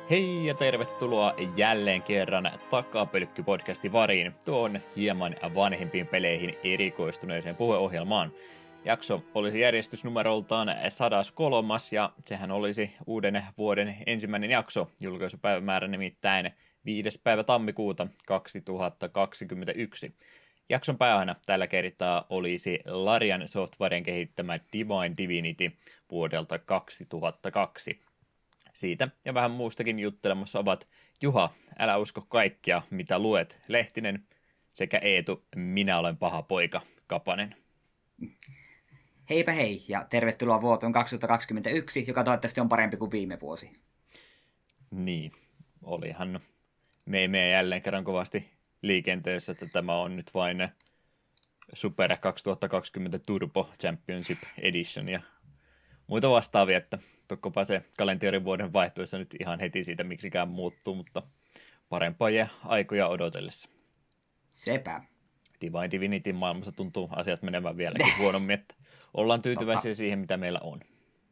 Hei ja tervetuloa jälleen kerran Takapölkky-podcastin pariin, tuon hieman vanhempiin peleihin erikoistuneeseen puheohjelmaan. Jakso olisi järjestysnumeroltaan 103. ja sehän olisi uuden vuoden ensimmäinen jakso, julkaisupäivämäärä nimittäin 5. päivä tammikuuta 2021. Jakson pääaiheena tällä kertaa olisi Larian Softwaren kehittämä Divine Divinity vuodelta 2002. Siitä ja vähän muustakin juttelemassa ovat Juha, älä usko kaikkia, mitä luet, Lehtinen, sekä Eetu, minä olen paha poika, Kapanen. Heipä hei ja tervetuloa vuoteen 2021, joka toivottavasti on parempi kuin viime vuosi. Niin, olihan meidän jälleen kerran kovasti liikenteessä, että tämä on nyt vain Super 2020 Turbo Championship Edition ja muita vastaavia, että tokkopa se kalenterivuoden vaihtuessa nyt ihan heti siitä miksikään muuttuu, mutta parempaa jää aikoja odotellessa. Sepä. Divine Divinityn maailmassa tuntuu asiat menevän vieläkin huonommin, että ollaan tyytyväisiä siihen, mitä meillä on.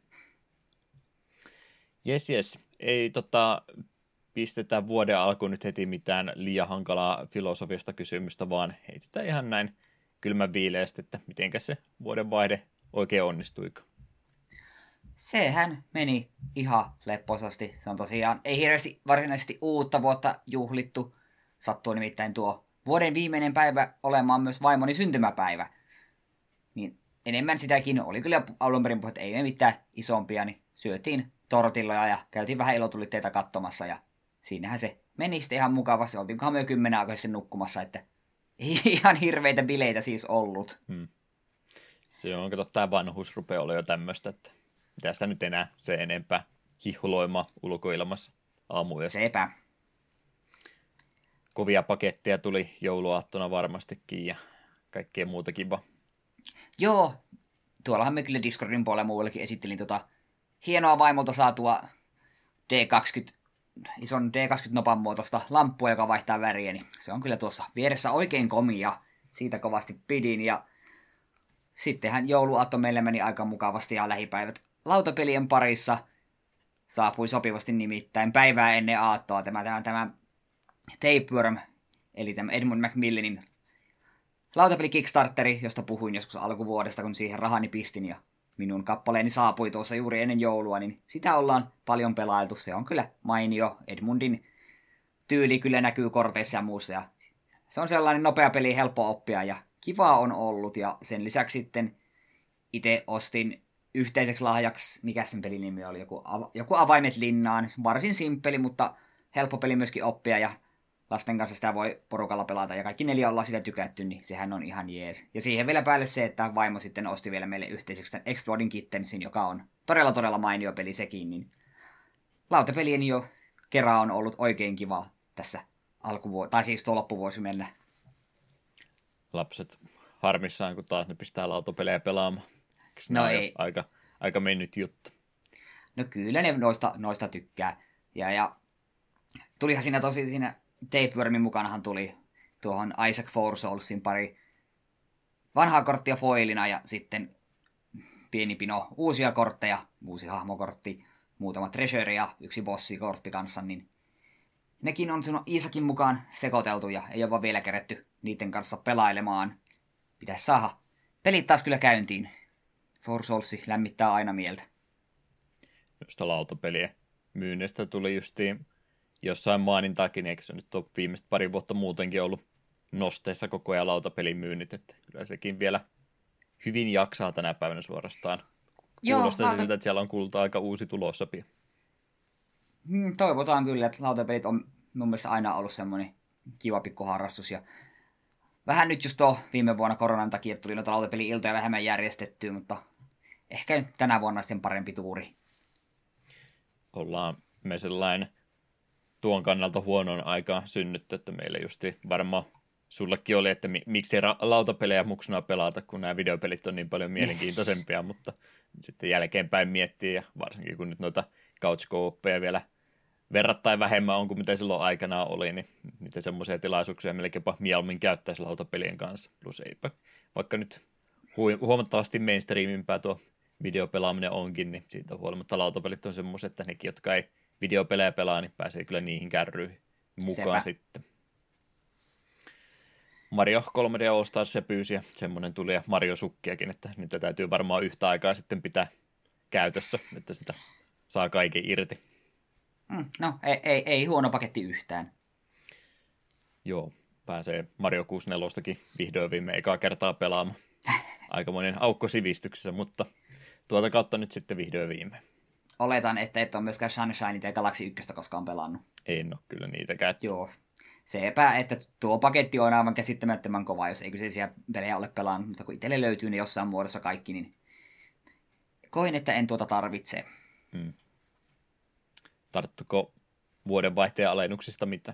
Jes. Ei pistetä vuoden alkuun nyt heti mitään liian hankalaa filosofista kysymystä, vaan heitetään ihan näin kylmän viileästi, että mitenkä se vuoden vaihde oikein onnistuiko. Sehän meni ihan lepposasti. Se on tosiaan, ei hirveästi varsinaisesti uutta vuotta juhlittu. Sattuu nimittäin tuo vuoden viimeinen päivä olemaan myös vaimoni syntymäpäivä. Niin enemmän sitäkin oli kyllä alun perin puhe, että ei me mitään isompia, niin syötiin tortilloja ja käytiin vähän ilotulitteita katsomassa. Ja siinähän se meni sitten ihan mukavasti. Oltiinkohan me jo 10 aikaisesti nukkumassa, että ei ihan hirveitä bileitä siis ollut. Se on, kato, tämä vanhuus rupeaa olla jo tämmöistä, että mitä sitä nyt enää se enempää hihuloimaan ulkoilmassa aamuyöstä. Sepä. Kovia paketteja tuli jouluaattona varmastikin ja kaikkea muuta kiva. Joo, tuollahan me kyllä Discordin puolella muuallakin esittelin hienoa vaimolta saatua ison D20-nopan muotoista lamppua, joka vaihtaa väriä, niin se on kyllä tuossa vieressä oikein komia. Siitä kovasti pidin ja sittenhän jouluaatto meille meni aika mukavasti ja lähipäivät lautapelien parissa saapui sopivasti nimittäin päivää ennen aattoa tämä Tapeworm, eli tämä Edmund Macmillanin lautapeli Kickstarteri, josta puhuin joskus alkuvuodesta, kun siihen rahani pistin ja minun kappaleeni saapui tuossa juuri ennen joulua, niin sitä ollaan paljon pelailtu. Se on kyllä mainio. Edmundin tyyli kyllä näkyy korteissa ja muussa. Ja se on sellainen nopea peli, helppo oppia ja kivaa on ollut. Ja sen lisäksi sitten itse ostin yhteiseksi lahjaksi, mikä sen pelin nimi oli, joku Avaimet linnaan. Varsin simppeli, mutta helppo peli myöskin oppia ja lasten kanssa sitä voi porukalla pelata ja kaikki 4 ollaan sitä tykätty, niin sehän on ihan jees. Ja siihen vielä päälle se, että vaimo sitten osti vielä meille yhteiseksi tämän Exploding Kittensin, joka on todella mainio peli sekin, niin lautapelien jo kerran on ollut oikein kiva tässä tuo loppuvuosi mennä. Lapset harmissaan, kun taas ne pistää lautapelejä pelaamaan. No ei. Aika mennyt juttu. No kyllä ne noista tykkää. Ja tulihan siinä Tapewormin mukanahan tuli tuohon Isaac Four Soulsin pari vanhaa korttia foilina ja sitten pieni pino uusia kortteja, uusi hahmokortti, muutama treasure ja yksi bossikortti kanssa, niin nekin on sinun Isaacin mukaan sekoiteltu ja ei ole vaan vielä keretty niiden kanssa pelailemaan. Pitäisi saada pelit taas kyllä käyntiin. Four Souls lämmittää aina mieltä. Josta lautapelien myynnistä tuli justiin jossain mainintaakin, eikö se nyt ole viimeiset pari vuotta muutenkin ollut nosteessa koko ajan lautapelin myynnit, että kyllä sekin vielä hyvin jaksaa tänä päivänä suorastaan. Kuulostaa siltä, että siellä on kuulta aika uusi tulossa. Toivotaan kyllä, että lautapelit on mun mielestä aina ollut semmoinen kiva pikkuharrastus. Ja vähän nyt just viime vuonna koronan takia tuli noita lautapeli-iltoja vähemmän järjestettyä, mutta ehkä nyt tänä vuonna sitten parempi tuuri. Ollaan me sellainen tuon kannalta huonon aikaan synnytty, että meillä justi varmaan sullekin oli, että miksi lautapelejä muksuna pelata, kun nämä videopelit on niin paljon mielenkiintoisempia, mutta sitten jälkeenpäin miettii, ja varsinkin kun nyt noita couch co-oppeja vielä verrattain vähemmän on kuin mitä silloin aikanaan oli, niin niitä semmoisia tilaisuuksia melkeinpä mieluummin käyttäisi lautapelien kanssa. Plus eipä, vaikka nyt huomattavasti mainstreamimpää tuo videopelaaminen onkin, niin siitä huolimatta lautapelit on semmoiset, että nekin, jotka ei videopelejä pelaa, niin pääsee kyllä niihin kärryihin mukaan sitten. Mario 3D All Stars se pyysi ja semmoinen tuli ja Mario Sukkiakin, että nyt täytyy varmaan yhtä aikaa sitten pitää käytössä, että sitä saa kaiken irti. No, ei huono paketti yhtään. Joo, pääsee Mario 64 vihdoin viime ekaa kertaa pelaamaan. Aikamoinen aukko sivistyksessä, mutta tuota kautta nyt sitten vihdoin viime. Oletan, että et ole myöskään Sunshine ja Galaxy 1 koskaan pelannut. En ole kyllä niitäkään. Joo. Sepä, että tuo paketti on aivan käsittämättömän kova, jos ei kyseisiä pelejä ole pelannut, mutta kun itselle löytyy ne jossain muodossa kaikki, niin koin, että en tuota tarvitse. Tarttuko vuodenvaihteen alennuksista mitä?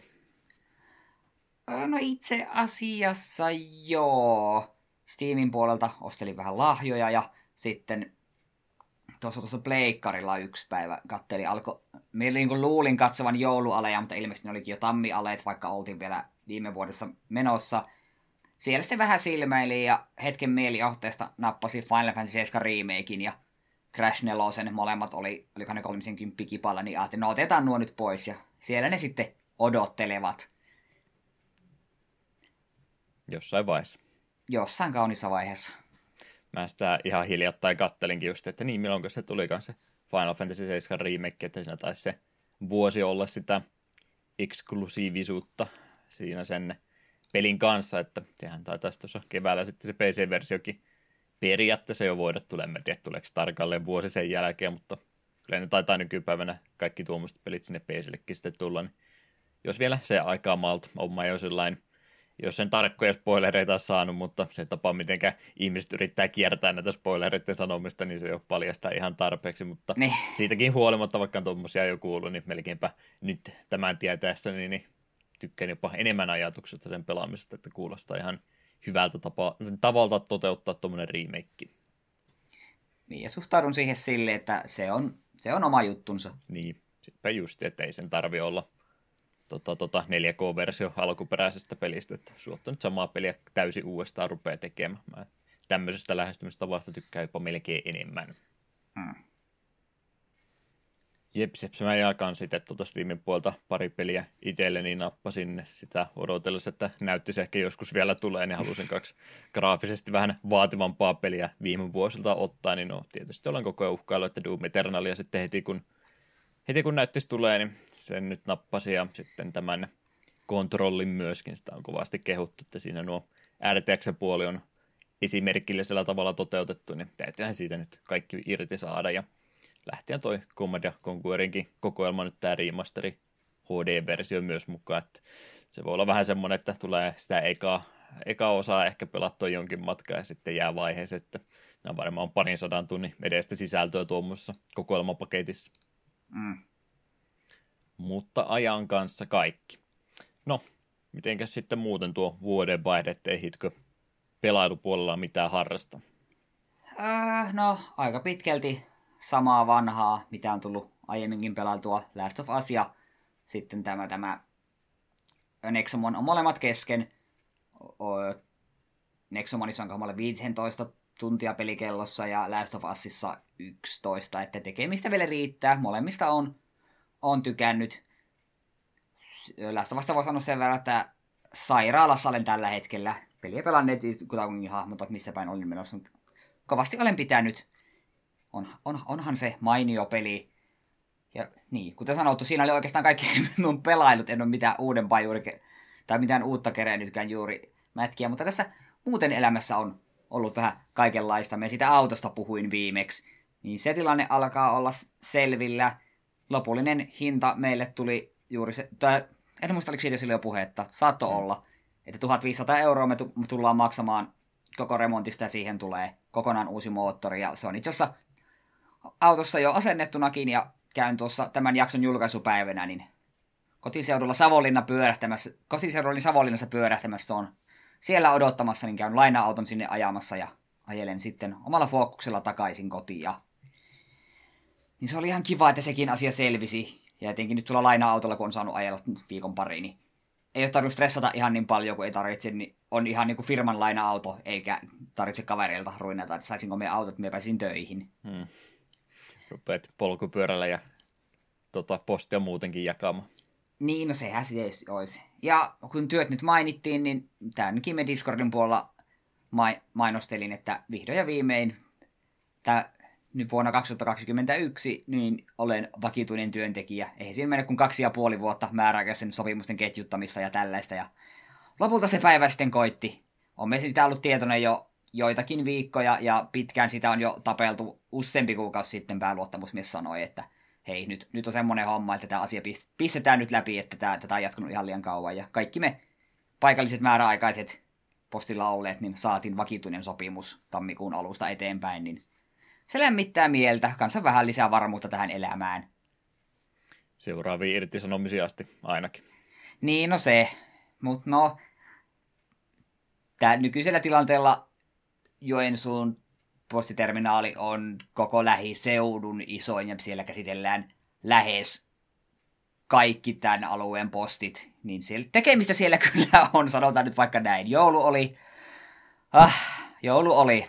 No itse asiassa joo. Steamin puolelta ostelin vähän lahjoja ja sitten tuossa pleikkarilla yksi päivä kattelin, niin luulin katsovan joulualeja, mutta ilmeisesti ne olikin jo tammialeet, vaikka oltiin vielä viime vuodessa menossa. Siellä sitten vähän silmäili ja hetken mielijohteesta nappasi Final Fantasy 7 remakein ja Crash 4, molemmat oliko ne 30 kipalla, niin ajattelin, no otetaan nuo nyt pois ja siellä ne sitten odottelevat. Jossain vaiheessa. Jossain kaunissa vaiheessa. Mä sitä ihan hiljattain kattelinkin just, että niin milloin se tulikaan se Final Fantasy 7 remake, että siinä taisi se vuosi olla sitä eksklusiivisuutta siinä sen pelin kanssa, että sehän taitaisi tuossa keväällä sitten se PC-versiokin periaatteessa jo voida tulla. En tiedä, tuleeko tarkalleen vuosi sen jälkeen, mutta kyllä ne taitaa nykypäivänä kaikki tuommoiset pelit sinne PC:llekin sitten tulla, niin jos vielä se aikaa malta, on mä jo sellainen, jos sen tarkkoja spoilereita on saanut, mutta se tapa, miten ihmiset yrittää kiertää näitä spoilereiden sanomista, niin se jo paljastaa ihan tarpeeksi, mutta siitäkin huolimatta, vaikka on tuommoisia jo kuullut, niin melkeinpä nyt tämän tietäessä, niin tykkään jopa enemmän ajatuksesta sen pelaamisesta, että kuulostaa ihan hyvältä tavalta toteuttaa tuommoinen remake. Niin, ja suhtaudun siihen silleen, että se on oma juttunsa. Niin, sittenpä just, että ei sen tarvi olla 4K-versio alkuperäisestä pelistä, että suotta nyt samaa peliä täysin uudestaan rupeaa tekemään. Mä tämmöisestä lähestymistavasta tykkään jopa melkein enemmän. Jeps, mä jakan sitten Steamin puolta pari peliä itselleni, nappasin sitä odotellessa, että näyttisi ehkä joskus vielä tulee, niin halusin 2 graafisesti vähän vaativampaa peliä viime vuosilta ottaa, niin no tietysti olen koko ajan uhkailu, että Doom Eternalia sitten heti kun näyttöisi tulee, niin sen nyt nappasi ja sitten tämän kontrollin myöskin, sitä on kovasti kehuttu, että siinä nuo RTX-puoli on esimerkillisellä tavalla toteutettu, niin täytyyhän siitä nyt kaikki irti saada ja lähtien toi Command & Conquerinkin kokoelma nyt tämä remasteri HD-versio myös mukaan, että se voi olla vähän semmoinen, että tulee sitä eka osaa ehkä pelattua jonkin matkaa ja sitten jää vaiheeseen, että nämä varmaan 200 tunnin edestä sisältöä tuommoisessa kokoelmapaketissa. Mutta ajan kanssa kaikki. No, mitenkäs sitten muuten tuo vuodenvaihde, että ehitkö pelailupuolella mitään harrasta? No, aika pitkälti samaa vanhaa, mitä on tullut aiemminkin pelailtua, Last of Us ja sitten tämä Nexomon on molemmat kesken. Nexomonissa on kammalle 15 tuntia pelikellossa ja Last of Usissa 11, että tekemistä vielä riittää. Molemmista on tykännyt. Last of Usta voi sanoa sen verran, että sairaalassa olen tällä hetkellä. Peliä pelanneet siis kutakuinkin hahmotat, missä päin olin menossa, mutta kovasti olen pitänyt. Onhan se mainio peli. Ja niin, kuten sanottu, siinä oli oikeastaan kaikki mun pelailut. En ole mitään uudempaa tai mitään uutta kerennytkään juuri mätkiä, mutta tässä muuten elämässä on ollut vähän kaikenlaista. Me siitä autosta puhuin viimeksi. Niin se tilanne alkaa olla selvillä. Lopullinen hinta meille tuli juuri se, en muista oliko siitä silloin jo puhetta, saattoi olla, että 1500 € me tullaan maksamaan koko remontista ja siihen tulee kokonaan uusi moottori. Ja se on itse asiassa autossa jo asennettunakin ja käyn tuossa tämän jakson julkaisupäivänä, niin kotiseudulla Savonlinnassa pyörähtämässä se on siellä odottamassa, niin käyn laina-auton sinne ajamassa ja ajelen sitten omalla fokuksella takaisin kotiin. Niin se oli ihan kiva, että sekin asia selvisi. Ja etenkin nyt tuolla laina-autolla, kun on saanut ajella viikon pari, niin ei ole tarvinnut stressata ihan niin paljon kuin ei tarvitse, niin on ihan niin kuin firman laina-auto, eikä tarvitse kavereilta ruinata, että saisinko me autot, me pääsin töihin. Rupeat polkupyörällä ja postia muutenkin jakamaan. Niin, no sehän se olisi. Ja kun työt nyt mainittiin, niin tämänkin me Discordin puolella mainostelin, että vihdoin ja viimein nyt vuonna 2021 niin olen vakituinen työntekijä. Eihän siinä mene kuin 2,5 vuotta määräaikaisen sopimusten ketjuttamista ja tällaista. Ja lopulta se päivä sitten koitti. On me sitä ollut tietoinen jo joitakin viikkoja ja pitkään sitä on jo tapeltu useampi kuukausi sitten pääluottamusmies sanoi, että hei, nyt on semmoinen homma, että tämä asia pistetään nyt läpi, että tätä on jatkunut ihan liian kauan. Ja kaikki me paikalliset määräaikaiset postilla olleet, niin saatiin vakituinen sopimus tammikuun alusta eteenpäin, niin se lämmittää mieltä, kanssa vähän lisää varmuutta tähän elämään. Seuraaviin irtisanomisiin asti ainakin. Niin, no se. Mutta no, nykyisellä tilanteella Joensuun postiterminaali on koko lähiseudun isoin ja siellä käsitellään lähes kaikki tämän alueen postit. Niin tekemistä siellä kyllä on, sanotaan nyt vaikka näin. Joulu oli.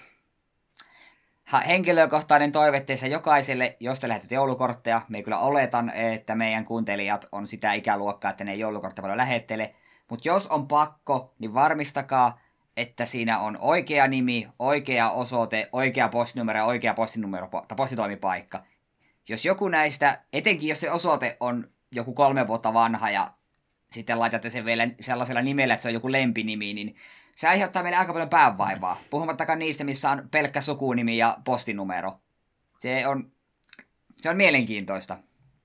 Henkilökohtainen toive teissä jokaiselle, jos te lähetät joulukortteja. Me kyllä oletan, että meidän kuuntelijat on sitä ikäluokkaa, että ne ei joulukortteja paljon lähettele. Mutta jos on pakko, niin varmistakaa, että siinä on oikea nimi, oikea osoite, oikea postinumero ja oikea postitoimipaikka. Jos joku näistä, etenkin jos se osoite on joku 3 vuotta vanha ja sitten laitatte sen vielä sellaisella nimellä, että se on joku lempinimi, niin se aiheuttaa meille aika paljon päänvaivaa. Puhumattakaan niistä, missä on pelkkä sukunimi ja postinumero. Se on mielenkiintoista.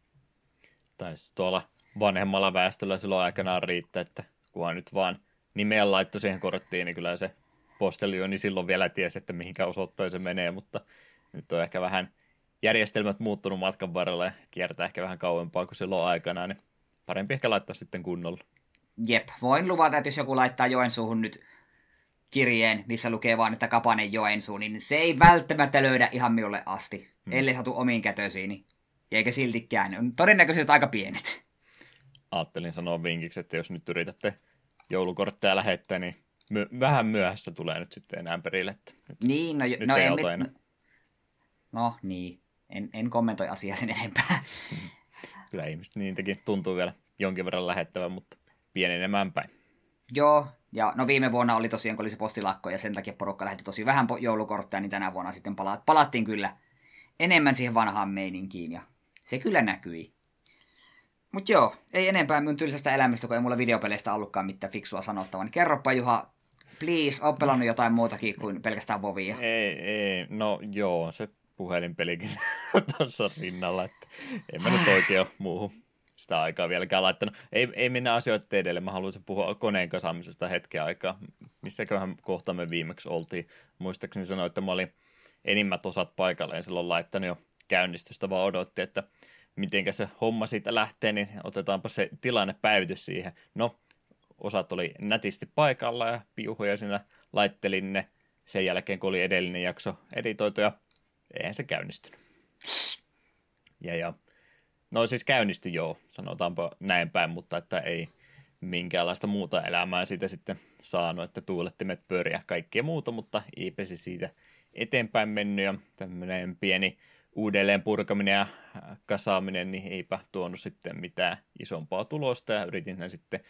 Taisi tuolla vanhemmalla väestöllä silloin aikanaan riittää, että kunhan nyt vaan nimeä laittoi siihen korttiin, niin kyllä se postelioni silloin vielä tiesi, että mihinkä osoittain se menee, mutta nyt on ehkä vähän järjestelmät muuttunut matkan varrella ja kiertää ehkä vähän kauempaa kuin silloin aikanaan, niin parempi ehkä laittaa sitten kunnolla. Jep, voin luvata, että jos joku laittaa Joensuuhun nyt kirjeen, missä lukee vaan, että Kapanen Joensuu, niin se ei välttämättä löydä ihan minulle asti, ellei satu omiin kätösiini. Eikä siltikään, on todennäköisesti aika pienet. Ajattelin sanoa vinkiksi, että jos nyt yritätte joulukortteja lähettää, niin vähän myöhässä tulee nyt sitten enää perille. Niin, nyt ei auta enää. No niin, en kommentoi asiaa sen enempää. Kyllä ihmiset niitäkin tuntuu vielä jonkin verran lähettävän, mutta pienenemään päin. Joo, ja no viime vuonna oli tosiaan, kun oli se postilakko, ja sen takia porukka lähetti tosi vähän joulukortteja, niin tänä vuonna sitten palattiin kyllä enemmän siihen vanhaan meininkiin, ja se kyllä näkyi. Mut joo, ei enempää minun tylsästä elämästä, kun ei mulla videopeleistä ollutkaan mitään fiksua sanottavaa. Niin kerropa Juha, please, oot pelannut jotain muutakin kuin pelkästään Vovia. Ei, no joo, se puhelinpelikin tuossa rinnalla, että en mä nyt oikein ole muuhun sitä aikaa vieläkään laittanut. Ei mennä asioita edelle, mä haluaisin puhua koneen kasaamisesta hetken aikaa. Missäköhän kohta me viimeksi oltiin. Muistaakseni sanoin, että mä olin enimmät osat paikalleen silloin laittanut jo käynnistystä, vaan odotti, että mitenkä se homma siitä lähtee, niin otetaanpa se tilannepäivitys siihen. No, osat oli nätisti paikalla ja piuhuja siinä laittelin ne sen jälkeen, kun oli edellinen jakso editoitu ja eihän se käynnistynyt. Ja no siis käynnistyi joo, sanotaanpa näin päin, mutta että ei minkäänlaista muuta elämää siitä sitten saanut, että tuulettimet pyöriä kaikkea muuta, mutta eipä se siitä eteenpäin mennyt ja tämmöinen pieni uudelleen purkaminen ja kasaaminen, niin eipä tuonut sitten mitään isompaa tulosta ja yritin sen sitten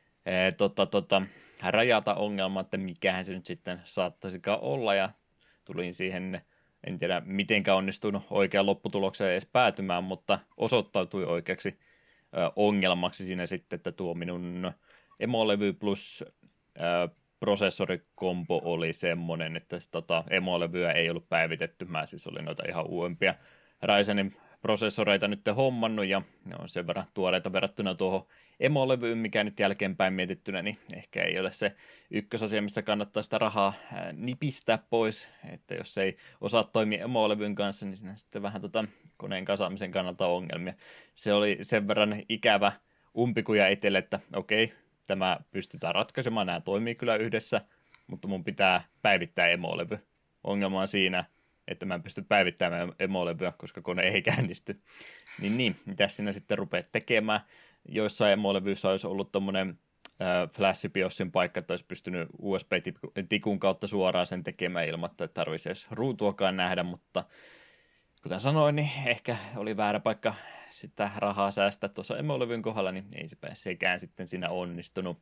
rajata ongelmaa, että mikähän se nyt sitten saattaisikaan olla ja tulin siihen, en tiedä mitenkä onnistunut oikean lopputulokseen edes päätymään, mutta osoittautui oikeaksi ongelmaksi siinä sitten, että tuo minun emolevy plus prosessorikompo oli semmoinen, että emolevyä ei ollut päivitetty. Mä siis olin noita ihan uudempia Ryzenin prosessoreita nyt hommannut ja ne on sen verran tuoreita verrattuna tuohon emolevyyn, mikä nyt jälkeenpäin mietittynä, niin ehkä ei ole se ykkösasia, mistä kannattaa sitä rahaa nipistää pois, että jos ei osaa toimia emolevyn kanssa, niin siinä sitten vähän koneen kasaamisen kannalta on ongelmia. Se oli sen verran ikävä umpikuja itselle, että okei, tämä pystytään ratkaisemaan, nämä toimii kyllä yhdessä, mutta mun pitää päivittää emolevy. Ongelma on siinä, että mä en pysty päivittämään emolevyä, koska kone ei käynnisty. Niin, mitä sinä sitten rupeat tekemään? Joissain emolevyissä olisi ollut tommonen Flash-BIOSin paikka, että olisi pystynyt USB-tikun kautta suoraan sen tekemään ilman, että tarvitsisi edes ruutuakaan nähdä, mutta kuten sanoin, niin ehkä oli väärä paikka sitä rahaa säästää tuossa emolevyn kohdalla, niin ei sekään sitten siinä onnistunut.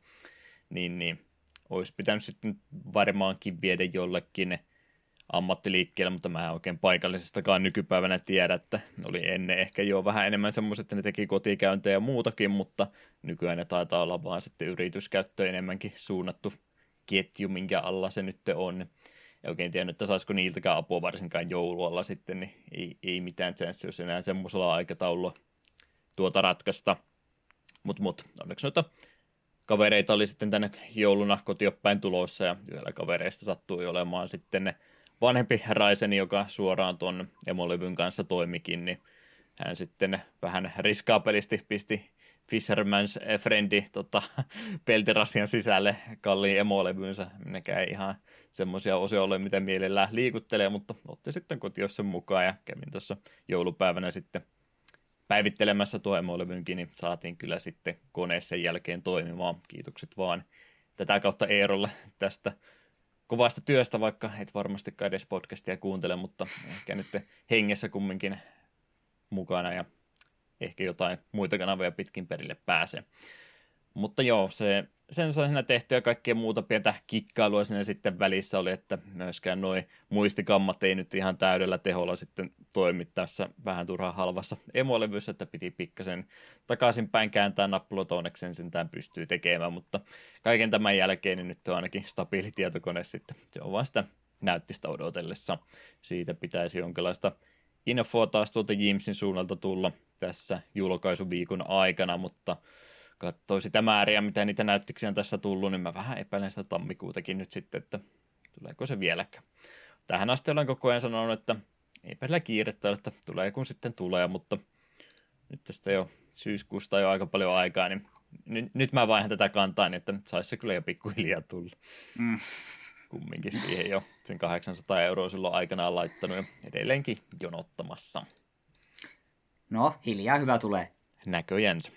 Niin olisi pitänyt sitten varmaankin viedä jollekin ammattiliikkeelle, mutta mä en oikein paikallisestakaan nykypäivänä tiedä, että oli ennen ehkä jo vähän enemmän semmoiset, että ne teki kotikäyntejä ja muutakin, mutta nykyään ne taitaa olla vaan sitten yrityskäyttöön enemmänkin suunnattu ketju, minkä alla se nyt on. Ja oikein tiennyt, että saisiko niiltäkään apua varsinkaan joulualla sitten, niin ei mitään chanssia, jos enää semmoisella aikataululla tuota ratkaista. Mut, onneksi noita kavereita oli sitten tänne jouluna kotioppäin tulossa, ja yhdellä kavereista sattui olemaan sitten ne vanhempi Raiseni, joka suoraan tuon emolevyn kanssa toimikin, niin hän sitten vähän riskaapelisti pisti Fisherman's Friendi peltirasian sisälle kalliin emolevynsä. Minäkään ei ihan semmoisia osia ole, mitä mielellään liikuttelee, mutta otti sitten kotiossa mukaan ja kävin tuossa joulupäivänä sitten päivittelemässä tuo emolevynkin, niin saatiin kyllä sitten kone sen jälkeen toimimaan. Kiitokset vaan tätä kautta Eerolle tästä kovasta työstä, vaikka et varmastikaan edes podcastia kuuntele, mutta ehkä nyt hengessä kumminkin mukana ja ehkä jotain muita kanavia pitkin perille pääsee. Mutta joo, sen sai siinä tehtyä ja kaikkea muuta pientä kikkailua siinä sitten välissä oli, että myöskään noi muistikammat ei nyt ihan täydellä teholla sitten toimi tässä vähän turhaan halvassa emolevyssä, että piti pikkasen takaisinpäin kääntää nappulat, onneksi sen sentään pystyy tekemään, mutta kaiken tämän jälkeen niin nyt on ainakin stabiili tietokone sitten. Se on vaan sitä näyttistä odotellessa. Siitä pitäisi jonkinlaista infoa taas tuolta Jimsin suunnalta tulla tässä julkaisuviikon aikana, mutta katsoi sitä määriä, mitä niitä näyttöksiä on tässä tullut, niin mä vähän epäilen sitä tammikuutakin nyt sitten, että tuleeko se vieläkään. Tähän asti olen koko ajan sanonut, että eipä sillä kiirettä, että tulee kun sitten tulee, mutta nyt tästä jo syyskuusta jo aika paljon aikaa, niin nyt mä vaihan tätä kantaa, niin että nyt saisi se kyllä jo pikkuhiljaa tulla. Kumminkin siihen jo sen 800 € silloin aikanaan laittanut ja edelleenkin jonottamassa. No, hiljaa hyvä tulee. Näköjänsä.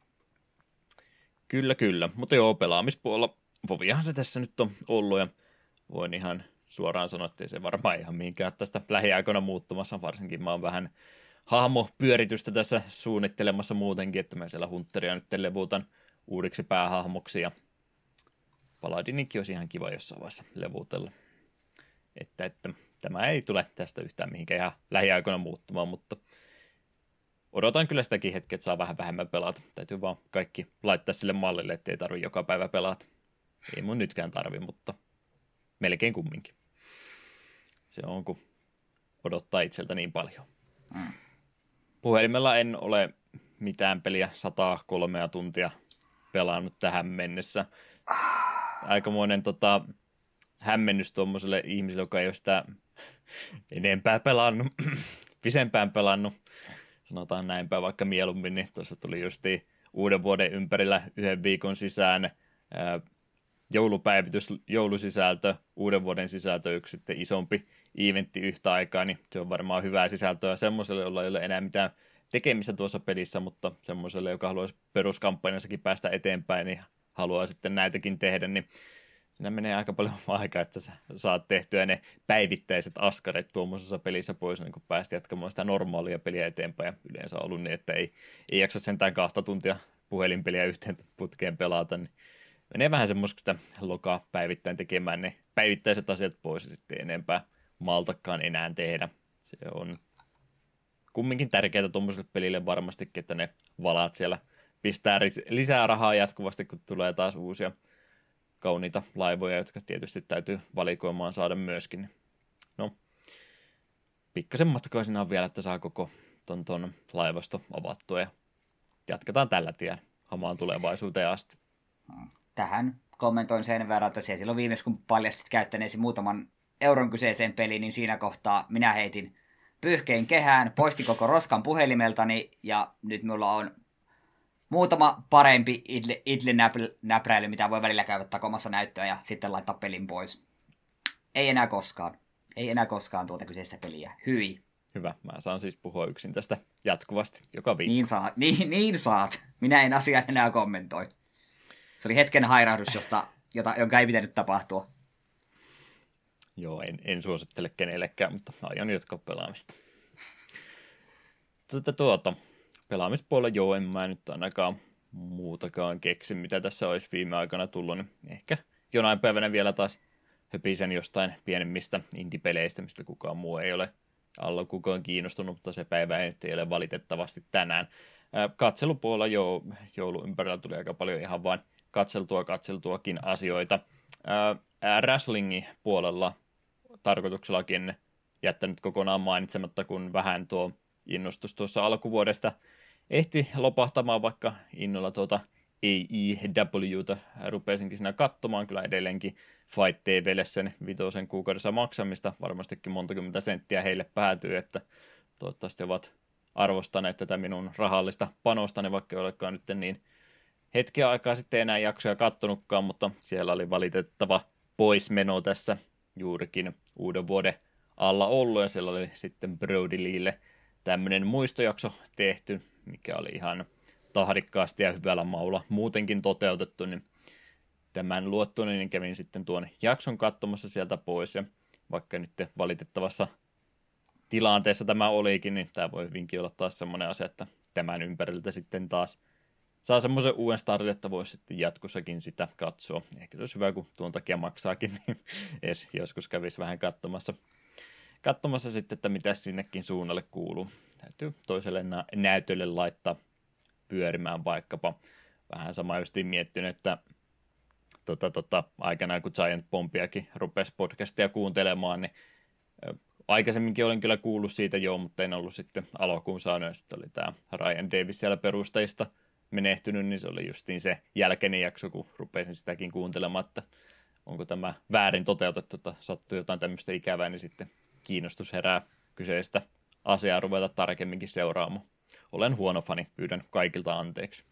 Kyllä. Mutta joo, pelaamispuolella Voviahan se tässä nyt on ollut ja voin ihan suoraan sanoa, että ei se varmaan ihan mihinkään tästä lähiaikoina muuttumassa. Varsinkin mä oon vähän hahmopyöritystä tässä suunnittelemassa muutenkin, että mä siellä Hunteria nyt levuutan uudeksi päähahmoksi ja Paladininkin olisi ihan kiva jossain vaiheessa levutella. Että tämä ei tule tästä yhtään mihinkään ihan lähiaikoina muuttumaan, mutta odotan kyllä sitäkin hetkeä, että saa vähän vähemmän pelata. Täytyy vaan kaikki laittaa sille mallille, ettei tarvitse joka päivä pelata. Ei mun nytkään tarvi, mutta melkein kumminkin. Se on, kun odottaa itseltä niin paljon. Puhelimella en ole mitään peliä 103 tuntia pelannut tähän mennessä. Aikamoinen hämmennys tuommoiselle ihmiselle, joka ei ole sitä enempää pelannut, pisempään pelannut. Sanotaan näinpä vaikka mieluummin, niin tuossa tuli justiin uuden vuoden ympärillä 1 viikon sisään joulupäivitys, joulusisältö, uuden vuoden sisältö, yksi sitten isompi eventti yhtä aikaa, niin se on varmaan hyvää sisältöä semmoiselle, jolla ei ole enää mitään tekemistä tuossa pelissä, mutta semmoiselle, joka haluaisi peruskampanjassakin päästä eteenpäin, niin haluaa sitten näitäkin tehdä, niin siinä menee aika paljon aikaa, että sä saat tehtyä ne päivittäiset askareet tuommoisessa pelissä pois, niin kun pääst jatkamaan sitä normaalia peliä eteenpäin, ja yleensä on ollut niin, että ei jaksa sentään 2 tuntia puhelinpeliä yhteen putkeen pelata, niin menee vähän semmoista sitä lokaa päivittäin tekemään ne päivittäiset asiat pois, ja sitten enempää maltakaan enää tehdä. Se on kumminkin tärkeää tuommoiselle pelille varmastikin, että ne valaat siellä pistää lisää rahaa jatkuvasti, kun tulee taas uusia kauniita laivoja, jotka tietysti täytyy valikoimaan saada myöskin. No, pikkasen matkaa siinä on vielä, että saa koko ton laivasto avattua ja jatketaan tällä tiellä hamaan tulevaisuuteen asti. Tähän kommentoin sen verran, että se silloin viimeksi, kun paljastit käyttäneesi muutaman euron kyseiseen peliin, niin siinä kohtaa minä heitin pyyhkeen kehään, poistin koko roskan puhelimeltani ja nyt minulla on muutama parempi idle-näpräily, mitä voi välillä käydä takomassa näyttöä ja sitten laittaa pelin pois. Ei enää koskaan. Ei enää koskaan tuota kyseistä peliä. Hyi. Hyvä. Mä saan siis puhua yksin tästä jatkuvasti, joka viikko. Niin saat. Minä en asiaa enää kommentoi. Se oli hetken hairahdus, jonka ei pitänyt tapahtua. Joo, en suosittele kenellekään, mutta aion jatkaa pelaamista. Pelaamispuolella joo, en mä nyt ainakaan muutakaan keksi, mitä tässä olisi viime aikana tullut, niin ehkä jonain päivänä vielä taas höpisen jostain pienemmistä indie-peleistä, mistä kukaan muu ei ole alla kukaan kiinnostunut, mutta se päivä ei ole valitettavasti tänään. Katselupuolella joo, joulun ympärillä tuli aika paljon ihan vain katseltuakin asioita. Wrestlingin puolella tarkoituksellakin jättänyt kokonaan mainitsematta, kun vähän tuo innostus tuossa alkuvuodesta ehti lopahtamaan, vaikka innolla tuota AEWtä rupesinkin siinä katsomaan kyllä edelleenkin Fight TVlle sen 5 kuukaudessa maksamista. Varmastikin monta kymmentä senttiä heille päätyy, että toivottavasti ovat arvostaneet tätä minun rahallista panostani, vaikka ei olekaan nyt niin hetkiä aikaa sitten enää jaksoja kattonutkaan, mutta siellä oli valitettava poismeno tässä juurikin uuden vuoden alla ollut, ja siellä oli sitten Brody Leelle tämmöinen muistojakso tehty, mikä oli ihan tahdikkaasti ja hyvällä maulla muutenkin toteutettu, niin tämän luottuni niin kävin sitten tuon jakson katsomassa sieltä pois, ja vaikka nyt valitettavassa tilanteessa tämä olikin, niin tämä voi hyvinkin olla taas semmoinen asia, että tämän ympäriltä sitten taas saa semmoisen uuden startin, että voisi sitten jatkossakin sitä katsoa. Ehkä se olisi hyvä, kun tuon takia maksaakin, niin edes joskus kävisi vähän katsomassa sitten, että mitä sinnekin suunnalle kuuluu. Täytyy toiselle näytölle laittaa pyörimään vaikkapa. Vähän sama justiin miettinyt, että aikanaan kun Giant Bombiakin rupesi podcastia kuuntelemaan, niin aikaisemminkin olen kyllä kuullut siitä joo, mutta en ollut sitten alkuun saanut, ja sitten oli tämä Ryan Davis siellä perustajista menehtynyt, niin se oli justiin se jälkeinen jakso, kun rupesin sitäkin kuuntelemaan, että onko tämä väärin toteutettu, että sattuu jotain tämmöistä ikävää, niin sitten kiinnostus herää kyseistä asiaa ruveta tarkemminkin seuraamaan. Olen huono fani, pyydän kaikilta anteeksi.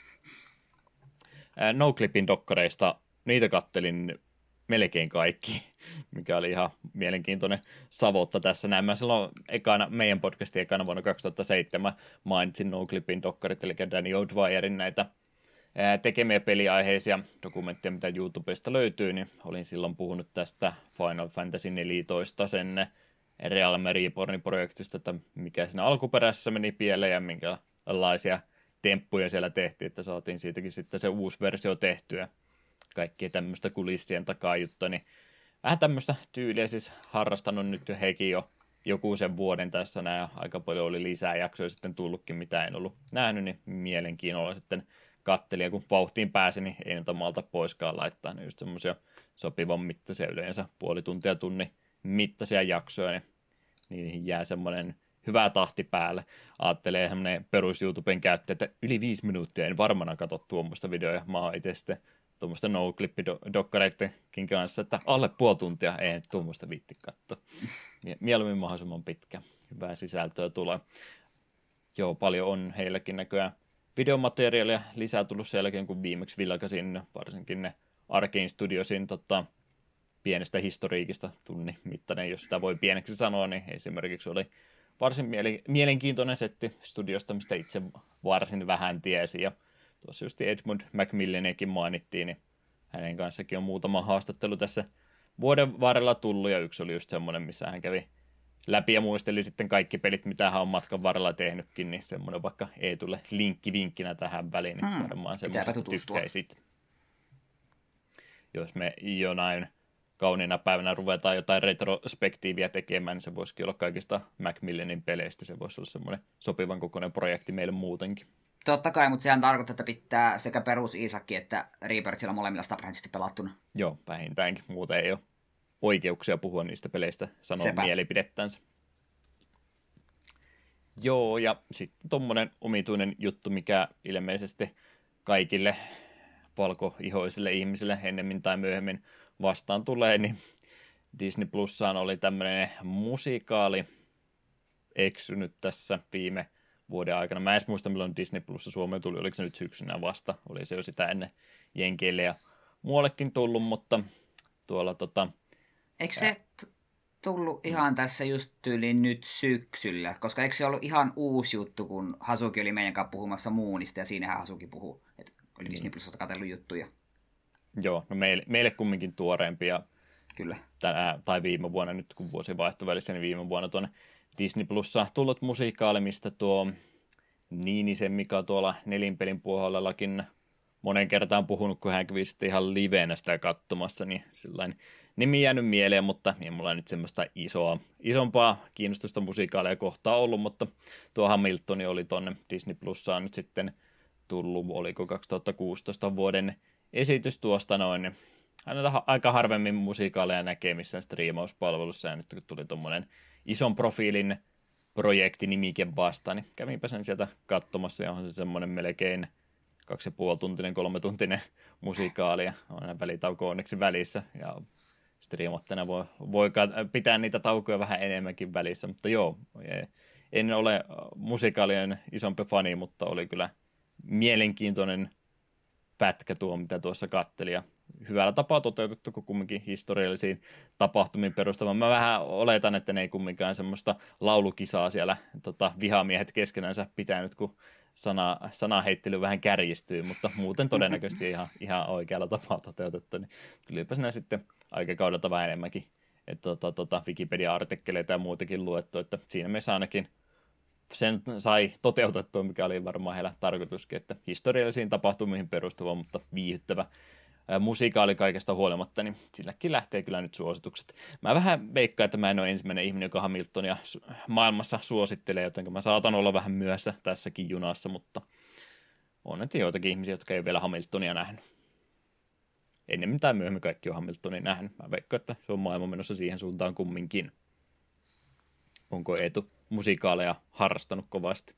Noclipin dokkareista, niitä kattelin melkein kaikki, mikä oli ihan mielenkiintoinen savotta tässä. Näin mä silloin meidän podcastin ekana vuonna 2007 mainitsin Noclipin dokkarit, eli Danny O'Dwyerin näitä tekemiä peliaiheisia dokumentteja, mitä YouTubesta löytyy, niin olin silloin puhunut tästä Final Fantasy 14 sen Realm Rebornin projektista, että mikä siinä alkuperäisessä meni pieleen ja minkälaisia temppuja siellä tehtiin, että saatiin siitäkin sitten se uusi versio tehtyä. Kaikkia tämmöistä kulissien takaa juttua, niin vähän tämmöistä tyyliä siis harrastanut nyt jo hekin jo joku sen vuoden tässä näin, ja aika paljon oli lisää jaksoja sitten tullutkin, mitä en ollut nähnyt, niin mielenkiinnolla sitten kattelin, ja kun vauhtiin pääsi, niin ei nyt malta poiskaan laittaa, niin just semmoisia sopivan mittaisia yleensä puoli tuntia tunnin mittaisia jaksoja, niin niihin jää semmoinen hyvä tahti päälle. Aattelee semmoinen perus YouTuben käyttäjä, että yli 5 minuuttia en varmana katso tuommoista videoa, ja mä oon itse sitten tuommoista no-clip-dokkareittenkin kanssa, että alle puoli tuntia ei tuommoista viitti katsoa. Mieluummin mahdollisimman pitkä. Hyvää sisältöä tulee. Joo, paljon on heilläkin näköjään videomateriaalia lisää tullut sen jälkeen, kun viimeksi vilkasin varsinkin ne Arkane Studiosin pienestä historiikista tunnin mittainen, jos sitä voi pieneksi sanoa, niin esimerkiksi oli varsin mielenkiintoinen setti studiosta, mistä itse varsin vähän tiesi, ja tuossa just Edmund Macmillanekin mainittiin, niin hänen kanssakin on muutama haastattelu tässä vuoden varrella tullut, ja yksi oli just semmoinen, missä hän kävi läpi ja muisteli sitten kaikki pelit, mitä hän on matkan varrella tehnytkin, niin semmoinen vaikka ei tule linkki-vinkkinä tähän väliin, niin varmaan semmoisesta tykkäisit. Jos me jonain kauniina päivänä ruvetaan jotain retrospektiiviä tekemään, niin se voisikin olla kaikista Macmillanin peleistä, se voisi olla semmoinen sopivan kokoinen projekti meille muutenkin. Totta kai, mutta sehän tarkoittaa, että pitää sekä perus Isakki että Rebirthillä molemmilla 100% pelattuna. Joo, vähintäänkin. Muuten ei ole oikeuksia puhua niistä peleistä, sanoa mielipidettänsä. Joo, ja sitten tommonen omituinen juttu, mikä ilmeisesti kaikille valkoihoisille ihmisille ennemmin tai myöhemmin vastaan tulee, niin Disney Plussaan oli tämmöinen musikaali eksynyt tässä viime vuoden aikana. Mä en edes muista, milloin Disney Plussa Suomeen tuli, oliko se nyt syksynä vasta, oli se jo sitä ennen Jenkeille ja muuallekin tullut, mutta tuolla Eikö se tullut ihan tässä just tyyliin nyt syksyllä, koska eikö se ollut ihan uusi juttu, kun Hasuki oli meidän kanssa puhumassa Moonista, ja siinähän Hasuki puhuu, että oli Disney Plusasta katsellut juttuja. Joo, no meille kumminkin tuoreempia. Kyllä. Tai viime vuonna, nyt kun vuosi vaihtui välissä, niin viime vuonna tuonne Disney Plussa tullut musiikaali, mistä tuo Niinisen Mika tuolla Nelinpelin puolellakin monen kertaan puhunut, kun hän kävi sitten ihan livenä sitä katsomassa, niin sellainen nimi jäänyt mieleen, mutta ei mulla nyt semmoista isompaa kiinnostusta musiikaalia kohtaan ollut, mutta tuo Hamilton oli tonne Disney Plussaan nyt sitten tullut, oliko 2016 vuoden esitys tuosta noin. Aina aika harvemmin musiikaaleja näkee missään striimauspalvelussa, ja nyt kun tuli tuommoinen ison profiilin projektinimike vastaan, niin kävinpä sen sieltä katsomassa, ja on se semmoinen melkein 2,5-tuntinen, 3-tuntinen musiikaali, ja on aina välitauko onneksi välissä, ja striimattena voi pitää niitä taukoja vähän enemmänkin välissä, mutta joo, en ole musikaalien isompi fani, mutta oli kyllä mielenkiintoinen pätkä tuo, mitä tuossa kattelin, ja hyvällä tapaa toteutettu, kun kumminkin historiallisiin tapahtumiin perustava. Mä vähän oletan, että ne ei kumminkaan semmoista laulukisaa siellä vihamiehet keskenänsä pitänyt, kun sanaheittely vähän kärjistyy, mutta muuten todennäköisesti ihan oikealla tapaa toteutettu, niin tulipa sinä sitten aikakaudelta vähän enemmänkin Wikipedia-artikkeleita ja muutakin luettu, että siinä mielessä ainakin sen sai toteutettua, mikä oli varmaan heillä tarkoituskin, että historiallisiin tapahtumiin perustuva, mutta viihyttävä musiikaali kaikesta huolimatta, niin silläkin lähtee kyllä nyt suositukset. Mä vähän veikkaan, että mä en ole ensimmäinen ihminen, joka Hamiltonia maailmassa suosittelee, joten mä saatan olla vähän myöhässä tässäkin junassa, mutta on nyt joitakin ihmisiä, jotka ei ole vielä Hamiltonia nähnyt. Ennemmin tai myöhemmin kaikki on Hamiltonia nähnyt. Mä veikkaan, että se on maailman menossa siihen suuntaan kumminkin. Onko Eetu musikaaleja harrastanut kovasti?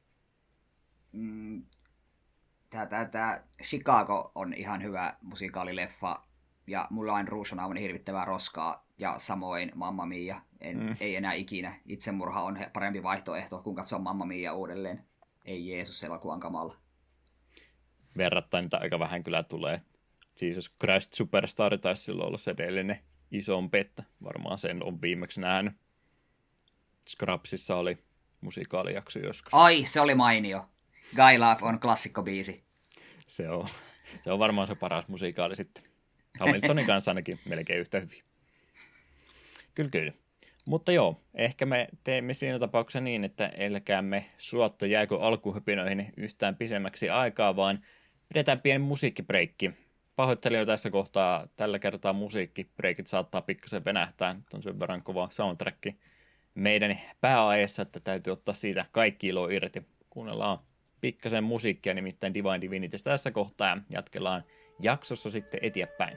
Tämä Chicago on ihan hyvä musikaalileffa, ja mulla on Rouge on aivan hirvittävää roskaa, ja samoin Mamma Mia. Ei enää ikinä. Itsemurha on parempi vaihtoehto, kun katsoo Mamma Mia uudelleen. Ei Jeesus, elokuvan kamala. Verrattain niitä aika vähän kyllä tulee. Jesus Christ Superstar taisi silloin olla se edellinen isompi, että varmaan sen on viimeksi nähnyt. Scrubsissa oli musikaalijakso joskus. Ai, se oli mainio. Guy Love on klassikkobiisi. Se on varmaan se paras musiikaali sitten. Hamiltonin kanssa ainakin melkein yhtä hyvin. Kyllä. Mutta joo, ehkä me teemme siinä tapauksessa niin, että älkäämme suotto jääkö alkuhypinoihin yhtään pisemmäksi aikaa, vaan pidetään pieni musiikkibreikki. Pahoittelen jo tässä kohtaa, tällä kertaa musiikkibreikit saattaa pikkasen venähtää, on sen verran kova soundtrack meidän pääaiheessa, että täytyy ottaa siitä kaikki ilo irti. Kuunnellaan pikkasen musiikkia, nimittäin Divine Divinity tässä kohtaa, ja jatkellaan jaksossa sitten eteenpäin.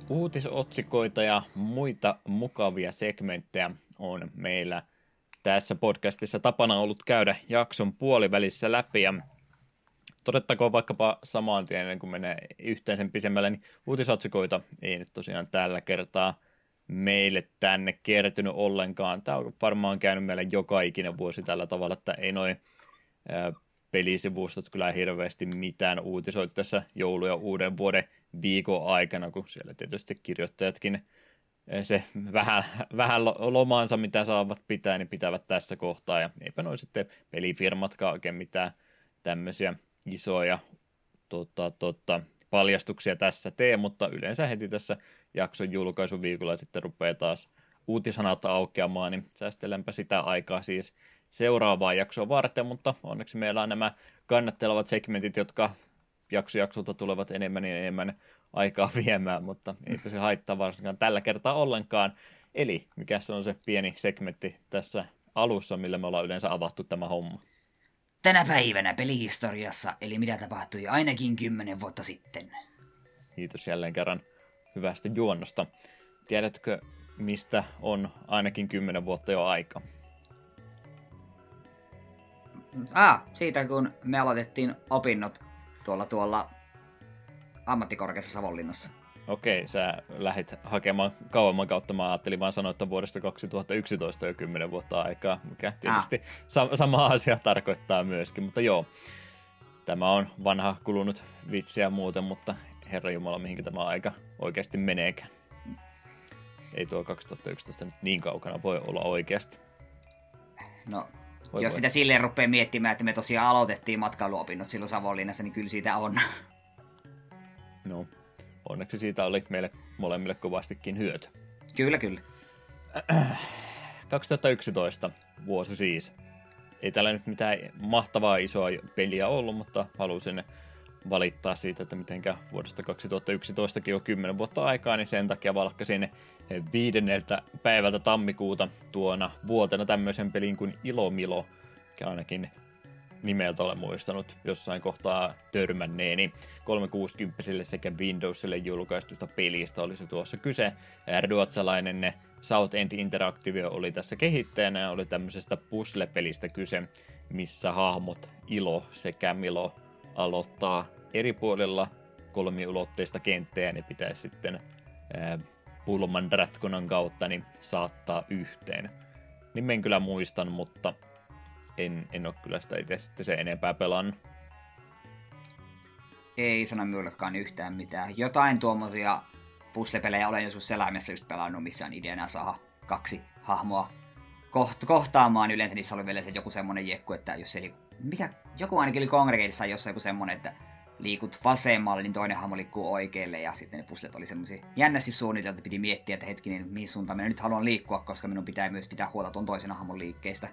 Uutisotsikoita ja muita mukavia segmenttejä on meillä tässä podcastissa tapana ollut käydä jakson puolivälissä läpi. Ja todettakoon vaikkapa samaan tien, ennen kuin menee yhteen sen pisemmälle, niin uutisotsikoita ei nyt tosiaan tällä kertaa meille tänne kertynyt ollenkaan. Tämä on varmaan käynyt meille joka ikinen vuosi tällä tavalla, että ei noin pelisivustot kyllä hirveästi mitään uutisoita tässä joulu- ja uuden vuoden viikon aikana, kun siellä tietysti kirjoittajatkin se vähän lomaansa, mitä saavat pitää, niin pitävät tässä kohtaa, ja eipä noin sitten pelifirmatkaan oikein mitään tämmöisiä isoja paljastuksia tässä tee, mutta yleensä heti tässä jakson julkaisuviikolla sitten rupeaa taas uutisanat aukeamaan, niin säästelenpä sitä aikaa siis seuraavaa jaksoa varten, mutta onneksi meillä on nämä kannattelevat segmentit, jotka jaksolta tulevat enemmän ja enemmän aikaa viemään, mutta eipä se haittaa varsinkaan tällä kertaa ollenkaan. Eli mikä se on se pieni segmentti tässä alussa, millä me ollaan yleensä avattu tämä homma? Tänä päivänä pelihistoriassa, eli mitä tapahtui ainakin 10 vuotta sitten. Kiitos jälleen kerran hyvästä juonnosta. Tiedätkö, mistä on ainakin 10 vuotta jo aika? Siitä kun me aloitettiin opinnot tuolla ammattikorkeassa Savonlinnassa. Okei, sä lähdit hakemaan kauemman kautta. Mä ajattelin vaan sanoa, että vuodesta 2011 jo 10 vuotta aikaa, mikä tietysti sama asia tarkoittaa myöskin. Mutta joo, tämä on vanha kulunut vitsi ja muuten, mutta herranjumala, mihinkä tämä aika oikeasti meneekään. Ei tuo 2011 nyt niin kaukana voi olla oikeasti. No, jos sitä silleen rupeaa miettimään, että me tosiaan aloitettiin matkailuopinnot silloin Savonlinnassa, niin kyllä siitä on. No, onneksi siitä oli meille molemmille kovastikin hyöty. Kyllä. 2011 vuosi siis. Ei tällä nyt mitään mahtavaa isoa peliä ollut, mutta halusin valittaa siitä, että mitenkä vuodesta 2011kin on 10 vuotta aikaa, niin sen takia valkkasin 5. päivältä tammikuuta tuona vuotena tämmöisen pelin kuin Ilomilo, mikä ainakin nimeltä olen muistanut jossain kohtaa törmänneeni. 360 sekä Windowsille julkaistusta pelistä oli se tuossa kyse. Ruotsalainen South End Interactive oli tässä kehittäjänä ja oli tämmöisestä puzzle-pelistä kyse, missä hahmot Ilo sekä Milo aloittaa eri puolilla kolmiulotteista kenttää ja ne pitäisi sitten pulman rätkonan kautta niin saattaa yhteen. Nimen kyllä muistan, mutta en ole kyllä sitä itse sitten se enempää pelannut. Ei sano minullekaan yhtään mitään. Jotain tuommoisia puzzle-pelejä olen joskus selaimessa just pelannut, missä on ideana saada 2 hahmoa kohtaamaan. Yleensä niissä oli vielä se joku semmonen jekku, että jos ei... Joku ainakin oli Congregatessa jossa joku semmonen, että liikut vasemmalle, niin toinen hahmo liikkuu oikealle, ja sitten ne puzzlet oli semmosia jännästi suunniteltu, että piti miettiä, että hetkinen, mihin suuntaan minä nyt haluan liikkua, koska minun pitää myös pitää huolta tuon toisen hahmon liikkeistä.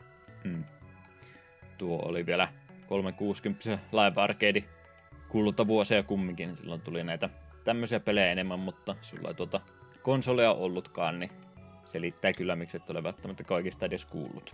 Tuo oli vielä 360 Live Arcade kuulutta vuosia kumminkin. Silloin tuli näitä tämmöisiä pelejä enemmän, mutta sulla ei tuota konsoleja ollutkaan, niin selittää kyllä, miksi et ole välttämättä kaikista edes kuullut.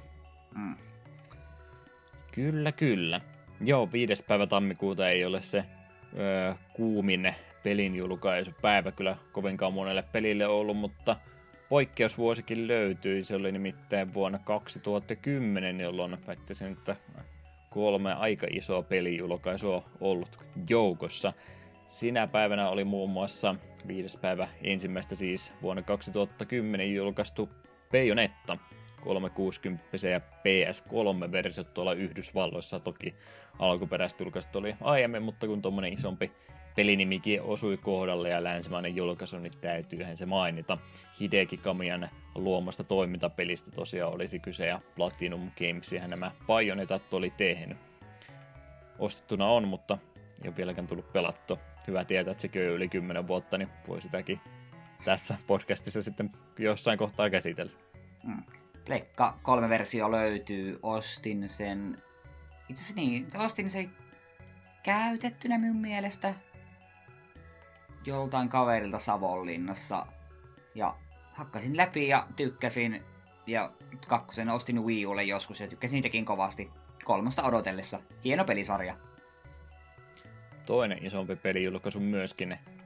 Kyllä. Joo, 5. päivä tammikuuta ei ole se kuumin pelin julkaisupäivä kyllä kovinkaan monelle pelille ollut, mutta poikkeusvuosikin löytyi. Se oli nimittäin vuonna 2010, jolloin väittäisin, että 3 aika isoa pelijulkaisua ollut joukossa. Sinä päivänä oli muun muassa 5. päivä ensimmäistä siis vuonna 2010 julkaistu Bayonetta 360 ja PS3-versiot tuolla Yhdysvalloissa. Toki alkuperäisesti julkaistu oli aiemmin, mutta kun tuommoinen isompi pelinimikin osui kohdalle ja länsimainen julkaisu, niin täytyyhän se mainita. Hideki Kamiyan luomasta toimintapelistä tosiaan olisi kyse, ja Platinum Gamesihän nämä Bayonetat oli tehnyt. Ostettuna on, mutta ei ole vieläkään tullut pelattua. Hyvä tietää, että sekin on yli 10 vuotta, niin voi sitäkin tässä podcastissa sitten jossain kohtaa käsitellä. Pleikka 3-versio löytyy, ostin sen... Itse asiassa niin, ostin sen käytettynä minun mielestä joltain kaverilta Savonlinnassa. Ja hakkasin läpi ja tykkäsin. Ja 2 ostin Wii Ulle joskus ja tykkäsin niitäkin kovasti 3 odotellessa. Hieno pelisarja. Toinen isompi pelijulkaisu myöskin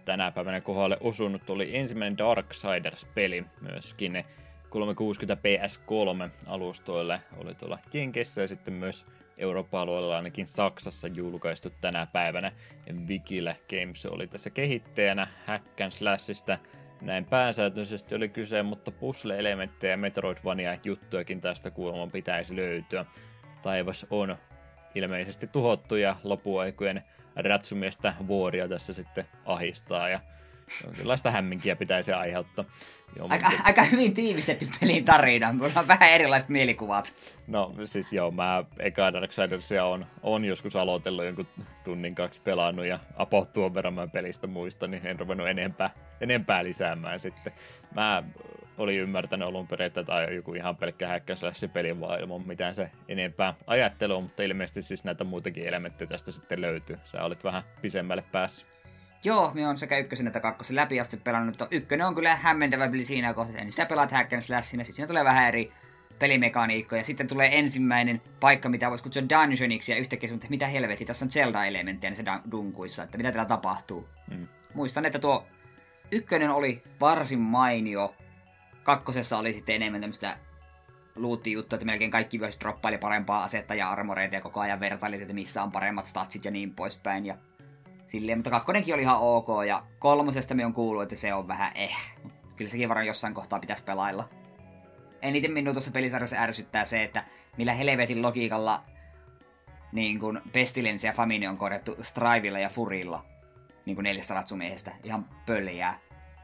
tänä päivänä kohdalle osunut, oli ensimmäinen Darksiders-peli myöskin 360 PS3-alustoille. Oli tuolla Jenkeissä ja sitten myös Eurooppa-alueella ainakin Saksassa julkaistu tänä päivänä. Vigila Games oli tässä kehittäjänä Hack and Slashista. Näin pääsääntöisesti oli kyse, mutta puzzle-elementtejä ja Metroidvania-juttujakin tästä kuulemma pitäisi löytyä. Taivas on ilmeisesti tuhottu ja lopuaikojen ratsumiestä vuoria tässä sitten ahistaa ja jonkinlaista hämminkiä pitäisi aiheuttaa. Aika hyvin tiivistetty pelin tarina, mulla on vähän erilaiset mielikuvat. No siis joo, mä eka Darksidersia on joskus aloitellut jonkun tunnin 2 pelannut ja about tuon verran mä pelistä muista, niin en ruvennut enempää lisäämään sitten. Mä olin ymmärtänyt alun perin, että tämä on joku ihan pelkkä häkkäslässi-peli vaan ilman mitään se enempää ajattelua, mutta ilmeisesti siis näitä muitakin elementtejä tästä sitten löytyy. Sä olit vähän pisemmälle päässyt. Joo, minä on sekä ykkösen että kakkosen läpi asti pelannut. Ykkönen on kyllä hämmentävä peli siinä kohtaa, että sitä pelaat hack and slashina, sitten siinä tulee vähän eri pelimekaniikkoja, sitten tulee ensimmäinen paikka, mitä voisi kutsua dungeoniksi, ja yhtäkkiä sun, että mitä helvetti, tässä on Zelda-elementtejä näissä dunkuissa, että mitä täällä tapahtuu. Muistan, että tuo ykkönen oli varsin mainio, kakkosessa oli sitten enemmän tämmöistä loot-juttua, että melkein kaikki myös droppaili parempaa asetta ja armoreita, ja koko ajan vertailit, että missä on paremmat statsit ja niin poispäin, ja silleen, mutta kakkonenkin oli ihan ok, ja kolmosesta me on kuullut, että se on vähän Kyllä sekin varmaan jossain kohtaa pitäisi pelailla. Eniten minua tuossa pelisarjassa ärsyttää se, että millä helvetin logiikalla niin kuin Pestilence ja Famine on korjattu Strivella ja Furilla. Niin kuin 4 ratsumiehestä. Ihan pöljää.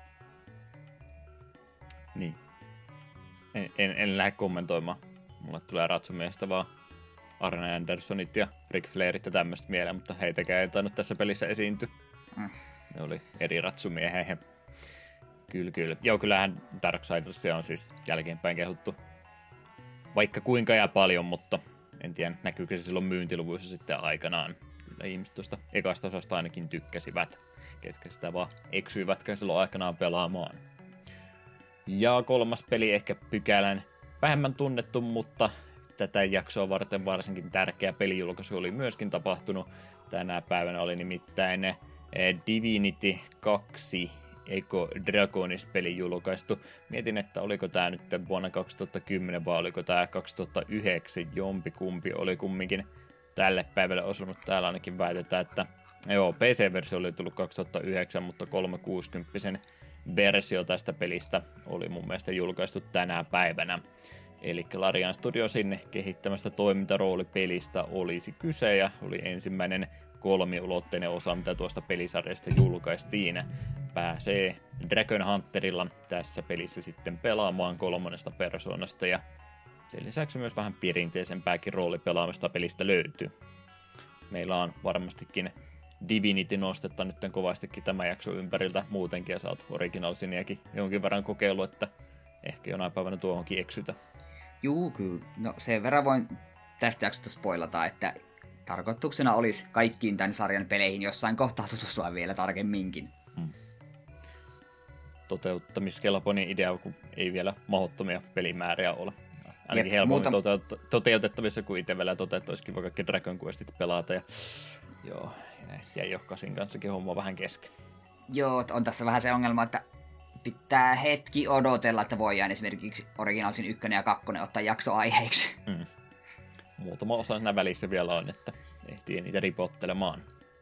Niin. En lähde kommentoimaan. Mulle tulee ratsumiehestä vaan Arne Andersonit ja Rick Flairit ja tämmöistä mieleen, mutta heitäkään ei tainnut tässä pelissä esiintyä. Ne oli eri ratsumiehiä. Kyllä. Joo, kyllähän Darksidersia on siis jälkeenpäin kehuttu vaikka kuinka ja paljon, mutta en tiedä näkyykö se silloin myyntiluvuissa sitten aikanaan. Kyllä ihmiset tuosta ekasta osasta ainakin tykkäsivät, ketkä sitä vaan eksyivätkään silloin aikanaan pelaamaan. Ja kolmas peli ehkä pykälän vähemmän tunnettu, mutta tätä jaksoa varten varsinkin tärkeä pelijulkaisu oli myöskin tapahtunut. Tänä päivänä oli nimittäin Divinity 2 Echo Dragonis-peli julkaistu. Mietin, että oliko tämä nyt vuonna 2010 vai oliko tämä 2009. Jompikumpi oli kumminkin tälle päivälle osunut. Täällä ainakin väitetään, että joo, PC-versio oli tullut 2009, mutta 360 versio tästä pelistä oli mun mielestä julkaistu tänä päivänä. Eli Larian Studiosin kehittämästä toimintaroolipelistä olisi kyse ja oli ensimmäinen kolmiulotteinen osa, mitä tuosta pelisarjasta julkaistiin. Pääsee Dragon Hunterilla tässä pelissä sitten pelaamaan 3. persoonasta ja sen lisäksi myös vähän perinteisempääkin roolipelaamista pelistä löytyy. Meillä on varmastikin Divinity nostetta nyt kovastikin tämän jakson ympäriltä muutenkin ja sä oot Original Siniäkin jonkin verran kokeillut, että ehkä jonain päivänä tuohonkin eksytä. Juu, kyllä. No sen verran voin tästä jaksosta spoilata, että tarkoituksena olisi kaikkiin tämän sarjan peleihin jossain kohtaa tutustua vielä tarkemminkin. Toteuttamiskelpoinen idea, kun ei vielä mahdottomia pelimääriä ole. Ainakin helpommin toteutettavissa, kuin itse vielä toteuttaisikin vaikka kaikki Dragon Questit pelata. Ja joo, jäi Jokkasin kanssakin homma vähän kesken. Joo, on tässä vähän se ongelma, että pitää hetki odotella, että voidaan esimerkiksi Originalsin 1 ja 2 ottaa jaksoaiheeksi. Muutama osa siinä välissä vielä on, että ehtii niitä ripottelemaan.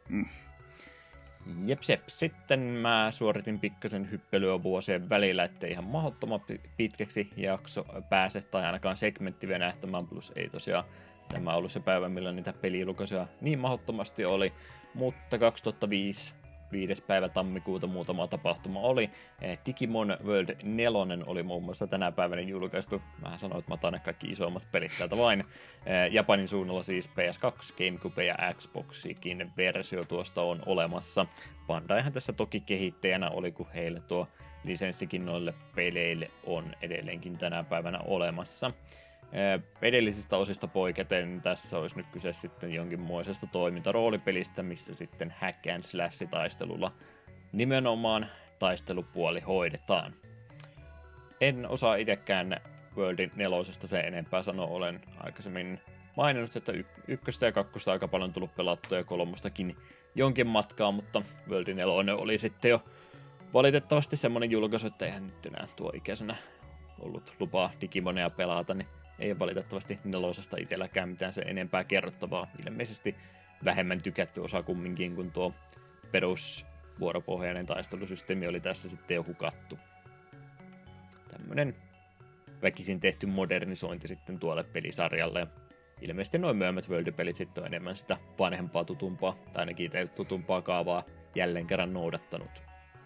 Jep. Sitten mä suoritin pikkasen hyppelyä vuosien välillä, ettei ihan mahdottoman pitkäksi jakso pääse, tai ainakaan segmentti venähtämään, plus ei tosiaan tämä ollut se päivä, milloin niitä pelilukaisia niin mahdottomasti oli, mutta 2005 5. päivä tammikuuta muutama tapahtuma oli. Digimon World 4 oli muun muassa tänä päivänä julkaistu. Mähän sanoin, että mä otan ne kaikki isommat pelit täältä vain. Japanin suunnalla siis PS2, GameCube ja Xboxikin versio tuosta on olemassa. Bandaihan tässä toki kehittäjänä oli, kun heille tuo lisenssikin noille peleille on edelleenkin tänä päivänä olemassa. Edellisistä osista poiketen tässä olisi nyt kyse sitten jonkinmoisesta toimintaroolipelistä, missä sitten hack and slash taistelulla nimenomaan taistelupuoli hoidetaan. En osaa itsekään Worldin 4 sen enempää sanoa, olen aikaisemmin maininnut, että ykköstä ja kakkosta aika paljon tullut pelattua ja kolmostakin jonkin matkaa, mutta World 4 oli sitten jo valitettavasti semmoinen julkaisu, että eihän nyt enää tuo ikäisenä ollut lupaa Digimonia pelata, niin ei ole valitettavasti nelosesta itselläkään mitään sen enempää kerrottavaa. Ilmeisesti vähemmän tykätty osa kumminkin, kun tuo perusvuoropohjainen taistelusysteemi oli tässä sitten jo hukattu. Tämmönen väkisin tehty modernisointi sitten tuolle pelisarjalle. Ja ilmeisesti noin myöhemmät World-pelit sitten on enemmän sitä vanhempaa tutumpaa, tai ainakin tutumpaa kaavaa jälleen kerran noudattanut.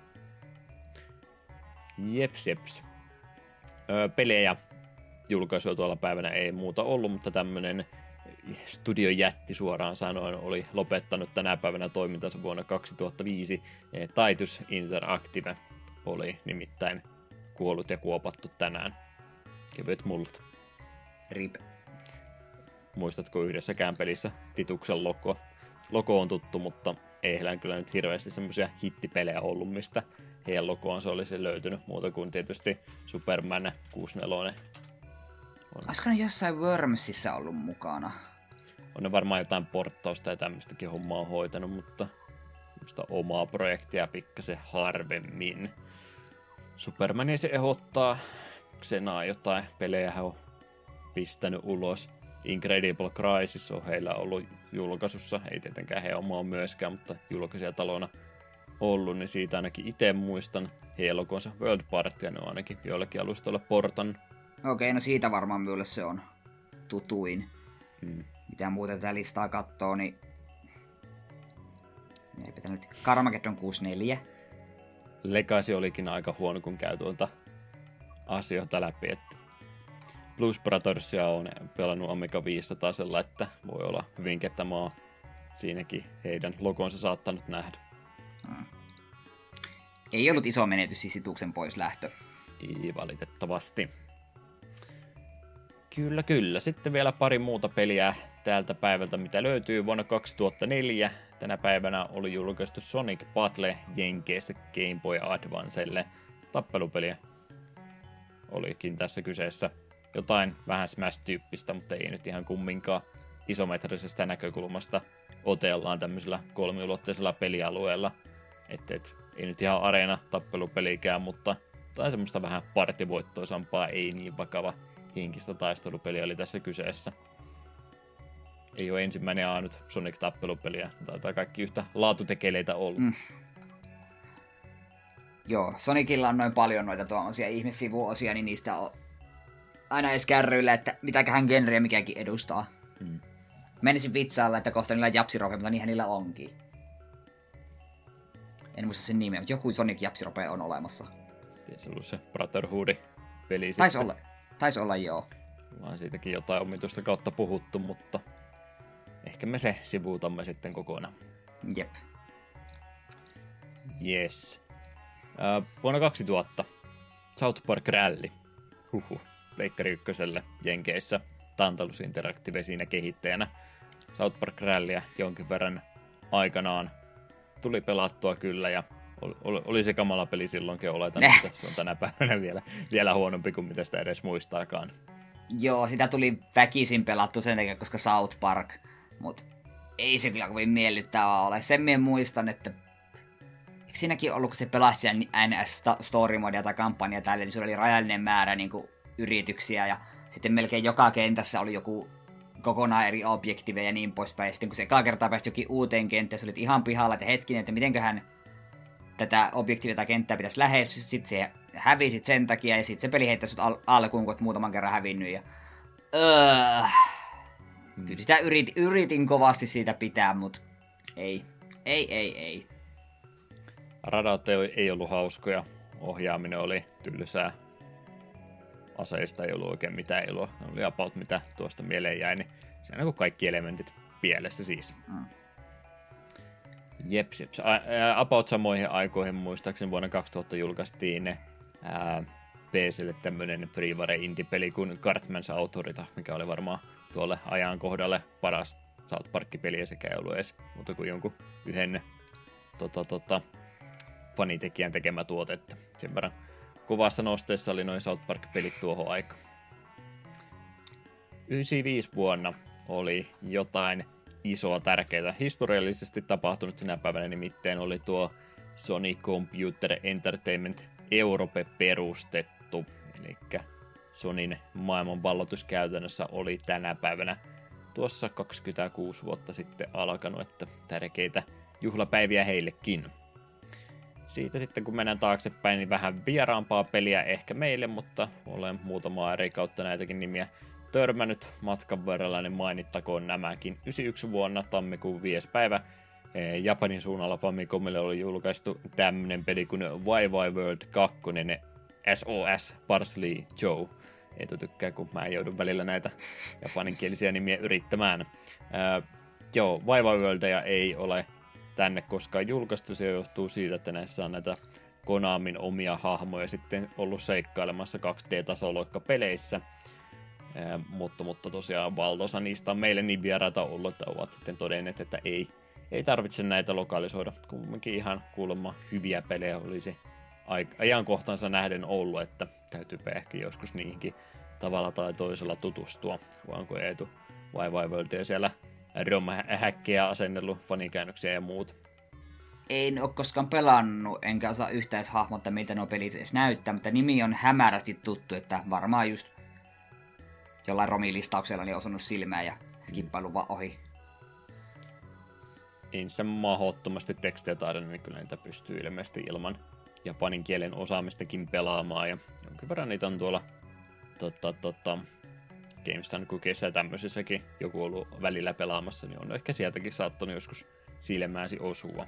Jeps. Pelejä julkaisua tuolla päivänä ei muuta ollut, mutta tämmönen studiojätti suoraan sanoen oli lopettanut tänä päivänä toimintansa vuonna 2005. Titus Interactive oli nimittäin kuollut ja kuopattu tänään. Kevyet mullat. RIP. Muistatko yhdessäkään pelissä Tituksen logo? Logo on tuttu, mutta ei heillä kyllä nyt hirveästi semmoisia hittipelejä ollut, mistä heidän logoansa olisi löytynyt muuta kuin tietysti Superman 64. Olisiko ne jossain Wormsissa ollut mukana? On ne varmaan jotain porttausta ja tämmöistäkin hommaa hoitanut, mutta omaa projektia pikkasen harvemmin. Supermania se ehdottaa. Xenaa jotain pelejä hän on pistänyt ulos. Incredible Crisis on heillä ollut julkaisussa. Ei tietenkään he omaa myöskään, mutta julkaisijatalona ollut, niin siitä ainakin itse muistan. Heidän logonsa World Partya, ne on ainakin joillakin alustoilla portan. Okei, no siitä varmaan minulle se on tutuin. Mitä muuta tätä listaa katsoo, niin eipä nyt Carmageddon 64. Legacy olikin aika huono, kun käy tuolta asioita läpi, että Blues Brothersia on pelannut Amiga 500, että voi olla hyvinkin, että mä oon siinäkin heidän logonsa saattanut nähdä. Ei ollut iso menetys siis Situksen pois lähtö. Ei valitettavasti. Kyllä. Sitten vielä pari muuta peliä tältä päivältä, mitä löytyy. Vuonna 2004 tänä päivänä oli julkaistu Sonic Battle Jenkeissä Game Boy Advancelle. Tappelupeliä olikin tässä kyseessä. Jotain vähän Smash-tyyppistä, mutta ei nyt ihan kumminkaan isometrisestä näkökulmasta otellaan tämmöisellä kolmiulotteisella pelialueella. Ei nyt ihan areena tappelupelikään, mutta tai semmoista vähän partivoittoisampaa, ei niin vakava henkistä taistelupeliä oli tässä kyseessä. Ei ole ensimmäinen ainut Sonic-tappelupeliä, tai kaikki yhtä laatutekeleitä ollut. Joo, Sonicilla on noin paljon noita tuommoisia ihmissivuosia, niin niistä on aina edes kärryillä, että mitäköhän genreä mikäkin edustaa. Menisin vitsailla, että kohta niillä on japsirope, mutta niinhän niillä onkin. En muista sen nimeä, mutta joku Sonic japsirope on olemassa. Se on ollut se Brotherhood-peli Taisi olla, joo. Ollaan siitäkin jotain omituista kautta puhuttu, mutta ehkä me se sivuutamme sitten kokonaan. Jep. Yes. Vuonna 2000 South Park Rally. Pleikkari ykköselle Jenkeissä. Tantalus Interactive siinä kehittäjänä. South Park Rallyä jonkin verran aikanaan tuli pelattua kyllä ja oli se kamala peli silloinkin, oletan, että se on tänä päivänä vielä huonompi kuin mitä sitä edes muistaakaan. Joo, sitä tuli väkisin pelattu sen takia, koska South Park, mutta ei se kyllä kovin miellyttävää ole. Sen minä muistan, että eikö siinäkin ollut, kun se pelasi NS-story-modia tai kampanjaa tälle, niin se oli rajallinen määrä niin kuin yrityksiä ja sitten melkein joka kentässä oli joku kokonaan eri objektiveja ja niin poispäin. Ja sitten kun se ekaa kertaa pääsi jokin uuteen kenttään, se oli ihan pihalla, että hetkinen, että mitenköhän tätä objektiivia tai kenttää pitäisi lähestyä. Sitten se hävisit sen takia ja sitten se peli heittäisi sut alkuun, kun oot muutaman kerran hävinnyt. Ja kyllä sitä yritin kovasti siitä pitää, mutta ei. Radat ei ollut hauskoja, ohjaaminen oli tylsää. Aseista ei ollut oikein mitään iloa. Ne oli about mitä tuosta mieleen jäi, niin siinä on kaikki elementit pielessä siis. Jeps. About samoihin aikoihin muistaakseni vuonna 2000 julkaistiin PC:lle tämmönen freeware indie-peli kuin Cartman's Authority, mikä oli varmaan tuolle ajankohdalle paras South Park-peli, ja sekä ei ollut edes muuta kuin jonkun yhden fanitekijän tekemä tuote, että sen verran kovassa nosteessa oli noin South Park-pelit tuohon aikaan. 95 vuonna oli jotain isoa tärkeää historiallisesti tapahtunut sinä päivänä, nimittäin oli tuo Sony Computer Entertainment Europe perustettu, eli Sonyn maailmanvalloitus käytännössä oli tänä päivänä tuossa 26 vuotta sitten alkanut, että tärkeitä juhlapäiviä heillekin. Siitä sitten kun mennään taaksepäin, niin vähän vieraampaa peliä ehkä meille, mutta olen muutamaa eri kautta näitäkin nimiä törmännyt matkan varrella, niin mainittakoon nämäkin. 91 vuonna tammikuun 5. päivä Japanin suunnalla Famicomille oli julkaistu tämmönen peli kuin Wai World 2 SOS Parsley Joe. Ei tykkää, kun mä joudun välillä näitä japaninkielisiä nimiä yrittämään. Wai Worldia ei ole tänne koskaan julkaistu. Se johtuu siitä, että näissä on näitä Konamin omia hahmoja sitten ollut seikkailemassa 2D-tasoloikkapeleissä. Mutta tosiaan valtaosa niistä on meille niin vieraita ollut, että ovat sitten todenneet, että ei tarvitse näitä lokalisoida. Kumminkin ihan kuulemma hyviä pelejä olisi ajankohtansa nähden ollut, että täytyypä ehkä joskus niihinkin tavalla tai toisella tutustua, vaan kun ei tule Wai Worldia siellä ROM-häkkejä asennellut fanikäännöksiä ja muut. En ole koskaan pelannut, enkä osaa yhtään hahmottaa, miltä nuo pelit edes näyttää, mutta nimi on hämärästi tuttu, että varmaan just jollain romilistauksella niin osunut silmään ja skippailu vaan ohi. En se mahdottomasti tekstejä taida, niin kyllä niitä pystyy ilmeisesti ilman japanin kielen osaamistakin pelaamaan, ja jonkin verran niitä on tuolla GameStar Cookiessa ja tämmöisissäkin joku ollut välillä pelaamassa, niin on ehkä sieltäkin saattanut joskus silmääsi osua.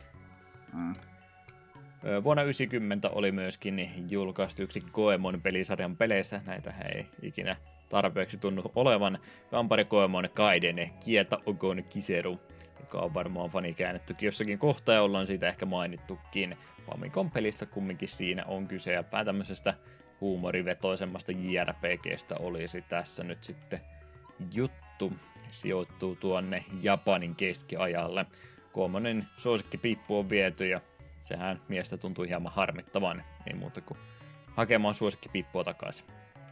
Vuonna 1990 oli myöskin julkaistu yksi Goemon pelisarjan peleistä, näitä ei ikinä tarpeeksi tunnu olevan, Vampire Goemon Gaiden Kieta Ogon Kiseru, joka on varmaan fanikäännettykin jossakin kohtaa ja ollaan siitä ehkä mainittukin. Famicom pelistä kumminkin siinä on kyse ja tämmöisestä huumorivetoisemmasta JRPGstä olisi tässä nyt sitten juttu. Sijoittuu tuonne Japanin keskiajalle. Goemonin suosikkipiippu on viety ja sehän miestä tuntuu hieman harmittavan. Ei muuta kuin hakemaan suosikkipiippua takaisin.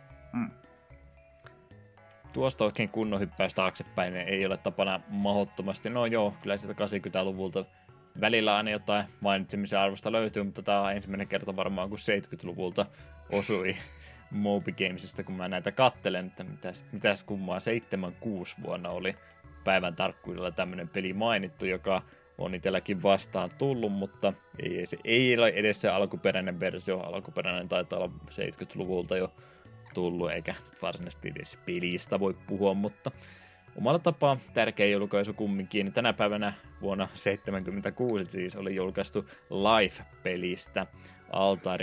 Tuosta oikein kunnon hyppäys taaksepäin ei ole tapana mahdottomasti. No joo, kyllä sieltä 80-luvulta välillä aina jotain mainitsemisen arvosta löytyy, mutta tämä on ensimmäinen kerta varmaan, kun 70-luvulta osui Moby Gamesista, kun mä näitä kattelen, että mitäs kummaa 76 vuonna oli päivän tarkkuudella tämmöinen peli mainittu, joka on itselläkin vastaan tullut, mutta ei ole edes se alkuperäinen versio. Alkuperäinen taitaa olla 70-luvulta jo tullut, eikä varsinaisesti edes pelistä voi puhua, mutta omalla tapaa tärkeä julkaisu kumminkin. Tänä päivänä vuonna 1976 siis oli julkaistu Life-pelistä Altairi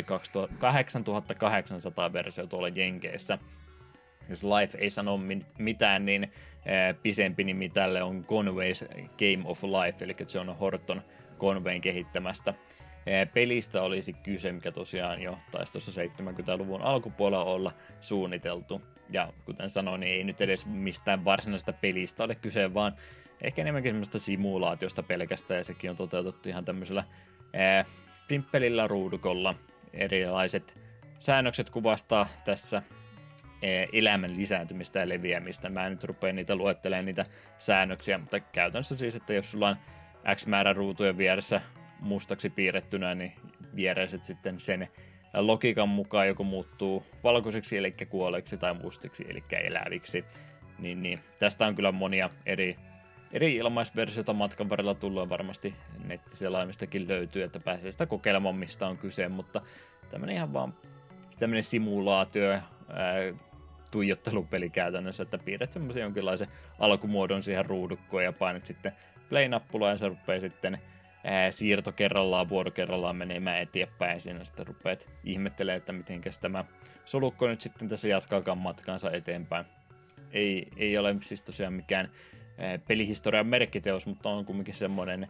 8800 versio tuolla Jenkeissä. Jos Life ei sano mitään, niin pisempi nimi tälle on Conway's Game of Life, eli John Horton Conwayn kehittämästä pelistä olisi kyse, mikä tosiaan jo taisi tuossa 70-luvun alkupuolella olla suunniteltu. Ja kuten sanoin, niin ei nyt edes mistään varsinaisesta pelistä ole kyse, vaan ehkä enemmänkin semmoista simulaatiosta pelkästään, ja sekin on toteutettu ihan tämmöisellä simppelillä ruudukolla. Erilaiset säännökset kuvastaa tässä elämän lisääntymistä ja leviämistä. Mä en nyt rupea niitä luettelemaan niitä säännöksiä, mutta käytännössä siis, että jos sulla on X määrä ruutuja vieressä mustaksi piirrettynä, niin viereiset sitten sen logiikan mukaan joko muuttuu valkoisiksi, eli kuolleiksi, tai mustiksi, eli eläviksi. Niin tästä on kyllä monia eri ilmaisversioita matkan varrella tullut, ja varmasti nettiselaimistakin löytyy, että pääsee sitä kokeilemaan, mistä on kyse, mutta tämmöinen ihan vaan tämmöinen simulaatio, tuijottelupeli käytännössä, että piirret semmoisen jonkinlaisen alkumuodon siihen ruudukkoon ja painat sitten play-nappulaa ja se rupeaa sitten siirto kerrallaan, vuoro kerrallaan menemään eteenpäin ja siinä sitten rupeat ihmettelemään, että mitenkäs tämä solukko nyt sitten tässä jatkaakaan matkaansa eteenpäin. Ei ole siis tosiaan mikään pelihistorian merkkiteos, mutta on kumminkin semmoinen,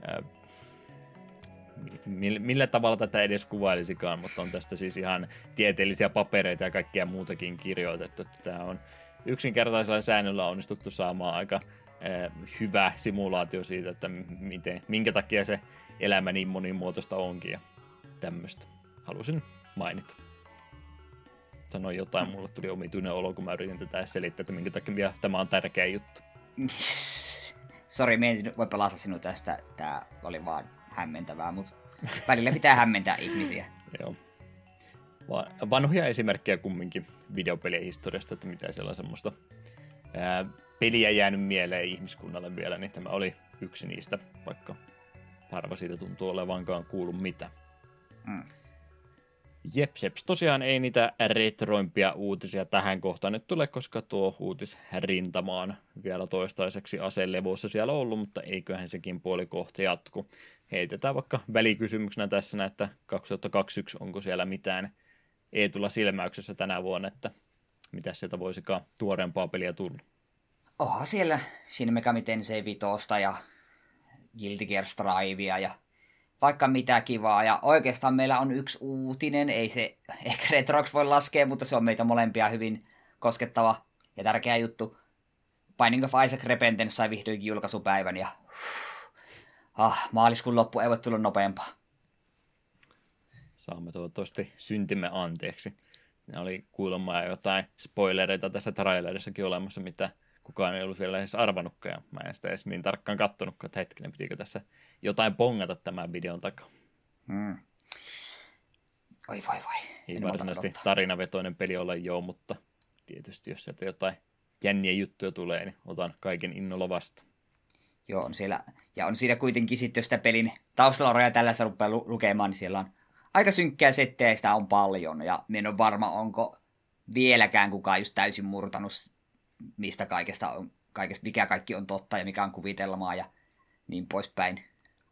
millä tavalla tätä edes kuvailisikaan, mutta on tästä siis ihan tieteellisiä papereita ja kaikkea muutakin kirjoitettu. Tämä on yksinkertaisella säännöllä onnistuttu saamaan aika hyvä simulaatio siitä, että minkä takia se elämä niin monimuotoista onkin ja tämmöistä. Halusin mainita. Sanoin jotain, mulle tuli omituinen olo, kun mä yritin tätä selittää, että minkä takia tämä on tärkeä juttu. Sori, me en voi pelastaa sinua tästä. Tää oli vaan hämmentävää, mutta välillä pitää hämmentää ihmisiä. Joo. Vanhoja esimerkkejä kumminkin videopelien historiasta, että mitä siellä on semmoista peliä jäänyt mieleen ihmiskunnalle vielä, niin tämä oli yksi niistä, vaikka harva siitä tuntuu olevankaan kuulu mitä. Jepseps, tosiaan ei niitä retroimpia uutisia tähän kohtaan nyt tule, koska tuo uutisrintama on vielä toistaiseksi aselevossa siellä ollut, mutta eiköhän sekin puoli kohta jatku. Heitetään vaikka välikysymyksenä tässä, että 2021 onko siellä mitään Eetulla silmäyksessä tänä vuonna, että mitä sieltä voisikaan tuoreempaa peliä tulla. Onhan siellä Shin Megami Tensei 5 ja Guilty Gear Strivea ja vaikka mitä kivaa. Ja oikeastaan meillä on yksi uutinen, ei se ehkä retroksi voi laskea, mutta se on meitä molempia hyvin koskettava ja tärkeä juttu. Binding of Isaac Repentance sai vihdoinkin julkaisupäivän ja maaliskuun loppu ei voi tulla nopeampaa. Saamme toivottavasti syntimme anteeksi. Ne oli kuulemma jotain spoilereita tässä trailerissakin olemassa, mitä kukaan ei ollut vielä edes arvannutkaan. Ja mä en sitä edes niin tarkkaan kattonutkaan, että hetkinen, pitikö tässä jotain pongata tämän videon takaa. Oi. Ei varsinaisesti tarinavetoinen peli ole mutta tietysti jos sieltä jotain jänniä juttuja tulee, niin otan kaiken innolla vastaan. Joo, on siellä. Ja on siinä kuitenkin sitten, jos sitä pelin taustalla ja tällaista rupeaa lukemaan, niin siellä on aika synkkää settejä ja sitä on paljon. Ja minä en ole varma, onko vieläkään kukaan just täysin murtanut, mistä mikä kaikki on totta ja mikä on kuvitelmaa ja niin poispäin.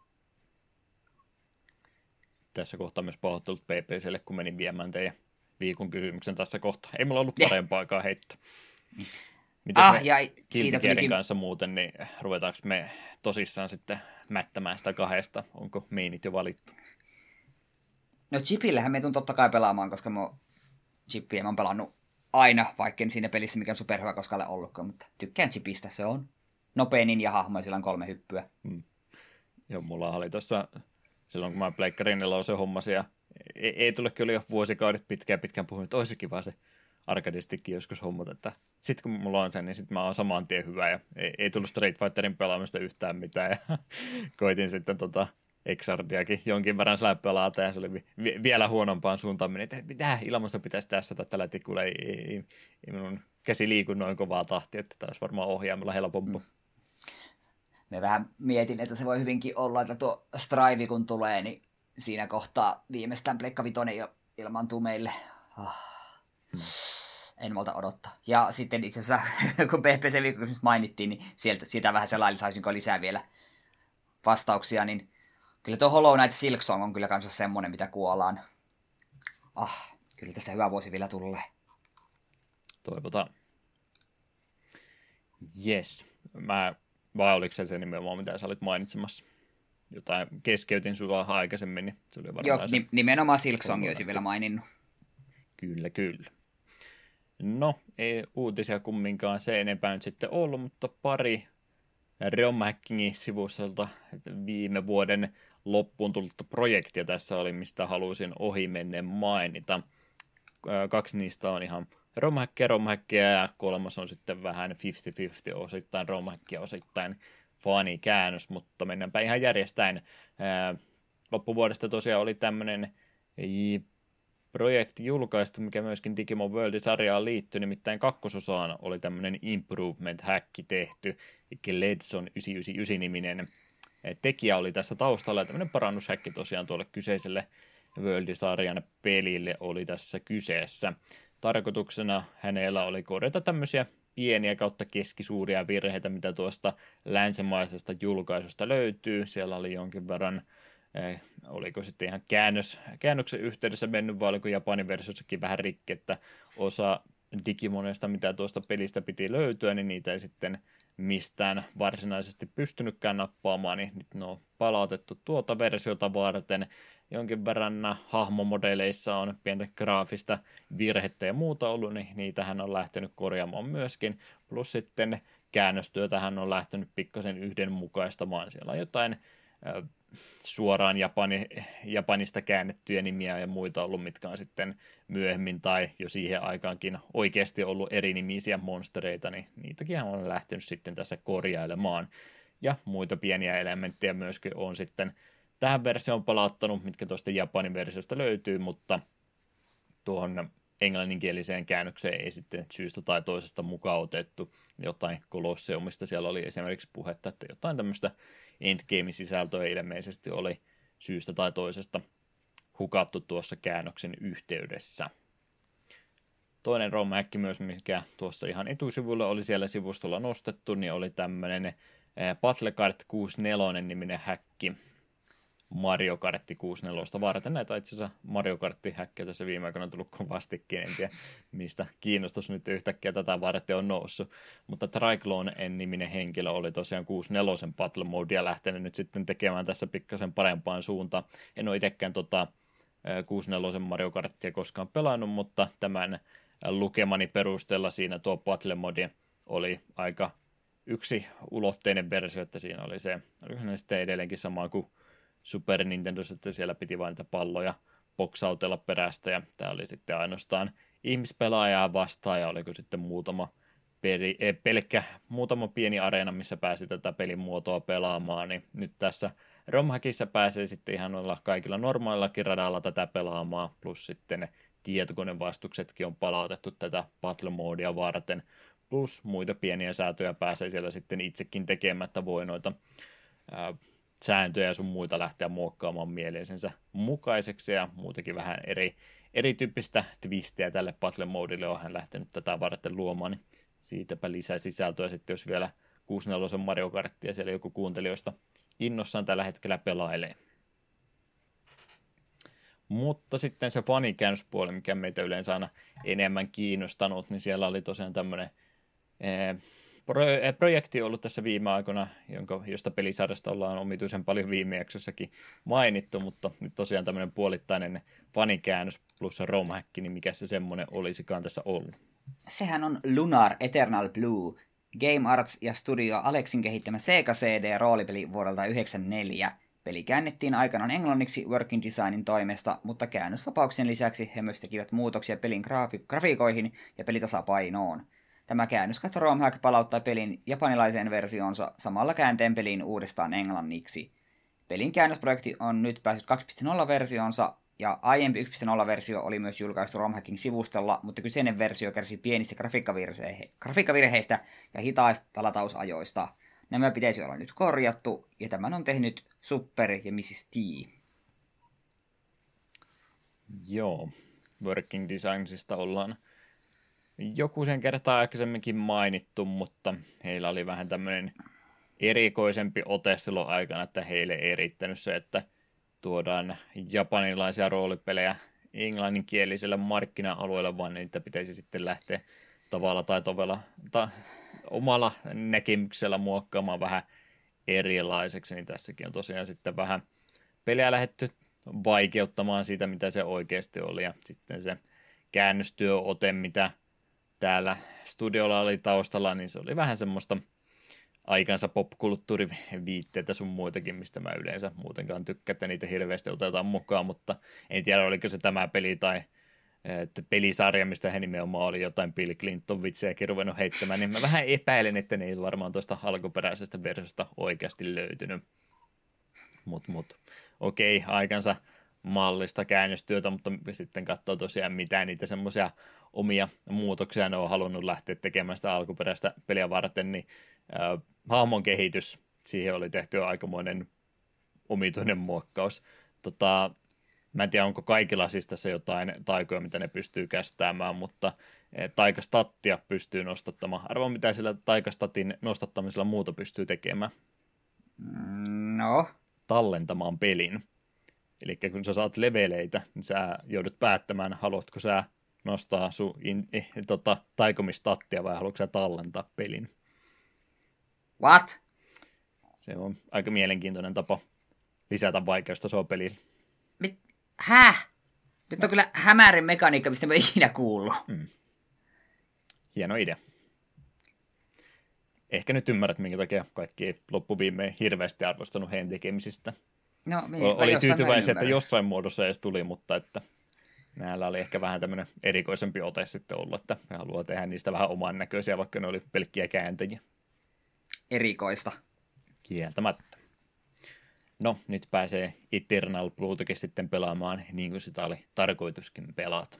Tässä kohtaa myös pahoittelut PPClle, kun menin viemään teidän viikon kysymyksen tässä kohtaa. Ei mulla ollut parempaakaan heittää. Miten Guilty Gearin kanssa muuten, niin ruvetaanko me tosissaan sitten mättämään sitä kahdesta? Onko meinit jo valittu? No Chipillähän me tuun totta kai pelaamaan, koska Chippiä mä oon pelannut aina, vaikka en siinä pelissä mikään superhyvä koskaan ole ollutkaan, mutta tykkään Chipistä, se on nopea ninja-hahmo ja sillä on 3 hyppyä. Joo, mulla oli tuossa silloin, kun mä Pleikkarin 4 hommasin ja ei tulekin oli jo vuosikaudet pitkään puhunut, että olisi kiva se arcade-stickki joskus hommat, että sitten kun mulla on sen, niin sitten mä oon saman tien hyvä ja ei tullut Street Fighterin pelaamista yhtään mitään ja koitin sitten Exardiakin jonkin verran pelata ja se oli vielä huonompaan suuntaan meni, että mitä ilmasta pitäisi tässä tällä tikulla, ei minun käsi liiku noin kovaa tahtia, että taas varmaan ohjaamalla helpompaa. Me vähän mietin, että se voi hyvinkin olla, että tuo Strive kun tulee, niin siinä kohtaa viimeistään Pleikka Vitoinen jo ilmaantuu meille. En malta odottaa. Ja sitten itse asiassa, kun PPC-viikokysymys mainittiin, niin siitä vähän sellainen saisinko lisää vielä vastauksia, niin kyllä tuo Hollow Knight Silksong on kyllä kanssa semmoinen, mitä kuollaan. Kyllä tästä hyvä vuosi vielä tulee. Toivotaan. Yes. Vai oliko se nimenomaan, mitä sä olit mainitsemassa? Jotain keskeytin sulla aikaisemmin, niin se oli varmaan joo, nimenomaan Silksong olisi vielä maininnut. Kyllä. No, ei uutisia kumminkaan se enempää nyt sitten ollut, mutta pari ROM-hackingin sivustolta viime vuoden loppuun tullutta projektia tässä oli, mistä halusin ohimennen mainita. 2 niistä on ihan romhäkkiä ja 3 on sitten vähän 50-50, osittain romhäkkiä, osittain fanikäännös, mutta mennäänpä ihan järjestäen. Loppuvuodesta tosiaan oli tämmöinen projekti julkaistu, mikä myöskin Digimon World-sarjaan liittyy, nimittäin 2-osaan oli tämmöinen improvement-häkki tehty, eli Ledson 999-niminen tekijä oli tässä taustalla, ja tämmöinen parannushäkki tosiaan tuolle kyseiselle World-sarjan pelille oli tässä kyseessä. Tarkoituksena hänellä oli korjata tämmöisiä pieniä kautta keskisuuria virheitä, mitä tuosta länsimaisesta julkaisusta löytyy. Siellä oli jonkin verran, oliko sitten ihan käännöksen yhteydessä mennyt, vai oliko Japanin versiossakin vähän rikki, että osa Digimonesta, mitä tuosta pelistä piti löytyä, niin niitä ei sitten mistään varsinaisesti pystynytkään nappaamaan, niin nyt ne on palautettu tuota versiota varten. Jonkin verran hahmomodeleissa on pientä graafista virhettä ja muuta ollut, niin niitähän on lähtenyt korjaamaan myöskin. Plus sitten käännöstyötähän on lähtenyt pikkasen yhdenmukaistamaan. Siellä on jotain suoraan Japanista käännettyjä nimiä ja muita ollut, mitkä on sitten myöhemmin tai jo siihen aikaankin oikeasti ollut erinimisiä monstereita, niin niitäkin on lähtenyt sitten tässä korjailemaan. Ja muita pieniä elementtejä myöskin on sitten tähän versioon palauttanut, mitkä tuosta Japanin versiosta löytyy, mutta tuohon englanninkieliseen käännökseen ei sitten syystä tai toisesta mukaan otettu. Jotain Colosseumista siellä oli esimerkiksi puhetta, että jotain tämmöistä endgame-sisältöä ilmeisesti oli syystä tai toisesta hukattu tuossa käännöksen yhteydessä. Toinen ROM-häkki myös, mikä tuossa ihan etusivulla oli siellä sivustolla nostettu, niin oli tämmöinen Battle Kart 64-niminen häkki Mario Kart 64 varten. Näitä itse asiassa Mario Kart-häkkejä tässä viime aikoina on tullut kovastikin, en tiedä mistä kiinnostus nyt yhtäkkiä tätä varten on noussut. Mutta Triclone-niminen henkilö oli tosiaan 64 Battle Modea lähtenyt nyt sitten tekemään tässä pikkasen parempaan suuntaan. En ole itsekään 64 Mario Kartia koskaan pelannut, mutta tämän lukemani perusteella siinä tuo Battle Mode oli aika yksi ulotteinen versio, että siinä oli se, oliko ne sitten edelleenkin sama kuin Super Nintendossa, että siellä piti vain niitä palloja boksautella perästä, ja tämä oli sitten ainoastaan ihmispelaajaa vastaan, ja oliko sitten muutama pieni areena, missä pääsi tätä pelin muotoa pelaamaan, niin nyt tässä ROM-hackissa pääsee sitten ihan olla kaikilla normaalillakin radalla tätä pelaamaan, plus sitten tietokonevastuksetkin on palautettu tätä Battle Modea varten, plus muita pieniä säätöjä pääsee siellä sitten itsekin tekemättä, voi noita sääntöjä ja sun muita lähteä muokkaamaan mieleisensä mukaiseksi, ja muutenkin vähän erityyppistä twistiä tälle Battle Modelle on hän lähtenyt tätä varten luomaan, niin siitäpä lisää sisältöä sitten, jos vielä 64 Mario Karttia siellä joku kuuntelijoista innossaan tällä hetkellä pelailee. Mutta sitten se fanikäännöspuoli, mikä meitä yleensä aina enemmän kiinnostanut, niin siellä oli tosiaan tämmöinen projekti ollut tässä viime aikoina, josta pelisarjasta ollaan omituisen paljon viime jaksossakin mainittu, mutta nyt tosiaan tämmöinen puolittainen fanikäännös plus ROM-häkki, niin mikä se semmoinen olisikaan tässä ollut? Sehän on Lunar Eternal Blue, Game Arts ja Studio Alexin kehittämä Sega CD-roolipeli vuodelta 1994. Peli käännettiin aikanaan englanniksi Working Designin toimesta, mutta käännösvapauksien lisäksi he myös tekivät muutoksia pelin grafiikoihin ja pelitasapainoon. Tämä käännöskatto ROM-hack palauttaa pelin japanilaiseen versioonsa samalla käänteen peliin uudestaan englanniksi. Pelin käännösprojekti on nyt päässyt 2.0-versioonsa, ja aiempi 1.0-versio oli myös julkaistu ROM-hackin sivustolla, mutta kyseinen versio kärsi pienistä grafiikkavirheistä ja hitaista latausajoista. Nämä pitäisi olla nyt korjattu, ja tämän on tehnyt Super ja Mrs. T. Joo, Working Designsista ollaan joku sen kertaa aikaisemminkin mainittu, mutta heillä oli vähän tämmöinen erikoisempi ote silloin aikana, että heille ei riittänyt se, että tuodaan japanilaisia roolipelejä englanninkieliselle markkina-alueelle, vaan niitä pitäisi sitten lähteä tavalla tai omalla näkemyksellä muokkaamaan vähän erilaiseksi, niin tässäkin on tosiaan sitten vähän peliä lähdetty vaikeuttamaan siitä, mitä se oikeasti oli, ja sitten se käännöstyöote, mitä täällä studiolla oli taustalla, niin se oli vähän semmoista aikansa popkulttuuriviitteitä sun muitakin, mistä mä yleensä muutenkaan tykkään, että niitä hirveästi otetaan mukaan, mutta en tiedä, oliko se tämä peli tai pelisarja, mistä he nimenomaan oli jotain Bill Clinton vitsejäkin ruvennut heittämään, niin mä vähän epäilen, että ne ei varmaan tuosta alkuperäisestä versiosta oikeasti löytynyt. Okei, aikansa mallista käännöstyötä, mutta sitten katsoo tosiaan mitään niitä semmoisia omia muutoksia ne on halunnut lähteä tekemään sitä alkuperäistä peliä varten, niin hahmon kehitys, siihen oli tehty aikamoinen omituinen muokkaus. Mä en tiedä, onko kaikilla siis tässä jotain taikoja, mitä ne pystyy kästäämään, mutta taikastattia pystyy nostattamaan. Arvoa, mitä sillä taikastatin nostattamisella muuta pystyy tekemään? No? Tallentamaan pelin. Eli kun sä saat leveleitä, niin sä joudut päättämään, haluatko sä nostaa sun taikomistattia vai haluatko sä tallentaa pelin. What? Se on aika mielenkiintoinen tapa lisätä vaikeustasoa pelille. Häh? Nyt on kyllä hämärin mekaniikka, mistä mä ikinä kuullut. Hieno idea. Ehkä nyt ymmärrät, minkä takia kaikki ei loppuviimein hirveästi arvostanut heidän tekemisistä. No, Oli jossain tyytyväisiä, että jossain muodossa edes tuli, mutta että näillä oli ehkä vähän tämmöinen erikoisempi ote sitten ollut, että me haluaa tehdä niistä vähän oman näköisiä, vaikka ne oli pelkkiä kääntäjiä. Erikoista. Kieltämättä. No, nyt pääsee Eternal Bluutakin sitten pelaamaan niin kuin sitä oli tarkoituskin pelata.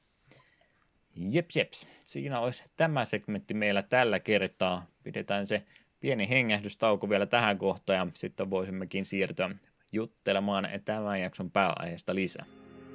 Jeps. Siinä olisi tämä segmentti meillä tällä kertaa. Pidetään se pieni hengähdystauko vielä tähän kohtaan ja sitten voisimmekin siirtyä juttelemaan tämän jakson pääaiheesta lisää.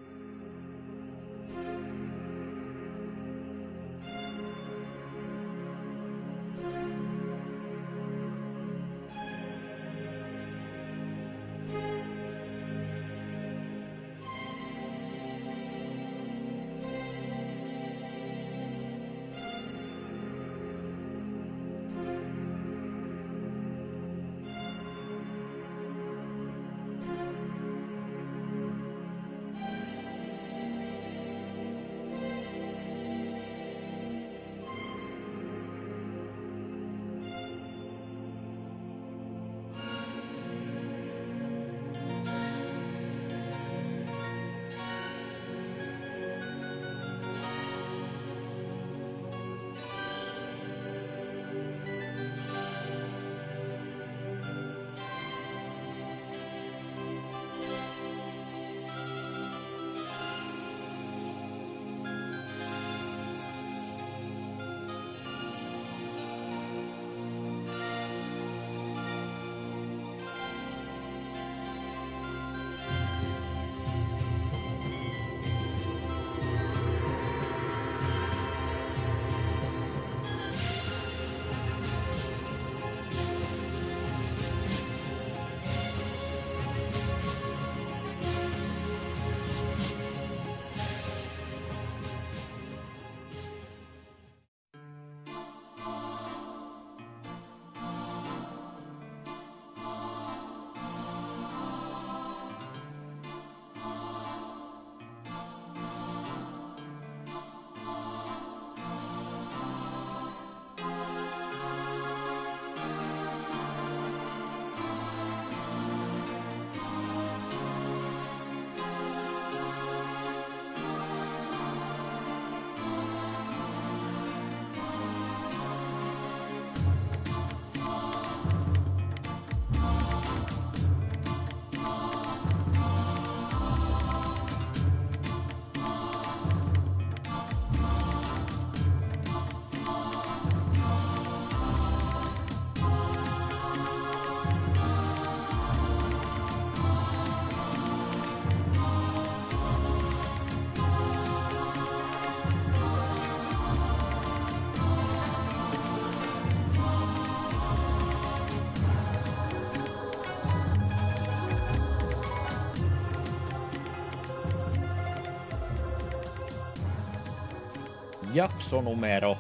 Jakso numero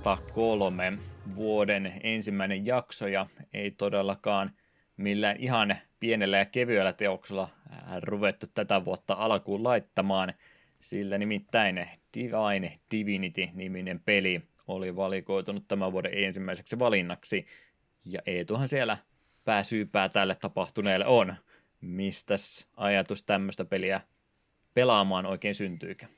103, vuoden ensimmäinen jakso, ja ei todellakaan millään ihan pienellä ja kevyellä teoksella ruvettu tätä vuotta alkuun laittamaan, sillä nimittäin Divine Divinity-niminen peli oli valikoitunut tämän vuoden ensimmäiseksi valinnaksi, ja Eetuhan siellä pääsyypää tälle tapahtuneelle on. Mistäs ajatus tämmöistä peliä pelaamaan oikein syntyykö?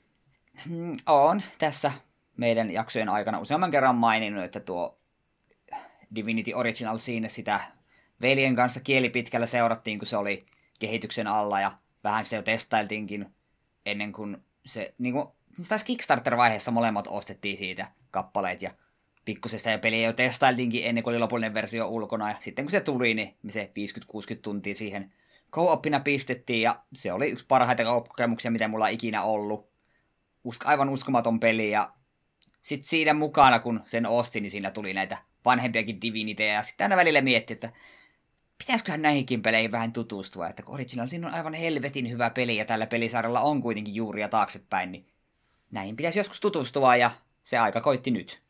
On tässä meidän jaksojen aikana useamman kerran maininnut, että tuo Divinity Original Sin, sitä veljen kanssa kielipitkällä seurattiin, kun se oli kehityksen alla, ja vähän se jo testailtiinkin ennen kuin se, niin kuin, siis tässä Kickstarter-vaiheessa molemmat ostettiin siitä kappaleet, ja pikkusesta ja peliä jo testailtiinkin ennen kuin oli lopullinen versio ulkona, ja sitten kun se tuli, niin me se 50-60 tuntia siihen co-opina pistettiin, ja se oli yksi parhaita co-op-kokemuksia, mitä mulla on ikinä ollut. Aivan uskomaton peli, ja sitten siinä mukana, kun sen ostin, niin siinä tuli näitä vanhempiakin Divinityjä, ja sitten aina välillä mietti, että pitäisiköhän näihinkin peleihin vähän tutustua, että kun Original Sin on aivan helvetin hyvä peli, ja tällä pelisarjalla on kuitenkin juuria taaksepäin, niin näihin pitäisi joskus tutustua, ja se aika koitti nyt.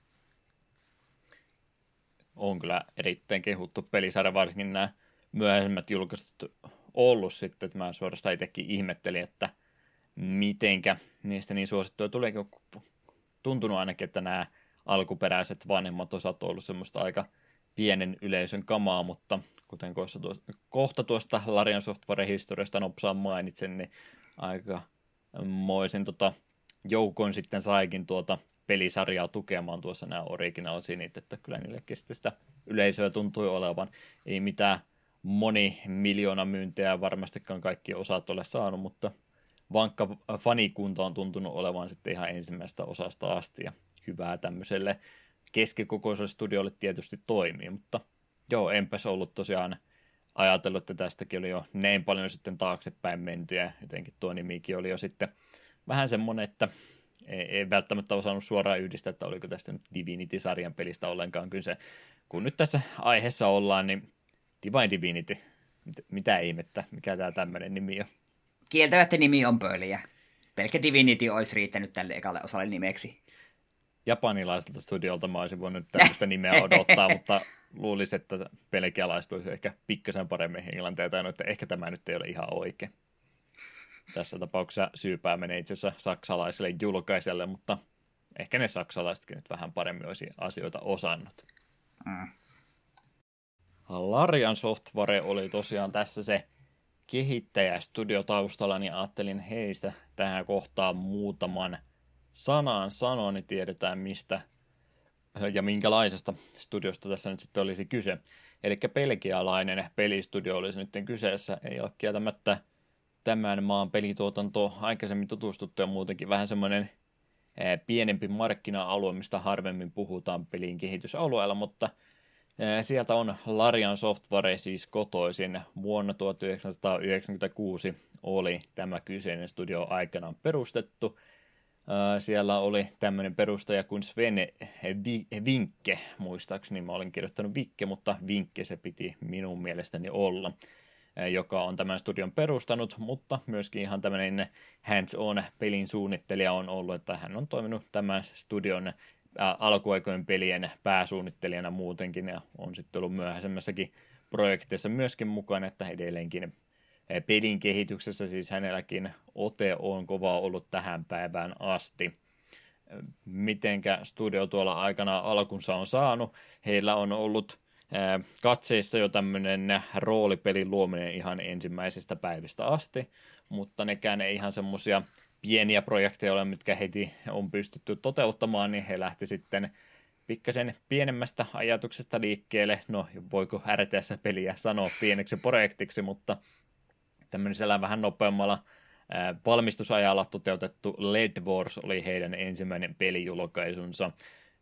On kyllä erittäin kehuttu pelisarja, varsinkin nämä myöhemmät julkaisut ollut sitten, että mä suorastaan itsekin ihmettelin, että mitenkä niistä niin suosittuja tulee, tuntunut ainakin, että nämä alkuperäiset vanhemmat osat on ollut semmoista aika pienen yleisön kamaa, mutta kuten kohta tuosta Larian Software-historiasta nopsaan mainitsen, niin aika moisen joukon sitten saikin pelisarjaa tukemaan tuossa nämä Original Sinit, että kyllä niillekin sitä yleisöä tuntui olevan. Ei mitään monimiljoona myyntejä varmastikaan kaikki osat ole saanut, mutta vankka fanikunta on tuntunut olevan sitten ihan ensimmäistä osasta asti, ja hyvää tämmöiselle keskikokoiselle studiolle tietysti toimii, mutta joo, enpäs ollut tosiaan ajatellut, että tästäkin oli jo näin paljon sitten taaksepäin menty, ja jotenkin tuo nimikin oli jo sitten vähän semmoinen, että ei välttämättä osannut suoraan yhdistää, että oliko tästä nyt Divinity-sarjan pelistä ollenkaan kyse. Kun nyt tässä aiheessa ollaan, niin Divine Divinity, mitä ihmettä, mikä tämä tämmöinen nimi on? Kieltävättä nimi on pöliä. Pelkkä Divinity olisi riittänyt tälle ekalle osalle nimeksi. Japanilaiselta studiolta mä olisin voinut tämmöistä nimeä odottaa, mutta luulisin, että belgialaiset olisi ehkä pikkasen paremmin englantia tainnut, että ehkä tämä nyt ei ole ihan oikein. Tässä tapauksessa syypää menee itse asiassa saksalaiselle julkaiselle, mutta ehkä ne saksalaisetkin nyt vähän paremmin olisi asioita osannut. Larian Software oli tosiaan tässä se kehittäjästudio taustalla, niin ajattelin heistä tähän kohtaan muutaman sanan sanoa, niin tiedetään mistä ja minkälaisesta studiosta tässä nyt sitten olisi kyse. Eli belgialainen pelistudio olisi nyt kyseessä, ei ole kieltämättä tämän maan pelituotanto aikaisemmin tutustuttu ja muutenkin vähän semmoinen pienempi markkina-alue, mistä harvemmin puhutaan pelin kehitysalueella, mutta sieltä on Larian Software siis kotoisin. Vuonna 1996 oli tämä kyseinen studio aikanaan perustettu. Siellä oli tämmöinen perustaja kuin Sven Vinkke, muistaakseni mä olin kirjoittanut Vikke, mutta Vinkke se piti minun mielestäni olla, joka on tämän studion perustanut, mutta myöskin ihan tämmöinen hands-on pelin suunnittelija on ollut, että hän on toiminut tämän studion alkuaikojen pelien pääsuunnittelijana muutenkin, ja on sitten ollut myöhäisemmässäkin projekteissa myöskin mukana, että edelleenkin pelin kehityksessä siis hänelläkin ote on kovaa ollut tähän päivään asti. Mitenkä studio tuolla aikana alkunsa on saanut? Heillä on ollut katseissa jo tämmöinen roolipelin luominen ihan ensimmäisestä päivistä asti, mutta nekään ei ihan semmoisia pieniä projekteja ole, mitkä heti on pystytty toteuttamaan, niin he lähti sitten pikkasen pienemmästä ajatuksesta liikkeelle. No, voiko RTS-peliä sanoa pieneksi projektiksi, mutta tämmöisellä vähän nopeammalla valmistusajalla toteutettu Led Wars oli heidän ensimmäinen pelijulkaisunsa.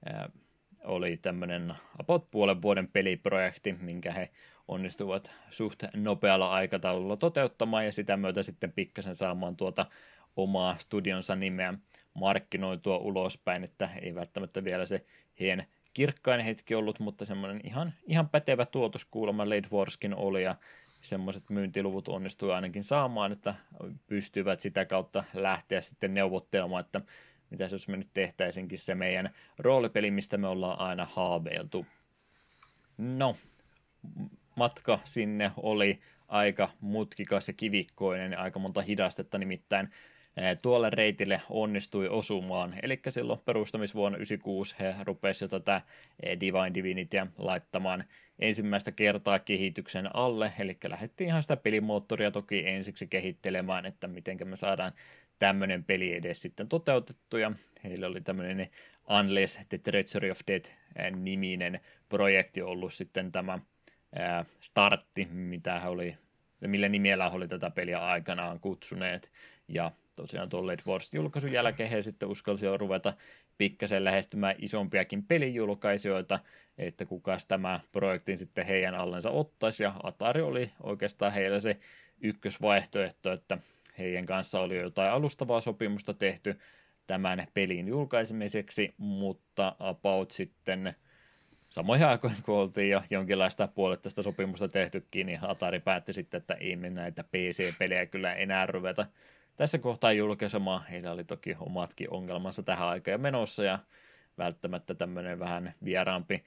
Oli tämmöinen about puolen vuoden peliprojekti, minkä he onnistuivat suht nopealla aikataululla toteuttamaan ja sitä myötä sitten pikkasen saamaan omaa studionsa nimeä markkinoitua ulospäin, että ei välttämättä vielä se heidän kirkkain hetki ollut, mutta semmoinen ihan pätevä tuotos kuulemma Led Warskin oli ja semmoiset myyntiluvut onnistui ainakin saamaan, että pystyvät sitä kautta lähteä sitten neuvottelemaan, että mitäs jos me nyt tehtäisinkin se meidän roolipeli, mistä me ollaan aina haaveiltu. No, matka sinne oli aika mutkikas ja kivikkoinen, aika monta hidastetta nimittäin tuolle reitille onnistui osumaan. Eli silloin perustamisvuonna 1996 he rupesivat jo tätä Divine Divinityä laittamaan ensimmäistä kertaa kehityksen alle, eli lähdettiin ihan sitä pelimoottoria toki ensiksi kehittelemään, että miten me saadaan tämmöinen peli edes sitten toteutettu, ja heillä oli tämmöinen Unless the Treachery of Death-niminen projekti ollut sitten tämä startti, mitä he oli, millä nimellä he oli tätä peliä aikanaan kutsuneet, ja tosiaan tuon Led Wars-julkaisun jälkeen he sitten uskalsivat ruveta pikkasen lähestymään isompiakin pelijulkaisijoita, että kukas tämä projektin sitten heidän allensa ottaisi, ja Atari oli oikeastaan heillä se ykkösvaihtoehto, että heidän kanssa oli jotain alustavaa sopimusta tehty tämän pelin julkaisemiseksi, mutta about sitten samoihin aikoihin, kun oltiin jo jonkinlaista puolettaista sopimusta tehtykin, niin Atari päätti sitten, että ei me näitä PC-pelejä kyllä enää ruveta tässä kohtaa julkaisemaan. Heillä oli toki omatkin ongelmansa tähän aikaan menossa, ja välttämättä tämmöinen vähän vieraampi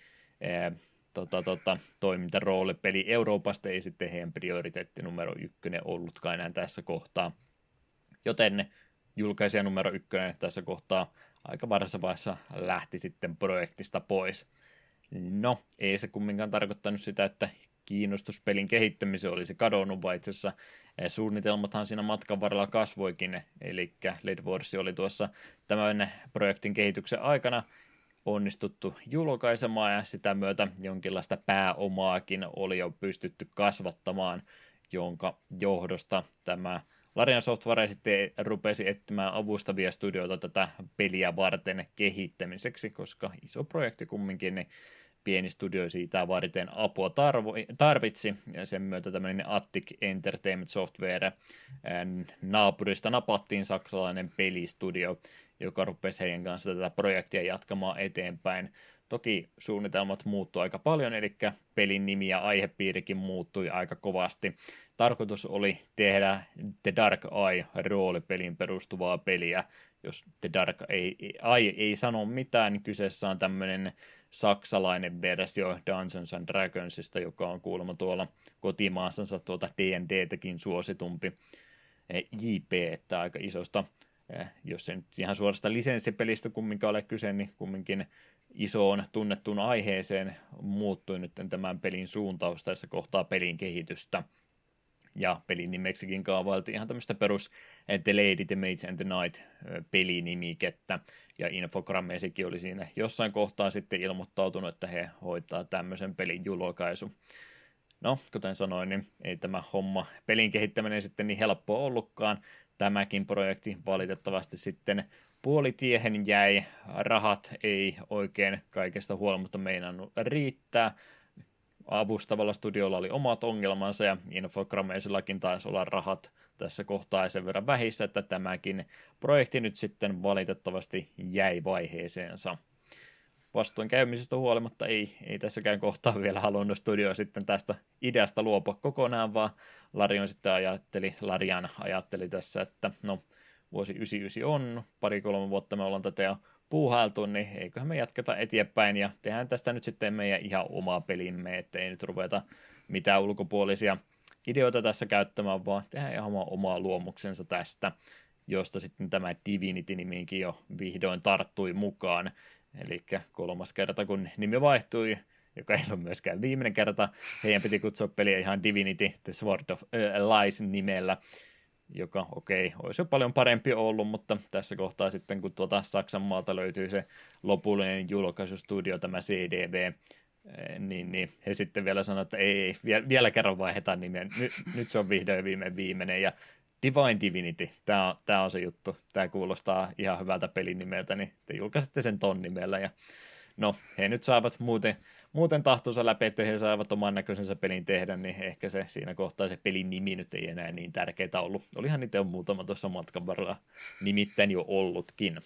toimintaroolipeli Euroopasta ei sitten heidän prioriteetti numero 1 ollutkaan enää tässä kohtaa. Joten julkaisija numero 1 tässä kohtaa aika varhaisessa vaiheessa lähti sitten projektista pois. No, ei se kumminkaan tarkoittanut sitä, että kiinnostus pelin kehittämiseen olisi kadonnut, vaan itse asiassa suunnitelmathan siinä matkan varrella kasvoikin, eli Late Wars oli tuossa tämän projektin kehityksen aikana onnistuttu julkaisemaan, ja sitä myötä jonkinlaista pääomaakin oli jo pystytty kasvattamaan, jonka johdosta tämä Larian Software sitten rupesi etsimään avustavia studioita tätä peliä varten kehittämiseksi, koska iso projekti kumminkin, niin pieni studio siitä varten apua tarvitsi, ja sen myötä tämmöinen Attic Entertainment Software naapurista napattiin saksalainen pelistudio, joka rupesi heidän kanssa tätä projektia jatkamaan eteenpäin. Toki suunnitelmat muuttui aika paljon, eli pelin nimi ja aihepiirikin muuttui aika kovasti. Tarkoitus oli tehdä The Dark Eye-roolipelin perustuvaa peliä. Jos The Dark Eye ei sano mitään, niin kyseessä on tämmöinen saksalainen versio Dungeons and Dragonsista, joka on kuulemma tuolla kotimaassansa tuota D&D:täkin suositumpi JP, että aika isosta, jos se nyt ihan suorasta lisenssipelistä kumminkaan ole kyse, niin kumminkin isoon tunnettuun aiheeseen muuttui nyt tämän pelin suuntaus tässä kohtaa pelin kehitystä. Ja pelin nimeksikin kaavailtiin ihan tämmöistä perus The Lady, The Mage and the Knight pelinimikettä. Ja Infogrammesikin oli siinä jossain kohtaa sitten ilmoittautunut, että he hoitaa tämmöisen pelin julkaisu. No, kuten sanoin, niin ei tämä homma, pelin kehittäminen sitten niin helppoa ollutkaan. Tämäkin projekti valitettavasti sitten puolitiehen jäi. Rahat ei oikein kaikesta huolimatta meinannut riittää. Avustavalla studiolla oli omat ongelmansa ja Infogrammesillakin taisi olla rahat tässä kohtaa sen verran vähissä, että tämäkin projekti nyt sitten valitettavasti jäi vaiheeseensa. Vastoin käymisestä huolimatta ei tässäkään kohtaa vielä halunnut studio sitten tästä ideasta luopua kokonaan, vaan Larian ajatteli tässä, että no vuosi 99 on, 2-3 vuotta me ollaan tätä jo puuhailtu, niin eiköhän me jatketa eteenpäin ja tehdään tästä nyt sitten meidän ihan oma pelimme, ettei nyt ruveta mitään ulkopuolisia ideoita tässä käyttämään, vaan tehdään ihan omaa luomuksensa tästä, josta sitten tämä Divinity-nimiinkin jo vihdoin tarttui mukaan. Eli 3. kerta, kun nimi vaihtui, joka ei ole myöskään viimeinen kerta, heidän piti kutsua peliä ihan Divinity The Sword of Lies nimellä, joka olisi jo paljon parempi ollut, mutta tässä kohtaa sitten, kun tuota Saksan maalta löytyy se lopullinen julkaisustudio, tämä CDV, niin he sitten vielä sanoivat, että ei vielä kerran vaihdetaan nimeä, nyt se on vihdoin viimeinen, ja Divine Divinity, tämä on se juttu, tämä kuulostaa ihan hyvältä pelin nimeltä, niin te julkaisette sen ton nimellä, ja no, he nyt saavat muuten tahtonsa läpi, että he saavat oman näköisensä pelin tehdä, niin ehkä se siinä kohtaa se pelin nimi nyt ei enää niin tärkeää ollut. Olihan niitä jo muutama tuossa matkan varrella nimittäin jo ollutkin.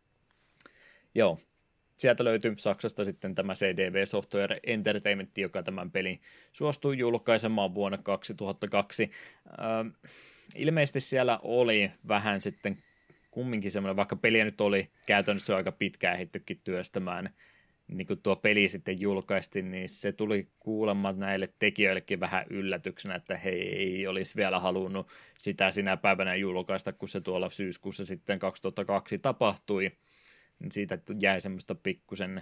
Joo, sieltä löytyy Saksasta sitten tämä CDV Software Entertainment, joka tämän pelin suostui julkaisemaan vuonna 2002. Ilmeisesti siellä oli vähän sitten kumminkin semmoinen, vaikka peliä nyt oli käytännössä aika pitkään heittykin työstämään, niin kun tuo peli sitten julkaistiin, niin se tuli kuulemma näille tekijöillekin vähän yllätyksenä, että he ei olisi vielä halunnut sitä sinä päivänä julkaista, kun se tuolla syyskuussa sitten 2002 tapahtui. Niin siitä jäi semmoista pikkusen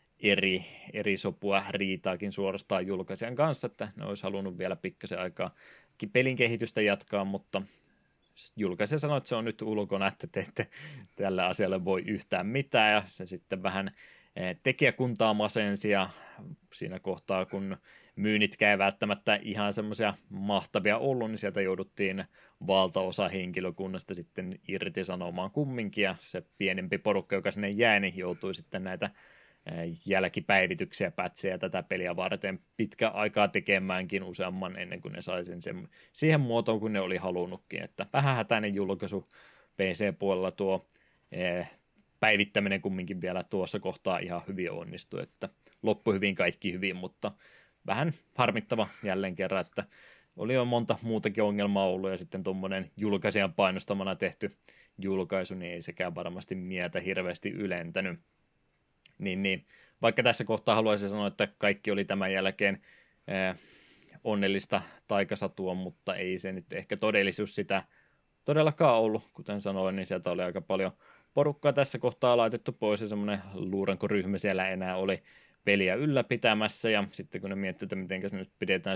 eri sopua riitaakin suorastaan julkaisijan kanssa, että ne olisi halunnut vielä pikkasen aikaa pelin kehitystä jatkaa, mutta julkaisija sanoi, että se on nyt ulkona, että te ette tällä asialle voi yhtään mitään, ja se sitten vähän tekijäkuntaa masensi, ja siinä kohtaa, kun myynnitkään ei välttämättä ihan semmoisia mahtavia ollut, niin sieltä jouduttiin valtaosa henkilökunnasta sitten irtisanomaan kumminkin, ja se pienempi porukka, joka sinne jäi, niin joutui sitten näitä jälkipäivityksiä, pätsejä tätä peliä varten pitkä aikaa tekemäänkin useamman ennen kuin ne sai sen siihen muotoon, kun ne oli halunnutkin, että vähän hätäinen julkaisu PC-puolella tuo päivittäminen kumminkin vielä tuossa kohtaa ihan hyvin onnistui, että loppui hyvin kaikki hyvin, mutta vähän harmittava jälleen kerran, että oli jo monta muutakin ongelmaa ollut ja sitten tuommoinen julkaisijan painostamana tehty julkaisu, niin ei sekään varmasti mieltä hirveästi ylentänyt. Niin, vaikka tässä kohtaa haluaisin sanoa, että kaikki oli tämän jälkeen onnellista taikasatua, mutta ei se nyt ehkä todellisuus sitä todellakaan ollut. Kuten sanoin, niin sieltä oli aika paljon porukkaa tässä kohtaa laitettu pois ja semmoinen luurankoryhmä siellä enää oli peliä ylläpitämässä, ja sitten kun ne miettii, että miten se nyt pidetään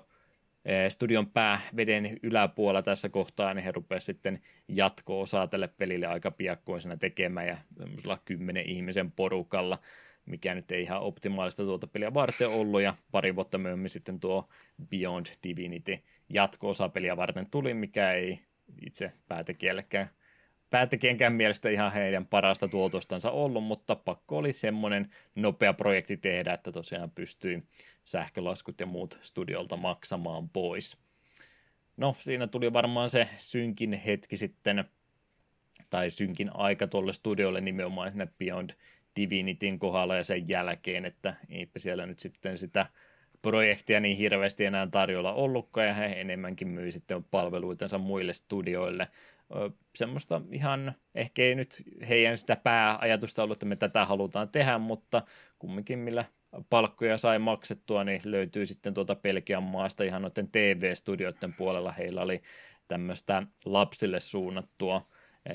studion pää veden yläpuolella tässä kohtaa, niin he rupesivat sitten jatko-osaa tälle pelille aika piakkoisena tekemään, ja semmoisella 10 ihmisen porukalla, mikä nyt ei ihan optimaalista tuota peliä varten ollut, ja pari vuotta myöhemmin sitten tuo Beyond Divinity jatko-osa peliä varten tuli, mikä ei itse päätekijänkään mielestä ihan heidän parasta tuotostansa ollut, mutta pakko oli semmoinen nopea projekti tehdä, että tosiaan pystyi sähkölaskut ja muut studiolta maksamaan pois. No, siinä tuli varmaan se synkin hetki sitten, tai synkin aika tuolle studiolle nimenomaan sinne Beyond Divinityn kohdalla ja sen jälkeen, että eipä siellä nyt sitten sitä projektia niin hirveästi enää tarjolla ollutkaan, ja he enemmänkin myi sitten palveluitensa muille studioille. Semmoista ihan, ehkä ei nyt heidän sitä pääajatusta ollut, että me tätä halutaan tehdä, mutta kumminkin millä palkkoja sai maksettua, niin löytyy sitten tuota Belgian maasta ihan noiden TV-studioiden puolella. Heillä oli tämmöistä lapsille suunnattua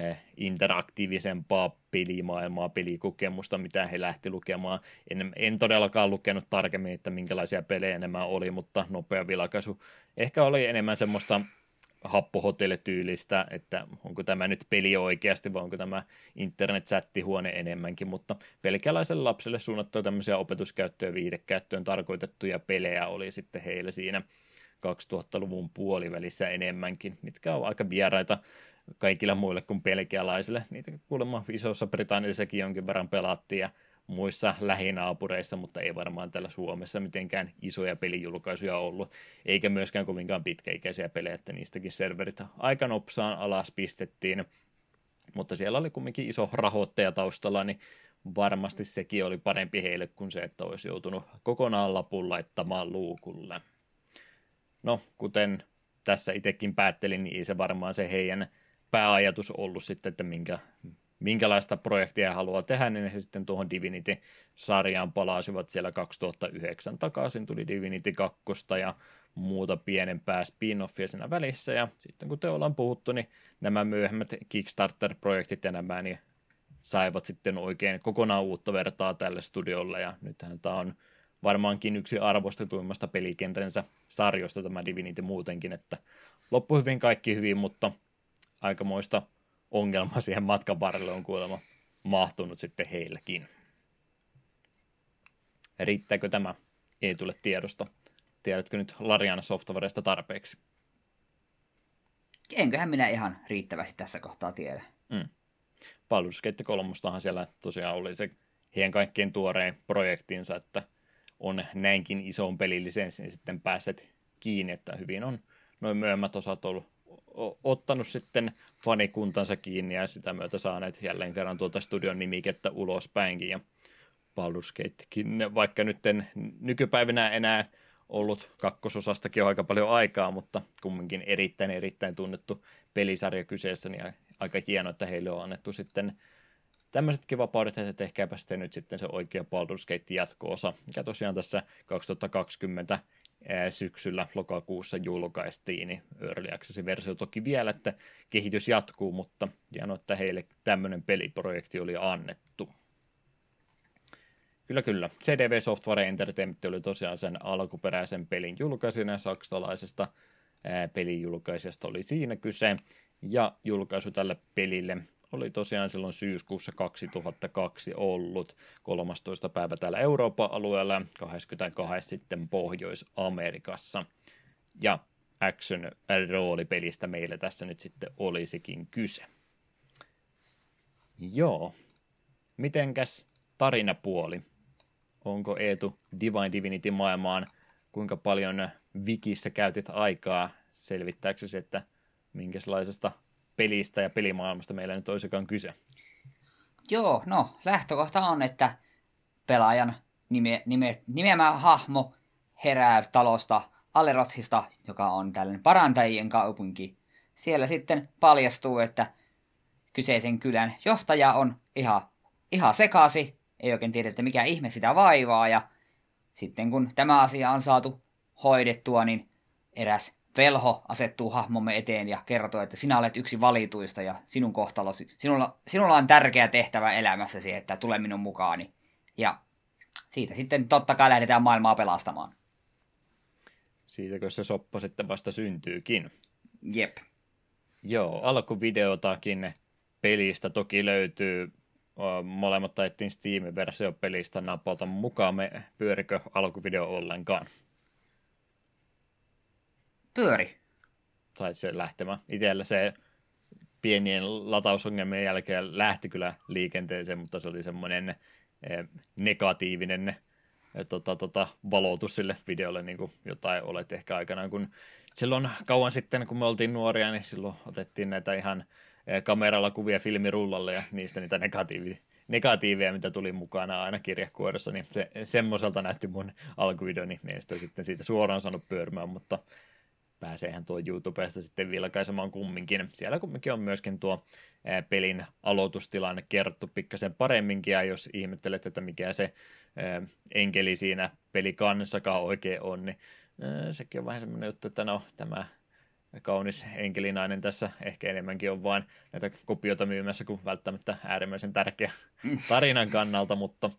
interaktiivisempaa pelimaailmaa, pelikokemusta, mitä he lähti lukemaan. En todellakaan lukenut tarkemmin, että minkälaisia pelejä nämä oli, mutta nopea vilkaisu. Ehkä oli enemmän semmoista happohotellityylistä, että onko tämä nyt peli oikeasti vai onko tämä internet-chattihuone enemmänkin, mutta pelkäläiselle lapselle suunnattua tämmöisiä opetuskäyttöön ja viihdekäyttöön tarkoitettuja pelejä oli sitten heillä siinä 2000-luvun puolivälissä enemmänkin, mitkä on aika vieraita kaikilla muille kuin belgialaisille. Niitä kuulemma Isossa Britanniassakin jonkin verran pelattiin ja muissa lähinaapureissa, mutta ei varmaan täällä Suomessa mitenkään isoja pelijulkaisuja ollut, eikä myöskään kovinkaan pitkäikäisiä pelejä, että niistäkin serverit aika nopsaan alas pistettiin, mutta siellä oli kumminkin iso rahoittaja taustalla, niin varmasti sekin oli parempi heille kuin se, että olisi joutunut kokonaan lapun laittamaan luukulle. No, kuten tässä itsekin päättelin, niin ei se varmaan se heidän pääajatus ollut sitten, että minkälaista projektia haluaa tehdä, niin he sitten tuohon Divinity-sarjaan palasivat siellä 2009 takaisin, tuli Divinity 2 ja muuta pienempää spin-offia siinä välissä, ja sitten kun te ollaan puhuttu, niin nämä myöhemmät Kickstarter-projektit ja nämä, niin saivat sitten oikein kokonaan uutta vertaa tälle studiolle, ja nythän tämä on varmaankin yksi arvostetuimmasta pelikenrensä sarjoista tämä Divinity muutenkin, että loppu hyvin, kaikki hyvin, mutta aikamoista ongelma siihen matkan varrelle on kuulemma mahtunut sitten heillekin. Riittääkö tämä? Ei tule tiedosta. Tiedätkö nyt Larian Softwaresta tarpeeksi? Enköhän minä ihan riittävästi tässä kohtaa tiedä. Baldur's Gate 3:stahan siellä tosiaan oli se heidän kaikkein tuorein projektinsa, että on näinkin isoon pelillisenssiin sitten päässeet kiinni, että hyvin on noin myöhemmät osat ollut ottanut sitten fanikuntansa kiinni ja sitä myötä saaneet jälleen kerran tuota studion nimikettä ulospäinkin. Ja Baldur's Gatekin, vaikka nyt en nykypäivinä enää ollut kakkososastakin on aika paljon aikaa, mutta kumminkin erittäin tunnettu pelisarja kyseessä, niin aika hienoa, että heille on annettu sitten tämmöisetkin vapaudet, että tehkääpä sitten nyt sitten se oikea Baldur's Gate jatko-osa, mikä tosiaan tässä 2020 syksyllä lokakuussa julkaistiin, niin Early Access-versio toki vielä, että kehitys jatkuu, mutta hienoa, että heille tämmöinen peliprojekti oli annettu. Kyllä. CDV Software Entertainment oli tosiaan sen alkuperäisen pelin julkaisija, saksalaisesta pelin julkaisijasta oli siinä kyse, ja julkaisu tälle pelille oli tosiaan silloin syyskuussa 2002 ollut, 13. päivä täällä Euroopan alueella ja 22. sitten Pohjois-Amerikassa. Ja action-roolipelistä meillä tässä nyt sitten olisikin kyse. Joo. Mitenkäs tarinapuoli? Onko Eetu Divine Divinity-maailmaan kuinka paljon Wikissä käytit aikaa selvittääksesi, että minkälaisesta pelistä ja pelimaailmasta meillä nyt olisikaan kyse? Joo, no lähtökohta on, että pelaajan nimeämä hahmo herää talosta Alerothista, joka on tällainen parantajien kaupunki. Siellä sitten paljastuu, että kyseisen kylän johtaja on ihan sekasi, ei oikein tiedä, että mikä ihme sitä vaivaa, ja sitten kun tämä asia on saatu hoidettua, niin eräs velho asettuu hahmomme eteen ja kertoo, että sinä olet yksi valituista ja sinun kohtalosi, sinulla on tärkeä tehtävä elämässäsi, että tule minun mukaani. Ja Siitä sitten totta kai lähdetään maailmaa pelastamaan. Siitäkö se soppa sitten vasta syntyykin. Jep. Joo, alkuvideotakin pelistä toki löytyy. Molemmat taittiin Steam-versio pelistä napalta mukaan. Pyörikö alkuvideo ollenkaan? Pyöri. Sait sen lähtemään. Itsellä se pienien latausongelmien jälkeen lähti kyllä liikenteeseen, mutta se oli semmoinen negatiivinen valotus sille videolle, niin kuin jotain olet ehkä aikanaan, kun silloin kauan sitten, kun me oltiin nuoria, niin silloin otettiin näitä ihan kameralla kuvia filmirullalle ja niistä niitä negatiiveja, mitä tuli mukana aina kirjekuoressa, niin se semmoiselta näytti mun alkuvideo, niin en sitä sitten siitä suoraan saanut pyörimään, mutta pääseehän tuo YouTubesta sitten vilkaisemaan kumminkin. Siellä kumminkin on myöskin tuo pelin aloitustilanne kerrottu pikkasen paremminkin, ja jos ihmettelet, että mikä se enkeli siinä pelikanssakaan oikein on, niin sekin on vähän semmoinen juttu, että no tämä kaunis enkelinainen tässä ehkä enemmänkin on vain näitä kopioita myymässä kuin välttämättä äärimmäisen tärkeä tarinan kannalta, mutta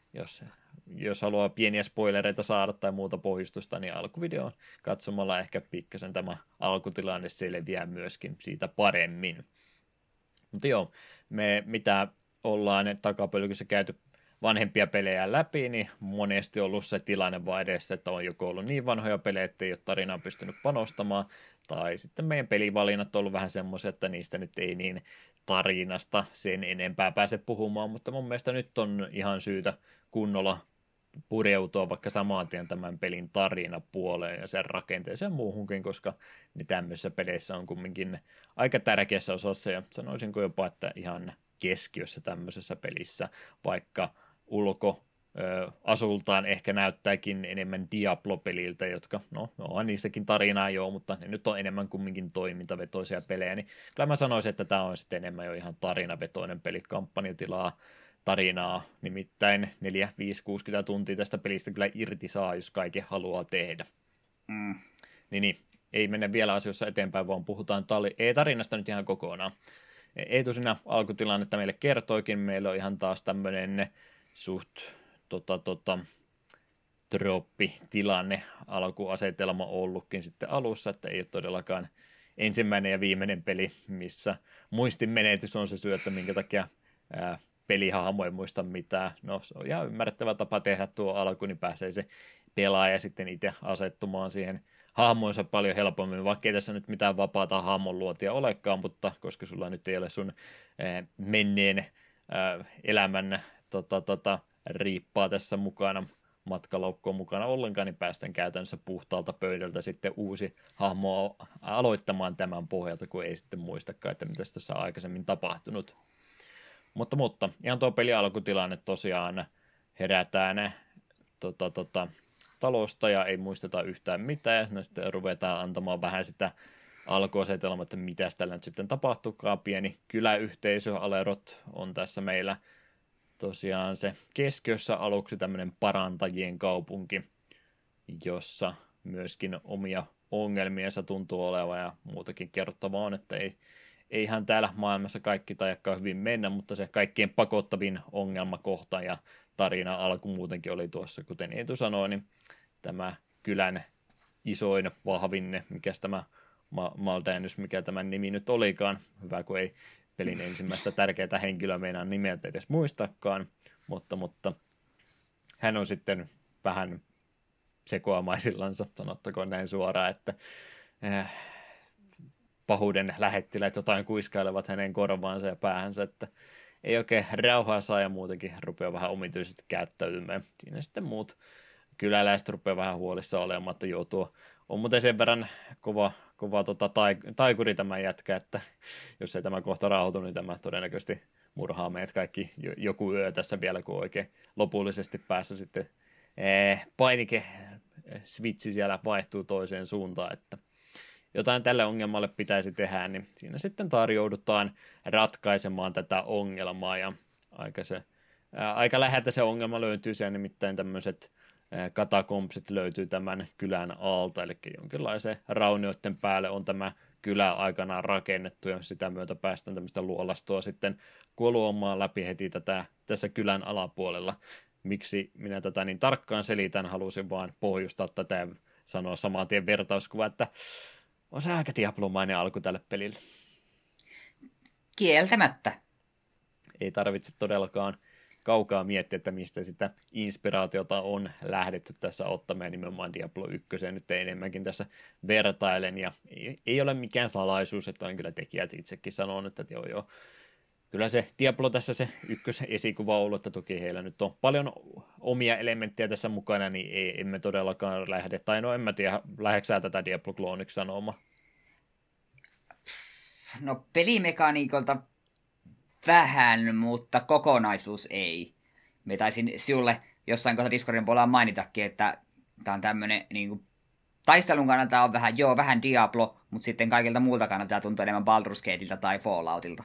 jos haluaa pieniä spoilereita saada tai muuta pohjustusta, niin alkuvideon katsomalla ehkä pikkasen tämä alkutilanne selviää myöskin siitä paremmin. Mutta joo, me mitä ollaan takapölkyssä käyty vanhempia pelejä läpi, niin monesti on ollut se tilanne vaan edessä, että on joko ollut niin vanhoja pelejä, että ei ole tarinaan pystynyt panostamaan, tai sitten meidän pelivalinnat on ollut vähän semmoisia, että niistä nyt ei niin tarinasta sen enempää pääse puhumaan, mutta mun mielestä nyt on ihan syytä kunnolla pureutua vaikka samaan tien tämän pelin tarinapuoleen ja sen rakenteeseen muuhunkin, koska ne tämmöisissä peleissä on kumminkin aika tärkeässä osassa, ja sanoisinko jopa, että ihan keskiössä tämmöisessä pelissä, vaikka asultaan ehkä näyttääkin enemmän Diablo-peliltä, jotka, no onhan niissäkin tarinaa joo, mutta ne nyt on enemmän kumminkin toimintavetoisia pelejä, niin kyllä mä sanoisin, että tämä on sitten enemmän jo ihan tarinavetoinen peli, kampanjatilaa, tarinaa, nimittäin 4, 5, 60 tuntia tästä pelistä kyllä irti saa, jos kaiken haluaa tehdä. Niin, ei mennä vielä asioissa eteenpäin, vaan puhutaan tarinasta nyt ihan kokonaan. Eetu siinä alkutilannetta meille kertoikin, meillä on ihan taas tämmöinen suht troppitilanne, alkuasetelma ollutkin sitten alussa, että ei ole todellakaan ensimmäinen ja viimeinen peli, missä muistin menetys on se syy, että minkä takia pelihahmo ei muista mitään. No se on ihan ymmärrettävä tapa tehdä tuo alku, niin pääsee se pelaaja sitten itse asettumaan siihen hahmoonsa paljon helpommin, vaikka ei tässä nyt mitään vapaata hahmon luotia olekaan, mutta koska sulla nyt ei ole sun menneen elämän riippaa tässä mukana, matkalaukku on mukana ollenkaan, niin päästään käytännössä puhtaalta pöydältä sitten uusi hahmo aloittamaan tämän pohjalta, kun ei sitten muistakaan, että mitä tässä on aikaisemmin tapahtunut. Mutta ihan tuo peli alkutilanne tosiaan herätään talosta ja ei muisteta yhtään mitään, ja sitten ruvetaan antamaan vähän sitä alkuasetelmaa, että mitä tällä nyt sitten tapahtuukaan. Pieni kyläyhteisö, Alerot on tässä meillä tosiaan se keskiössä aluksi tämmöinen parantajien kaupunki, jossa myöskin omia ongelmiensa tuntuu olevan ja muutakin kerrottavaa on, että ei ihan täällä maailmassa kaikki tajakkaan hyvin mennä, mutta se kaikkien pakottavin ongelmakohta ja tarina alku muutenkin oli tuossa, kuten Eetu sanoi, niin tämä kylän isoin, vahvin, mikä tämä Maldanus, mikä tämän nimi nyt olikaan, hyvä kun ei pelin ensimmäistä tärkeää henkilöä meinaa nimeltä edes muistakaan, mutta hän on sitten vähän sekoamaisillansa, sanottakoon näin suoraan, että pahuuden lähettiläät jotain kuiskailevat hänen korvaansa ja päähänsä, että ei oikein rauhaa saa ja muutenkin rupeaa vähän omituisesti käyttäytymään. Siinä sitten muut kyläläiset rupeaa vähän huolissa olemaan, että on muuten sen verran kova taikuri tämä jätkä, että jos ei tämä kohta rauhoitu, niin tämä todennäköisesti murhaa meidät kaikki joku yö tässä vielä, kun oikein lopullisesti päässä sitten painike switchi siellä vaihtuu toiseen suuntaan, että jotain tälle ongelmalle pitäisi tehdä, niin siinä sitten tarjoudutaan ratkaisemaan tätä ongelmaa, ja aika läheltä se ongelma löytyy siellä, nimittäin tämmöiset katakompsit löytyy tämän kylän alta, eli jonkinlaisen raunioiden päälle on tämä kylä aikanaan rakennettu, ja sitä myötä päästään tämmöistä luolastoa sitten koluamaan läpi heti tässä kylän alapuolella. miksi minä tätä niin tarkkaan selitän, halusin vaan pohjustaa tätä ja sanoa saman tien vertauskuva, että on se aika diablomainen alku tälle pelille. Kieltämättä. Ei tarvitse todellakaan kaukaa miettiä, että mistä sitä inspiraatiota on lähdetty tässä ottamaan, nimenomaan Diablo 1 nyt enemmänkin tässä vertailen, ja ei ole mikään salaisuus, että on kyllä tekijät itsekin sanonut, että joo, kyllä se Diablo tässä se ykkösesikuva on ollut, että toki heillä nyt on paljon omia elementtejä tässä mukana, niin emme todellakaan lähde, tai no en mä tiedä, lähdetkö tätä Diablo-klooniksi sanomaan? No pelimekaniikolta vähän, mutta kokonaisuus ei. Me taisin sinulle jossain kohtaa Discordin puolella mainitakin, että tämä on tämmöinen niin taistelun kannalta on vähän Diablo, mutta sitten kaikilta muulta kannalta tämä tuntuu enemmän Baldur's Gateilta tai Falloutilta.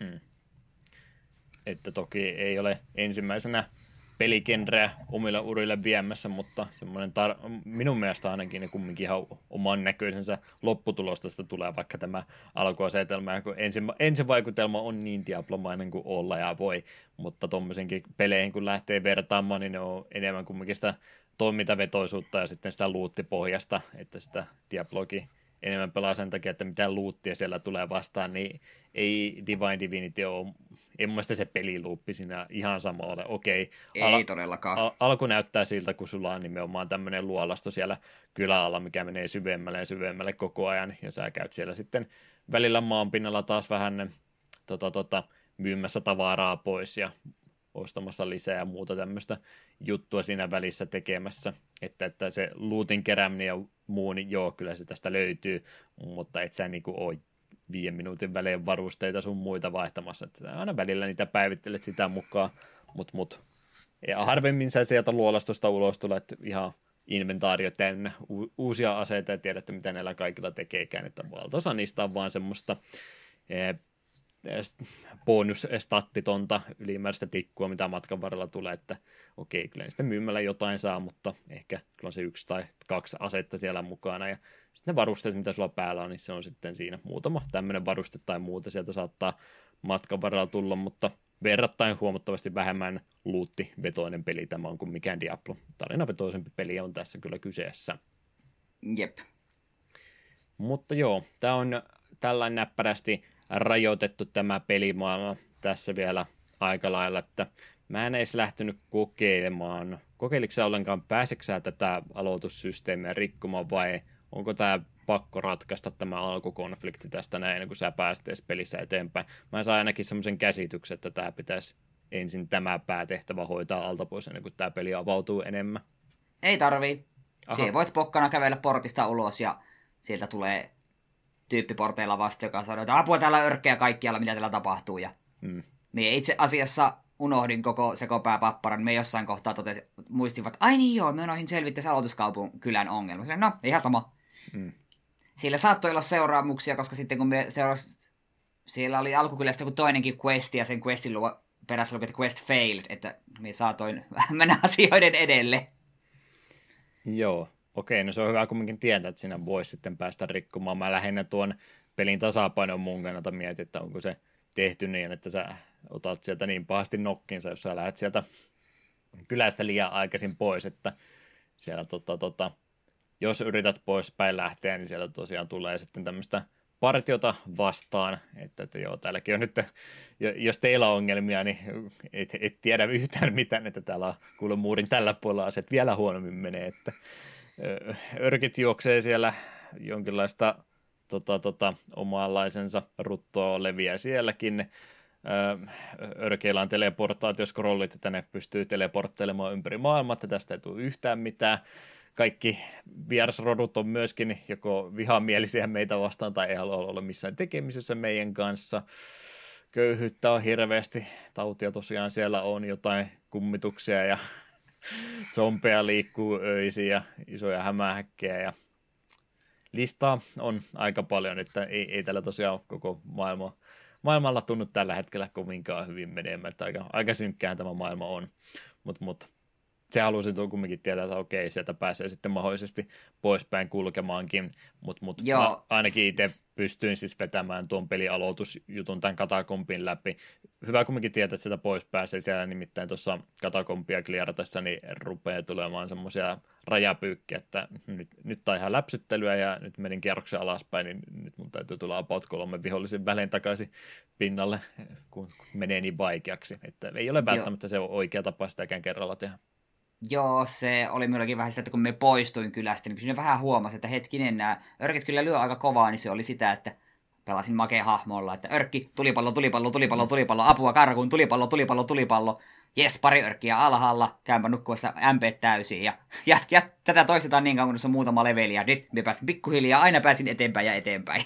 Että toki ei ole ensimmäisenä peligenreä omille urille viemässä, mutta semmoinen minun mielestä ainakin ne kumminkin ihan oman näköisensä lopputulosta tästä tulee, vaikka tämä alkuasetelma, kun ensivaikutelma on niin diablomainen kuin olla ja voi, mutta tuommoisenkin peleihin kun lähtee vertaamaan, niin ne on enemmän kumminkin sitä toimintavetoisuutta ja sitten sitä luuttipohjasta, että sitä Diablokin enemmän pelaa sen takia, että mitään luuttia siellä tulee vastaan, niin ei Divine Divinity ole, ei mun mielestä se peliluuppi siinä ihan sama ole. Okei, ei todellakaan. Alku näyttää siltä, kun sulla on nimenomaan tämmöinen luolasto siellä kyläalla, mikä menee syvemmälle ja syvemmälle koko ajan, ja sä käyt siellä sitten välillä maanpinnalla taas vähän myymässä tavaraa pois ja ostamassa lisää ja muuta tämmöistä juttua siinä välissä tekemässä, että se lootin kerääminen ja muu, niin joo, kyllä se tästä löytyy, mutta et sä niinku ole 5 minuutin välein varusteita sun muita vaihtamassa, että aina välillä niitä päivittelet sitä mukaan, mut ja harvemmin sä sieltä luolastosta ulos tulet ihan inventaario täynnä uusia aseita ja tiedät, mitä näillä kaikilla tekeekään, että valtaosa niistä on vaan semmoista bonusstattitonta ylimääräistä tikkua, mitä matkan varrella tulee, että okei, kyllä niistä myymällä jotain saa, mutta ehkä kyllä on se 1 tai 2 asetta siellä mukana, ja sitten ne varusteet, mitä sulla päällä on, niin se on sitten siinä muutama tämmöinen varuste tai muuta, sieltä saattaa matkan varrella tulla, mutta verrattain huomattavasti vähemmän luuttivetoinen peli tämä on kuin mikään Diablo. Tarinavetoisempi peli on tässä kyllä kyseessä. Jep. Mutta joo, tämä on tällainen näppärästi rajoitettu tämä pelimaailma tässä vielä aika lailla, että mä en edes lähtenyt kokeilemaan. Kokeiliko sä ollenkaan, pääseekö sä tätä aloitussysteemiä rikkomaan vai onko tämä pakko ratkaista tämä alkukonflikti tästä näin, kun sä pääset edes pelissä eteenpäin? Mä sain ainakin semmoisen käsityksen, että tämä pitäisi ensin tämä päätehtävä hoitaa alta pois ennen kuin tämä peli avautuu enemmän. Ei tarvii. Siellä voit pokkana kävellä portista ulos ja sieltä tulee tyyppi porteilla vasta, joka sanoo, että apua täällä örkkejä kaikkialla, mitä täällä tapahtuu. Ja minä itse asiassa unohdin koko sekopääpapparan. Me jossain kohtaa muistivat, ai niin joo, me unohdin selvittää aloituskaupun kylän ongelma. Sanoin, no, ihan sama. Sillä saattoi olla seuraamuksia, koska sitten kun me siellä oli alkukylästä joku toinenkin quest, ja sen questin perässä luki, että quest failed, että me saatoin mennä asioiden edelle. Joo. Okei, no se on hyvä kumminkin tietää, että sinä voisi sitten päästä rikkomaan. Mä lähinnä tuon pelin tasapainon mun kannalta mietin, että onko se tehty niin, että sä otat sieltä niin pahasti nokkinsa, jos sä lähdet sieltä kylästä liian aikaisin pois, että siellä jos yrität poispäin lähteä, niin sieltä tosiaan tulee sitten tämmöistä partiota vastaan, että joo, täälläkin on nyt, jos teillä on ongelmia, niin et tiedä yhtään mitään, että täällä on kuule muurin tällä puolella asiat vielä huonommin menee, että örkit juoksee siellä jonkinlaista omanlaisensa ruttoa leviää sielläkin. Örkeillä on teleportaatioskrollit, että ne pystyy teleporttelemaan ympäri maailmaa, että tästä ei tule yhtään mitään. Kaikki vierasrodut on myöskin joko vihamielisiä meitä vastaan tai ei halua olla missään tekemisessä meidän kanssa. Köyhyyttä on hirveästi, tautia tosiaan siellä on, jotain kummituksia ja zombeja liikkuu öisin ja isoja hämähäkkejä ja listaa on aika paljon, että ei tällä tosiaan koko maailmalla tunnu tällä hetkellä kovinkaan hyvin menemään, että aika synkkään tämä maailma on, mutta se halusin tuon kumminkin tietää, että okei, sieltä pääsee sitten mahdollisesti poispäin kulkemaankin, mutta mä ainakin itse pystyin siis vetämään tuon pelialoitusjutun tämän katakompin läpi. Hyvä kumminkin tietää, että sieltä pois pääsee, siellä nimittäin tuossa katakompia klieratessa, niin rupeaa tulemaan semmoisia rajapyykkiä, että nyt on ihan läpsyttelyä ja nyt menin kierroksen alaspäin, niin nyt mun täytyy tulla about 3 vihollisen välein takaisin pinnalle, kun menee niin vaikeaksi, että ei ole välttämättä se oikea tapa sitäkään kerralla tehdä. Joo, se oli minullakin vähän sitä, että kun me poistuin kylästä, niin kyllä vähän huomasi, että hetkinen, nämä örkit kyllä lyö aika kovaa, niin se oli sitä, että pelasin makea hahmolla, että örkki, tulipallo, apua karkuun, tulipallo, jes, pari örkkiä alhaalla, käympä nukkuvassa MP täysin, ja tätä toistetaan niin kauan, kun se on muutama leveli, ja nyt me pääsin pikkuhiljaa, aina pääsin eteenpäin.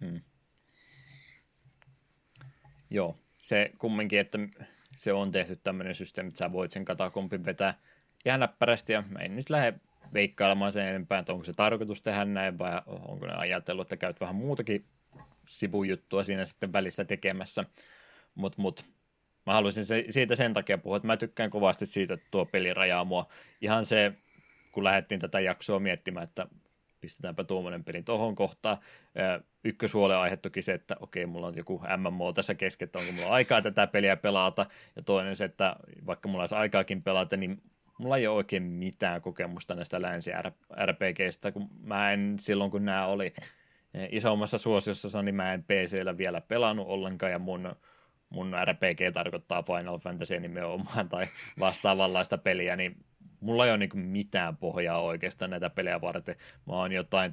Joo, se kumminkin, että se on tehty tämmöinen systeemi, että sä voit sen katakompin vetää ihan näppärästi, ja mä en nyt lähde veikkailemaan sen enempää, että onko se tarkoitus tehdä näin, vai onko ne ajatellut, että käyt vähän muutakin sivujuttua siinä sitten välissä tekemässä, mutta mä haluaisin siitä sen takia puhua, että mä tykkään kovasti siitä, että tuo peli rajaa mua. Ihan se, kun lähdettiin tätä jaksoa miettimään, että pistetäänpä tuommoinen peli tohon kohtaan. Ykköshuolen aihe toki se, että okei, mulla on joku MMO tässä kesken, että onko mulla aikaa tätä peliä pelata, ja toinen se, että vaikka mulla olisi aikaakin pelata, niin mulla ei ole oikein mitään kokemusta näistä länsi-RPGistä, kun mä en silloin, kun nämä oli isommassa suosiossa, niin mä en PC:llä vielä pelannut ollenkaan, ja mun RPG tarkoittaa Final Fantasy nimenomaan tai vastaavanlaista peliä, niin mulla ei ole niin mitään pohjaa oikeastaan näitä pelejä varten. Mä oon jotain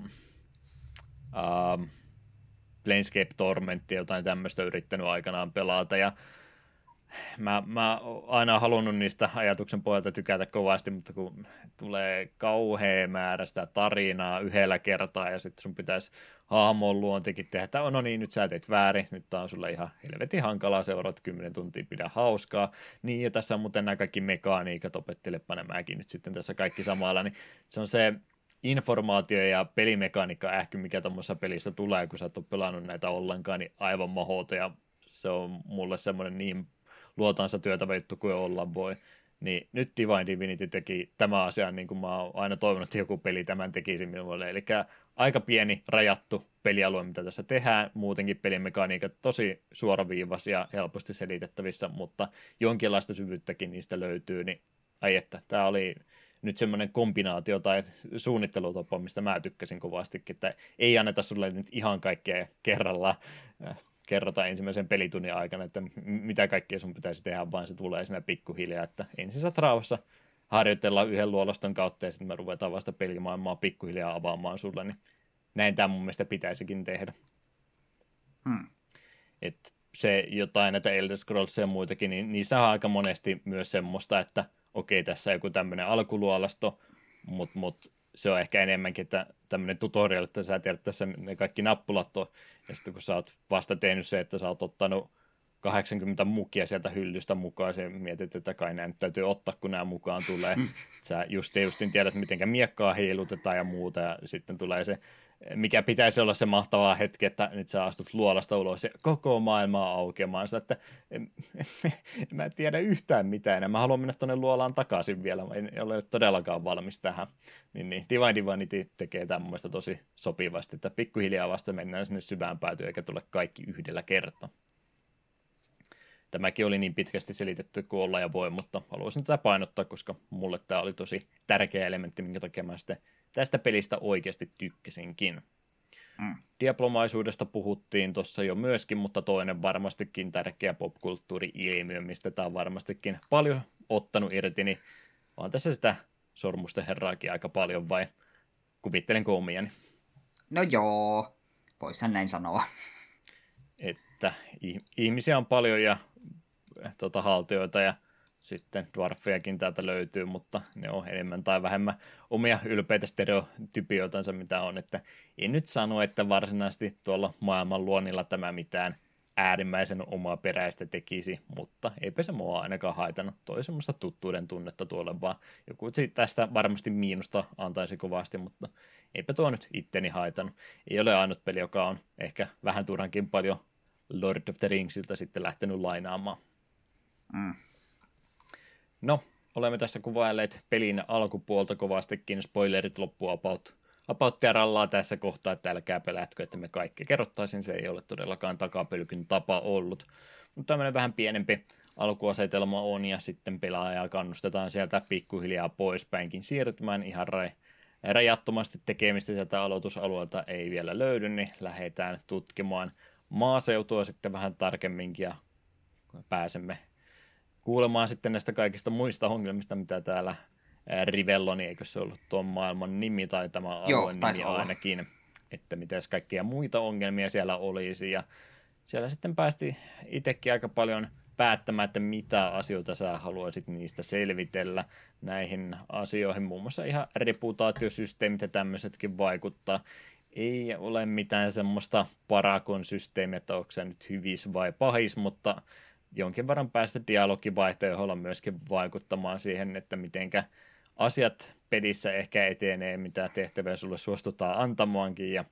Planescape Tormentia, jotain tämmöistä yrittänyt aikanaan pelata, ja mä aina halunnut niistä ajatuksen pohjalta tykätä kovasti, mutta kun tulee kauhea määrä sitä tarinaa yhdellä kertaa, ja sitten sun pitäisi hahmon luontikin tehdä, että no niin, nyt sä teet väärin, nyt tää on sulle ihan helvetin hankalaa, seuraat 10 tuntia, pidä hauskaa, niin ja tässä on muuten nämä kaikki mekaniikat, opettelepa nämäkin nyt sitten tässä kaikki samalla, niin se on se informaatio ja pelimekaniikka mikä tuommoisessa pelissä tulee, kun sä et ole pelannut näitä ollenkaan, niin aivan mahdoton, ja se on mulle semmoinen niin luotansa työtä veittu kuin olla voi. Niin nyt Divine Divinity teki tämä asian, niin kuin mä oon aina toivonut, että joku peli tämän tekisi minulle. Eli aika pieni, rajattu pelialue, mitä tässä tehdään. Muutenkin pelimekaniikat tosi suoraviivaisia, helposti selitettävissä, mutta jonkinlaista syvyyttäkin niistä löytyy. Niin ai että, tämä oli nyt semmoinen kombinaatio tai suunnittelutapa, mistä mä tykkäsin kovastikin, että ei anneta sulle nyt ihan kaikkea kerralla kerrota ensimmäisen pelitunnin aikana, että mitä kaikkea sun pitäisi tehdä, vaan se tulee siinä pikkuhiljaa, että ensin saat rauhassa harjoitella yhden luolaston kautta, ja sitten me ruvetaan vasta pelimaailmaa pikkuhiljaa avaamaan sulle, niin näin tämä mun mielestä pitäisikin tehdä. Et se jotain näitä Elder Scrolls ja muitakin, niin niissä on aika monesti myös semmoista, että okei, tässä on joku tämmöinen alkuluolasto, mutta se on ehkä enemmänkin, että tämmöinen tutorial, että sä tiedät tässä ne kaikki nappulat on, ja sitten kun sä oot vasta tehnyt se, että sä oot ottanut 80 mukia sieltä hyllystä mukaan, ja mietit, että kai nämä nyt täytyy ottaa, kun nämä mukaan tulee. Sä justiin tiedät, miten miekkaa heilutetaan ja muuta, ja sitten tulee se, mikä pitäisi olla se mahtava hetki, että nyt sä astut luolasta ulos ja koko maailmaa aukeamaan. Sä, että mä en tiedä yhtään mitään, mä haluan mennä tuonne luolaan takaisin vielä, en ole todellakaan valmis tähän. Niin Divine Divinity tekee tämmöistä tosi sopivasti, että pikkuhiljaa vasta mennään sinne syvään päätyyn, eikä tule kaikki yhdellä kertaa. Tämäkin oli niin pitkästi selitetty kuin olla ja voi, mutta haluaisin tätä painottaa, koska mulle tämä oli tosi tärkeä elementti, minkä takia mä sitten tästä pelistä oikeasti tykkäsinkin. Diaplomaisuudesta puhuttiin tuossa jo myöskin, mutta toinen varmastikin tärkeä popkulttuuri-ilmiö, mistä tämä on varmastikin paljon ottanut irti, niin on tässä sitä sormusten herraakin aika paljon, vai kuvittelenko omiani? No joo, voisin näin sanoa. Että ihmisiä on paljon ja haltioita ja sitten dwarfejakin täältä löytyy, mutta ne on enemmän tai vähemmän omia ylpeitä stereotypioitansa, mitä on, että en nyt sano, että varsinaisesti tuolla maailman luonnilla tämä mitään äärimmäisen omaa peräistä tekisi, mutta eipä se mua ainakaan haitannut. Toi semmoista tuttuuden tunnetta tuolle, vaan joku tästä varmasti miinusta antaisi kovasti, mutta eipä tuo nyt itteni haitannut. Ei ole ainut peli, joka on ehkä vähän turhankin paljon Lord of the Ringsilta sitten lähtenyt lainaamaan. No, olemme tässä kuvailleet pelin alkupuolta kovastikin, spoilerit loppu apauttia rallaa tässä kohtaa, että älkää pelätkö, että me kaikki kerrottaisin, se ei ole todellakaan takapölkyn tapa ollut. Mutta tämmöinen vähän pienempi alkuasetelma on, ja sitten pelaajaa kannustetaan sieltä pikkuhiljaa poispäinkin siirtymään ihan rajattomasti tekemistä sieltä aloitusalueelta ei vielä löydy, niin lähdetään tutkimaan maaseutua sitten vähän tarkemminkin, ja pääsemme kuulemaan sitten näistä kaikista muista ongelmista, mitä täällä Rivelloni, eikö se ollut tuon maailman nimi tai tämä alueen nimi ainakin, että mitäs kaikkia muita ongelmia siellä olisi, ja siellä sitten päästi itsekin aika paljon päättämään, että mitä asioita sä haluaisit niistä selvitellä näihin asioihin, muun muassa ihan reputaatiosysteemit ja tämmöisetkin vaikuttaa. Ei ole mitään semmoista parakon systeemiä, että onko se nyt hyvis vai pahis, mutta jonkin verran päästä dialogivaihtoehdolla myöskin vaikuttamaan siihen, että mitenkä asiat pelissä ehkä etenee, mitä tehtäviä sulle suostutaan antamaankin ja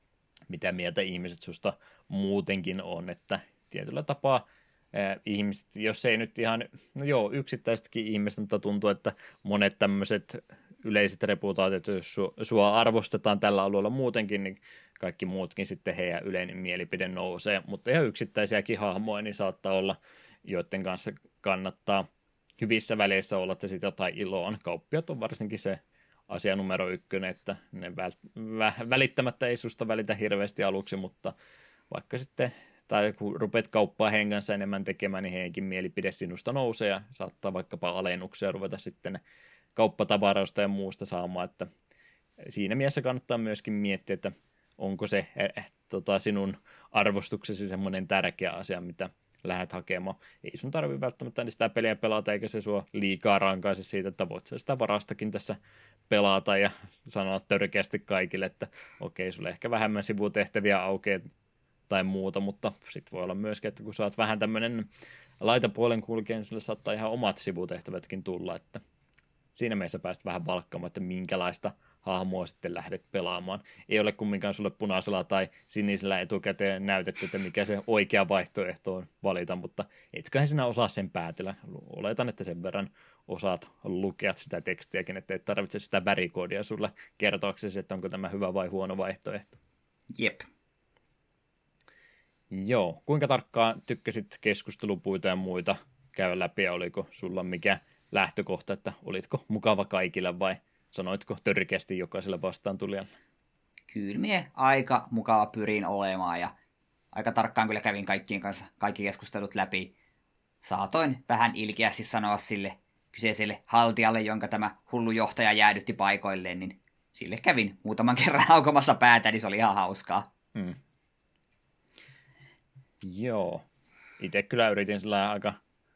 mitä mieltä ihmiset susta muutenkin on, että tietyllä tapaa ihmiset, jos ei nyt ihan, no joo, yksittäisetkin ihmiset, mutta tuntuu, että monet tämmöiset yleiset reputaatiot, jos sua arvostetaan tällä alueella muutenkin, niin kaikki muutkin sitten heidän yleinen mielipide nousee, mutta ihan yksittäisiäkin hahmoja, niin saattaa olla, joiden kanssa kannattaa hyvissä väleissä olla, että siitä jotain iloa on. Kauppiat on varsinkin se asia numero 1, että ne välittämättä ei susta välitä hirveästi aluksi, mutta vaikka sitten, tai kun rupeat kauppaa heidän kanssa enemmän tekemään, niin heidänkin mielipide sinusta nousee ja saattaa vaikkapa alennuksia ruveta sitten kauppatavaroista ja muusta saamaan, että siinä mielessä kannattaa myöskin miettiä, että onko se sinun arvostuksesi semmoinen tärkeä asia, mitä lähdet hakemaan. Ei sun tarvitse välttämättä sitä peliä pelata, eikä se sua liikaa rankaise siitä, että voit sitä varastakin tässä pelata ja sanoa törkeästi kaikille, että okei, sulle ehkä vähemmän sivutehtäviä aukeaa tai muuta, mutta sitten voi olla myöskin, että kun sä oot vähän tämmöinen laitapuolen kulkija, niin sulle saattaa ihan omat sivutehtävätkin tulla, että siinä mielessä päästä vähän valkkaamaan, että minkälaista hahmoa sitten lähdet pelaamaan. Ei ole kumminkaan sulle punaisella tai sinisellä etukäteen näytetty, että mikä se oikea vaihtoehto on valita, mutta etköhän sinä osaa sen päätellä. Oletan, että sen verran osaat lukea sitä tekstiäkin, että et tarvitse sitä värikoodia sulle kertoaksesi, että onko tämä hyvä vai huono vaihtoehto. Jep. Joo, kuinka tarkkaan tykkäsit keskustelupuita ja muita käydä läpi, ja oliko sulla mikä lähtökohta, että olitko mukava kaikille vai sanoitko törkeästi jokaiselle vastaan tulijalle? Kyllä minä aika mukava pyrin olemaan ja aika tarkkaan kyllä kävin kaikkien kanssa kaikki keskustelut läpi. Saatoin vähän ilkeästi sanoa sille kyseiselle haltijalle, jonka tämä hullu johtaja jäädytti paikoilleen, niin sille kävin muutaman kerran aukomassa päätä, niin se oli ihan hauskaa. Joo. Itse kyllä yritin sillä aika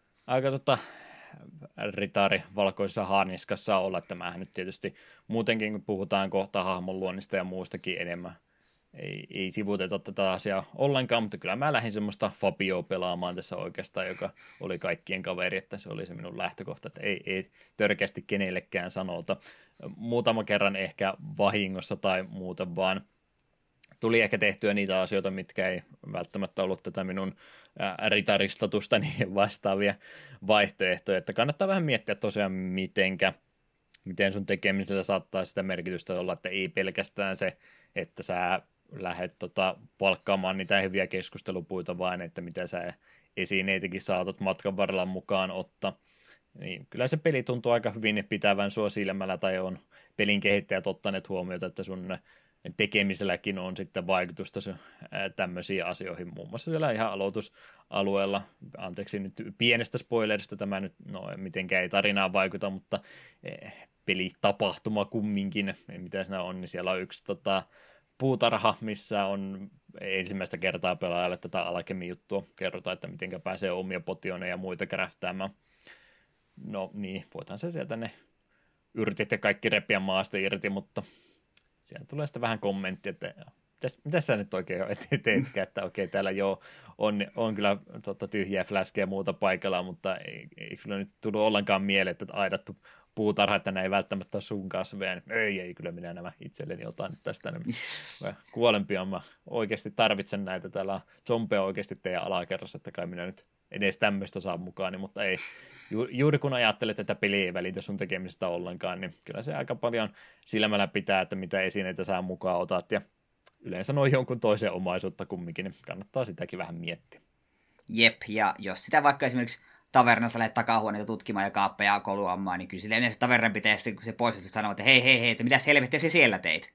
ritaari valkoisessa harniskassa olla. Tämähän nyt tietysti muutenkin, kun puhutaan kohta hahmon luonnista ja muustakin enemmän, ei sivuteta tätä asiaa ollenkaan, mutta kyllä mä lähdin semmoista Fabioa pelaamaan tässä oikeastaan, joka oli kaikkien kaveri, että se oli se minun lähtökohta, että ei törkeästi kenellekään sanota. Muutama kerran ehkä vahingossa tai muuta, vaan tuli ehkä tehtyä niitä asioita, mitkä ei välttämättä ollut tätä minun ritaristatusta niin vastaavia vaihtoehtoja, että kannattaa vähän miettiä tosiaan miten sun tekemisellä saattaa sitä merkitystä olla, että ei pelkästään se, että sä lähdet palkkaamaan niitä hyviä keskustelupuita, vaan että mitä sä esineitäkin saatat matkan varrella mukaan ottaa. Niin kyllä se peli tuntuu aika hyvin pitävän sua silmällä, tai on pelin kehittäjät ottaneet huomiota, että sun tekemiselläkin on sitten vaikutusta tämmöisiin asioihin, muun muassa siellä ihan aloitusalueella, anteeksi nyt pienestä spoilerista, tämä nyt mitenkään ei tarinaan vaikuta, mutta pelitapahtuma kumminkin, mitä siinä on, niin siellä on yksi puutarha, missä on ensimmäistä kertaa pelaajalle tätä alkemi-juttua, kerrotaan, että miten pääsee omia potioneja ja muita kräftäämään. No niin, voitaan se sieltä ne yrtit ja kaikki repiä maasta irti, mutta siellä tulee sitten vähän kommentti, että mitä sä nyt oikein teetkään, että okei, täällä jo on kyllä tyhjiä fläskejä ja muuta paikalla, mutta ei kyllä nyt tullut ollenkaan mieleen, että aidattu puutarha, että nämä ei välttämättä ole sun kasveja. Ei, kyllä minä nämä itselleni otan nyt tästä kuolempia. Mä oikeasti tarvitsen näitä. Täällä on zombeja oikeasti teidän alakerrassa, että kai minä nyt edes tämmöistä saa mukaan, mutta ei. Juuri kun ajattelet, että peli ei välitä sun tekemisestä ollenkaan, niin kyllä se aika paljon silmällä pitää, että mitä esineitä saa mukaan otat, ja yleensä noin jonkun toisen omaisuutta kumminkin, niin kannattaa sitäkin vähän miettiä. Jep, ja jos sitä vaikka esimerkiksi tavernassa lähdet takahuoneita tutkimaan ja kaappeja koluamaan, niin kyllä sille yleensä tavernan pitäisi, kun se poistut, sanoa, että hei, että mitäs helvettiä se siellä teit?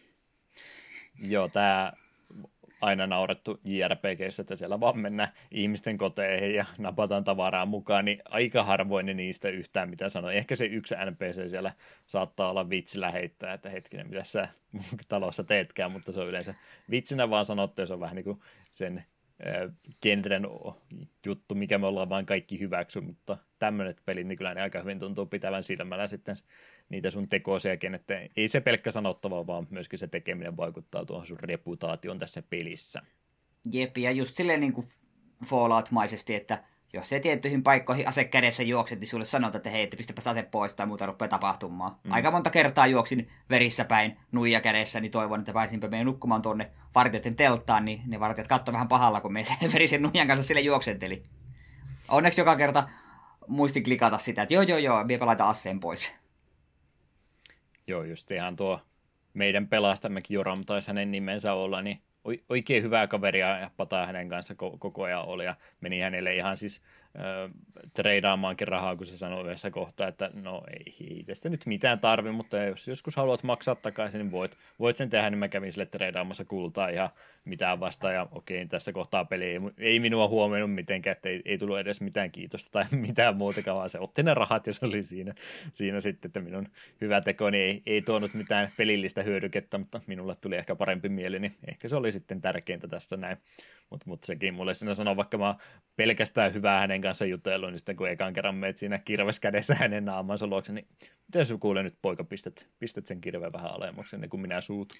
Joo, tämä aina naurettu JRPG:ssä, että siellä vaan mennään ihmisten koteihin ja napataan tavaraa mukaan, niin aika harvoin ne niistä yhtään mitä sanoo. Ehkä se yksi NPC siellä saattaa olla vitsillä heittää, että hetkinen, mitä sä mun talossa teetkään, mutta se on yleensä vitsinä vaan sanottu, ja se on vähän niin kuin sen genren juttu, mikä me ollaan vaan kaikki hyväksy, mutta tämmöiset pelit, niin kyllä ne aika hyvin tuntuu pitävän silmällä sitten niitä sun tekoosiakin, että ei se pelkkä sanottava, vaan myöskin se tekeminen vaikuttaa tuohon sun reputaation tässä pelissä. Jep, ja just silleen niin kuin Fallout-maisesti, että jos se tiettyihin paikkoihin ase kädessä juokset, niin sulle sanotaan, että hei, että pistäpäs ase pois tai muuta rupeaa tapahtumaan. Aika monta kertaa juoksin verissä päin, nuija kädessä, niin toivon, että pääsinpä meidän nukkumaan tuonne vartijoiden telttaan, niin ne vartijat katsoi vähän pahalla, kun me verisen nuijan kanssa sille juoksenteli. Onneksi joka kerta muistin klikata sitä, että joo, miepä laita aseen pois. Joo, just ihan tuo meidän pelastammekin Joram taisi hänen nimensä olla, niin oikein hyvää kaveria ja pataa hänen kanssa koko ajan oli, ja meni hänelle ihan siis treidaamaankin rahaa, kun se sanoi yhdessä kohtaa, että no ei tästä nyt mitään tarvi, mutta jos joskus haluat maksaa takaisin, niin voit sen tehdä, niin mä kävin sille treidaamassa kultaa ihan mitään vastaan, ja okei, tässä kohtaa peli ei minua huomioinut mitenkään, että ei tullut edes mitään kiitosta tai mitään muutakaan, vaan se otti ne rahat, ja se oli siinä sitten, että minun hyvä tekoni ei tuonut mitään pelillistä hyödykettä, mutta minulle tuli ehkä parempi mieli, niin ehkä se oli sitten tärkeintä tässä näin. Mutta sekin mulle siinä sanoo, vaikka mä pelkästään hyvää hänen kanssa jutellut, niin sitten kun ekan kerran meet siinä kirves kädessä hänen naamansa luokse, niin miten sä kuulee nyt poika, pistät sen kirveen vähän alemmaksi ennen kuin minä suut.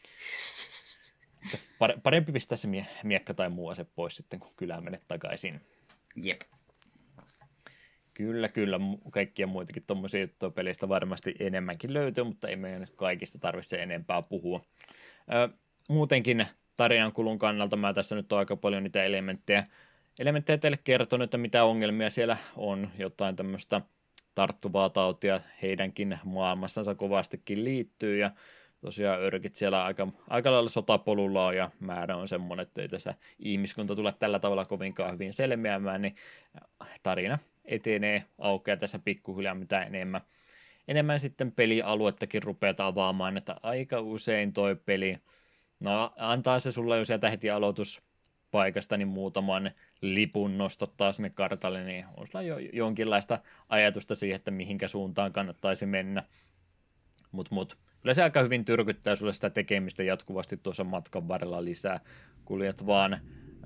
Parempi pistää se miekka tai muu ase pois sitten, kun kylään menet takaisin. Jep. Kyllä, kaikkia muitakin tuommoisia juttuja pelistä varmasti enemmänkin löytyy, mutta ei meidän nyt kaikista tarvitse enempää puhua. Muutenkin tarinan kulun kannalta mä tässä nyt on aika paljon niitä elementtejä teille kertonut, että mitä ongelmia siellä on, jotain tämmöistä tarttuvaa tautia heidänkin maailmassansa kovastikin liittyy, ja tosiaan örkit siellä aika lailla sotapolulla on, ja määrä on semmoinen, että ei tässä ihmiskunta tule tällä tavalla kovinkaan hyvin selviämään, niin tarina etenee, aukeaa tässä pikkuhiljaa mitä enemmän sitten pelialuettakin rupeat avaamaan, että aika usein toi peli, no antaa se sulle jo sieltä heti aloituspaikasta niin muutaman lipun nostottaa sinne kartalle, niin on sulla jo jonkinlaista ajatusta siihen, että mihinkä suuntaan kannattaisi mennä. Mut kyllä se aika hyvin tyrkyttää sulle sitä tekemistä jatkuvasti tuossa matkan varrella lisää. Kuljet vaan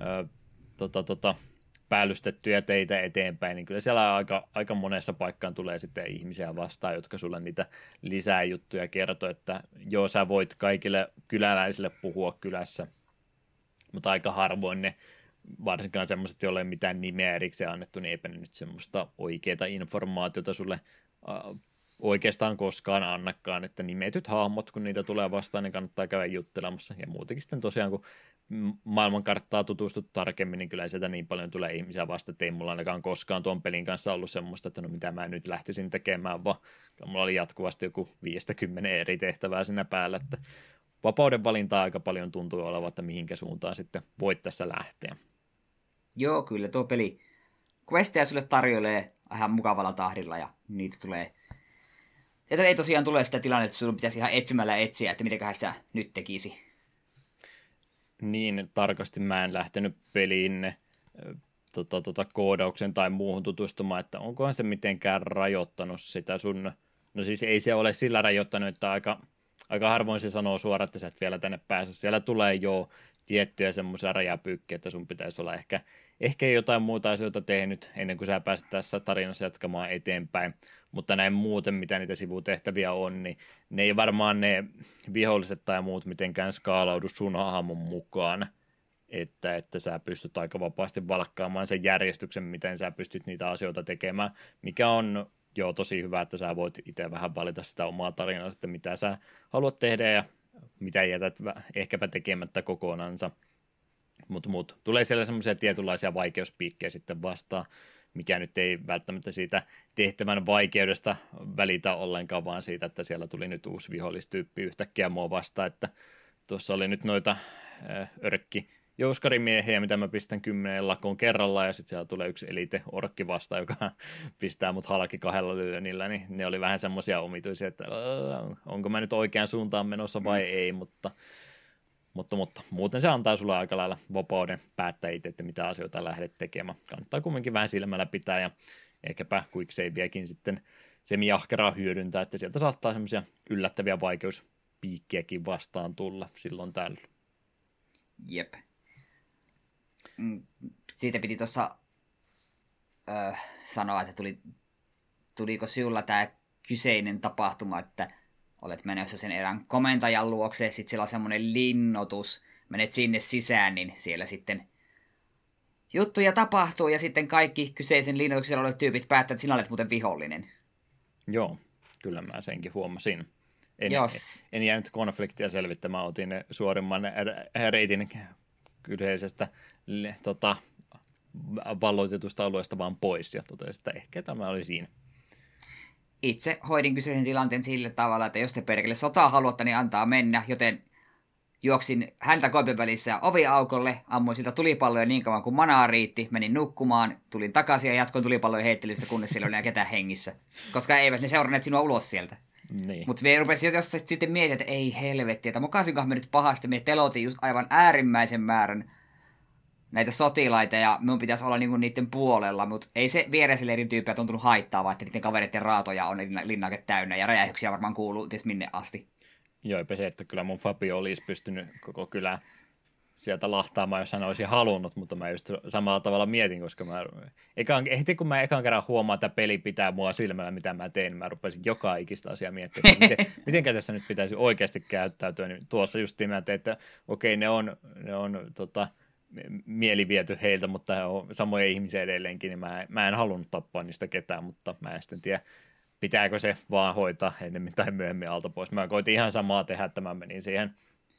päällystettyjä teitä eteenpäin, niin kyllä siellä aika monessa paikkaan tulee sitten ihmisiä vastaan, jotka sulle niitä lisää juttuja kertoo, että joo, sä voit kaikille kyläläisille puhua kylässä, mutta aika harvoin ne, varsinkaan semmoiset, joille ei mitään nimeä erikseen annettu, niin eipä ne nyt semmoista oikeaa informaatiota sulle oikeastaan koskaan annakaan, että nimetyt hahmot, kun niitä tulee vastaan, niin kannattaa käydä juttelemassa, ja muutenkin sitten tosiaan, kun maailmankarttaa tutustut tarkemmin, niin kyllä sieltä niin paljon tulee ihmisiä vasta, että ei mulla ainakaan koskaan tuon pelin kanssa ollut semmoista, että no mitä mä nyt lähtisin tekemään, vaan mulla oli jatkuvasti joku 5-10 eri tehtävää siinä päällä, että vapauden valintaa aika paljon tuntuu olevan, että mihinkä suuntaan sitten voit tässä lähteä. Joo, kyllä tuo peli questeja sulle tarjoilee ihan mukavalla tahdilla, ja niitä tulee. Ja ei tosiaan tule sitä tilannetta, että sinun pitäisi ihan etsimällä etsiä, että mitenköhän sitä nyt tekisi. Niin tarkasti mä en lähtenyt peliin koodauksen tai muuhun tutustumaan, että onkohan se mitenkään rajoittanut sitä sun, no siis ei se ole sillä rajoittanut, että aika harvoin se sanoo suoraan, että sä et vielä tänne pääse. Siellä tulee jo tiettyjä semmoisia rajapyykkiä, että sun pitäisi olla ehkä jotain muuta asioita tehnyt ennen kuin sä pääset tässä tarinassa jatkamaan eteenpäin, mutta näin muuten, mitä niitä sivutehtäviä on, niin ne ei varmaan ne viholliset tai muut mitenkään skaalaudu sun hahmon mukaan, että sä pystyt aika vapaasti valkkaamaan sen järjestyksen, miten sä pystyt niitä asioita tekemään, mikä on jo tosi hyvä, että sä voit itse vähän valita sitä omaa tarinaa, että mitä sä haluat tehdä ja mitä jätät ehkäpä tekemättä kokonaansa. Mutta tulee siellä semmoisia tietynlaisia vaikeuspiikkejä sitten vastaan, mikä nyt ei välttämättä siitä tehtävän vaikeudesta välitä ollenkaan, vaan siitä, että siellä tuli nyt uusi vihollistyyppi yhtäkkiä mua vastaan, että tuossa oli nyt noita jouskarimiehiä, mitä mä pistän 10 lakoon kerrallaan, ja sitten siellä tulee yksi elite-orkki vasta, joka pistää mut halki 2 lyönnillä, niin ne oli vähän semmoisia omituisia, että onko mä nyt oikeaan suuntaan menossa vai ei, mutta muuten se antaa sulle aika lailla vapauden päättää itse, että mitä asioita lähdet tekemään. Kannattaa kumminkin vähän silmällä pitää, ja ehkäpä quick saveäkin sitten semi-ahkeraa hyödyntää, että sieltä saattaa semmoisia yllättäviä vaikeuspiikkiäkin vastaan tulla silloin tällöin. Jep. Siitä piti tuossa sanoa, että tuliko sinulla tämä kyseinen tapahtuma, että olet menossa sen erään komentajan luokse, sitten siellä on semmoinen linnoitus, menet sinne sisään, niin siellä sitten juttuja tapahtuu, ja sitten kaikki kyseisen linnoituksella olevat tyypit päättävät, että sinä olet muuten vihollinen. Joo, kyllä mä senkin huomasin. En jäänyt konfliktia selvittämään, otin suorimman reitin kyseisestä valloitetusta alueesta vaan pois, ja totesin, että ehkä tämä oli siinä. Itse hoidin kyseisen tilanteen sillä tavalla, että jos te perkele sotaa haluatte, niin antaa mennä, joten juoksin häntä koipien välissä oviaukolle, ammuin siltä tulipalloja niin kauan kuin manaa riitti, menin nukkumaan, tulin takaisin ja jatkoin tulipallojen heittelystä, kunnes siellä oli enää ketään hengissä. Koska eivät ne seuranneet sinua ulos sieltä. Niin. Mutta me rupesin jos sitten mietin, että ei helvetti, että mokasinkohan me nyt pahasti, me telotin just aivan äärimmäisen määrän näitä sotilaita, ja minun pitäisi olla niinku niiden puolella, mutta ei se viereisen leirin tyyppiä tuntunut haittaa, vaan että niiden kavereiden raatoja on linnake täynnä, ja räjähyksiä varmaan kuuluu ties minne asti. Joo, eipä se, että kyllä mun Fabio olisi pystynyt koko kylää sieltä lahtaamaan, jos hän olisi halunnut, mutta mä just samalla tavalla mietin, koska heti kun mä ekan kerran huomaan, että peli pitää mua silmällä, mitä mä teen, mä rupesin joka ikistä asiaa miettimään, miten tässä nyt pitäisi oikeasti käyttäytyä, niin tuossa justiin mä tein, että okei, ne on mieli viety heiltä, mutta he on samoja ihmisiä edelleenkin, niin mä en halunnut tappaa niistä ketään, mutta mä en sitten tiedä, pitääkö se vaan hoitaa ennemmin tai myöhemmin alta pois. Mä koitin ihan samaa tehdä, että mä menin siihen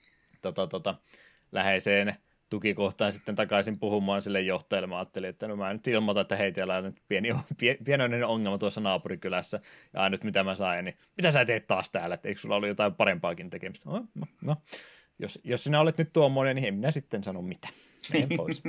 läheiseen tukikohtaan sitten takaisin puhumaan sille johtajalle. Mä ajattelin, että no mä nyt ilmoitan, että hei, teillä on nyt pienoinen ongelma tuossa naapurikylässä, ja nyt mitä mä sain, niin mitä sä teet taas täällä, että eikö sulla ollut jotain parempaakin tekemistä? No. Jos sinä olet nyt tuommoinen, niin en minä sitten sano mitä. Menen pois.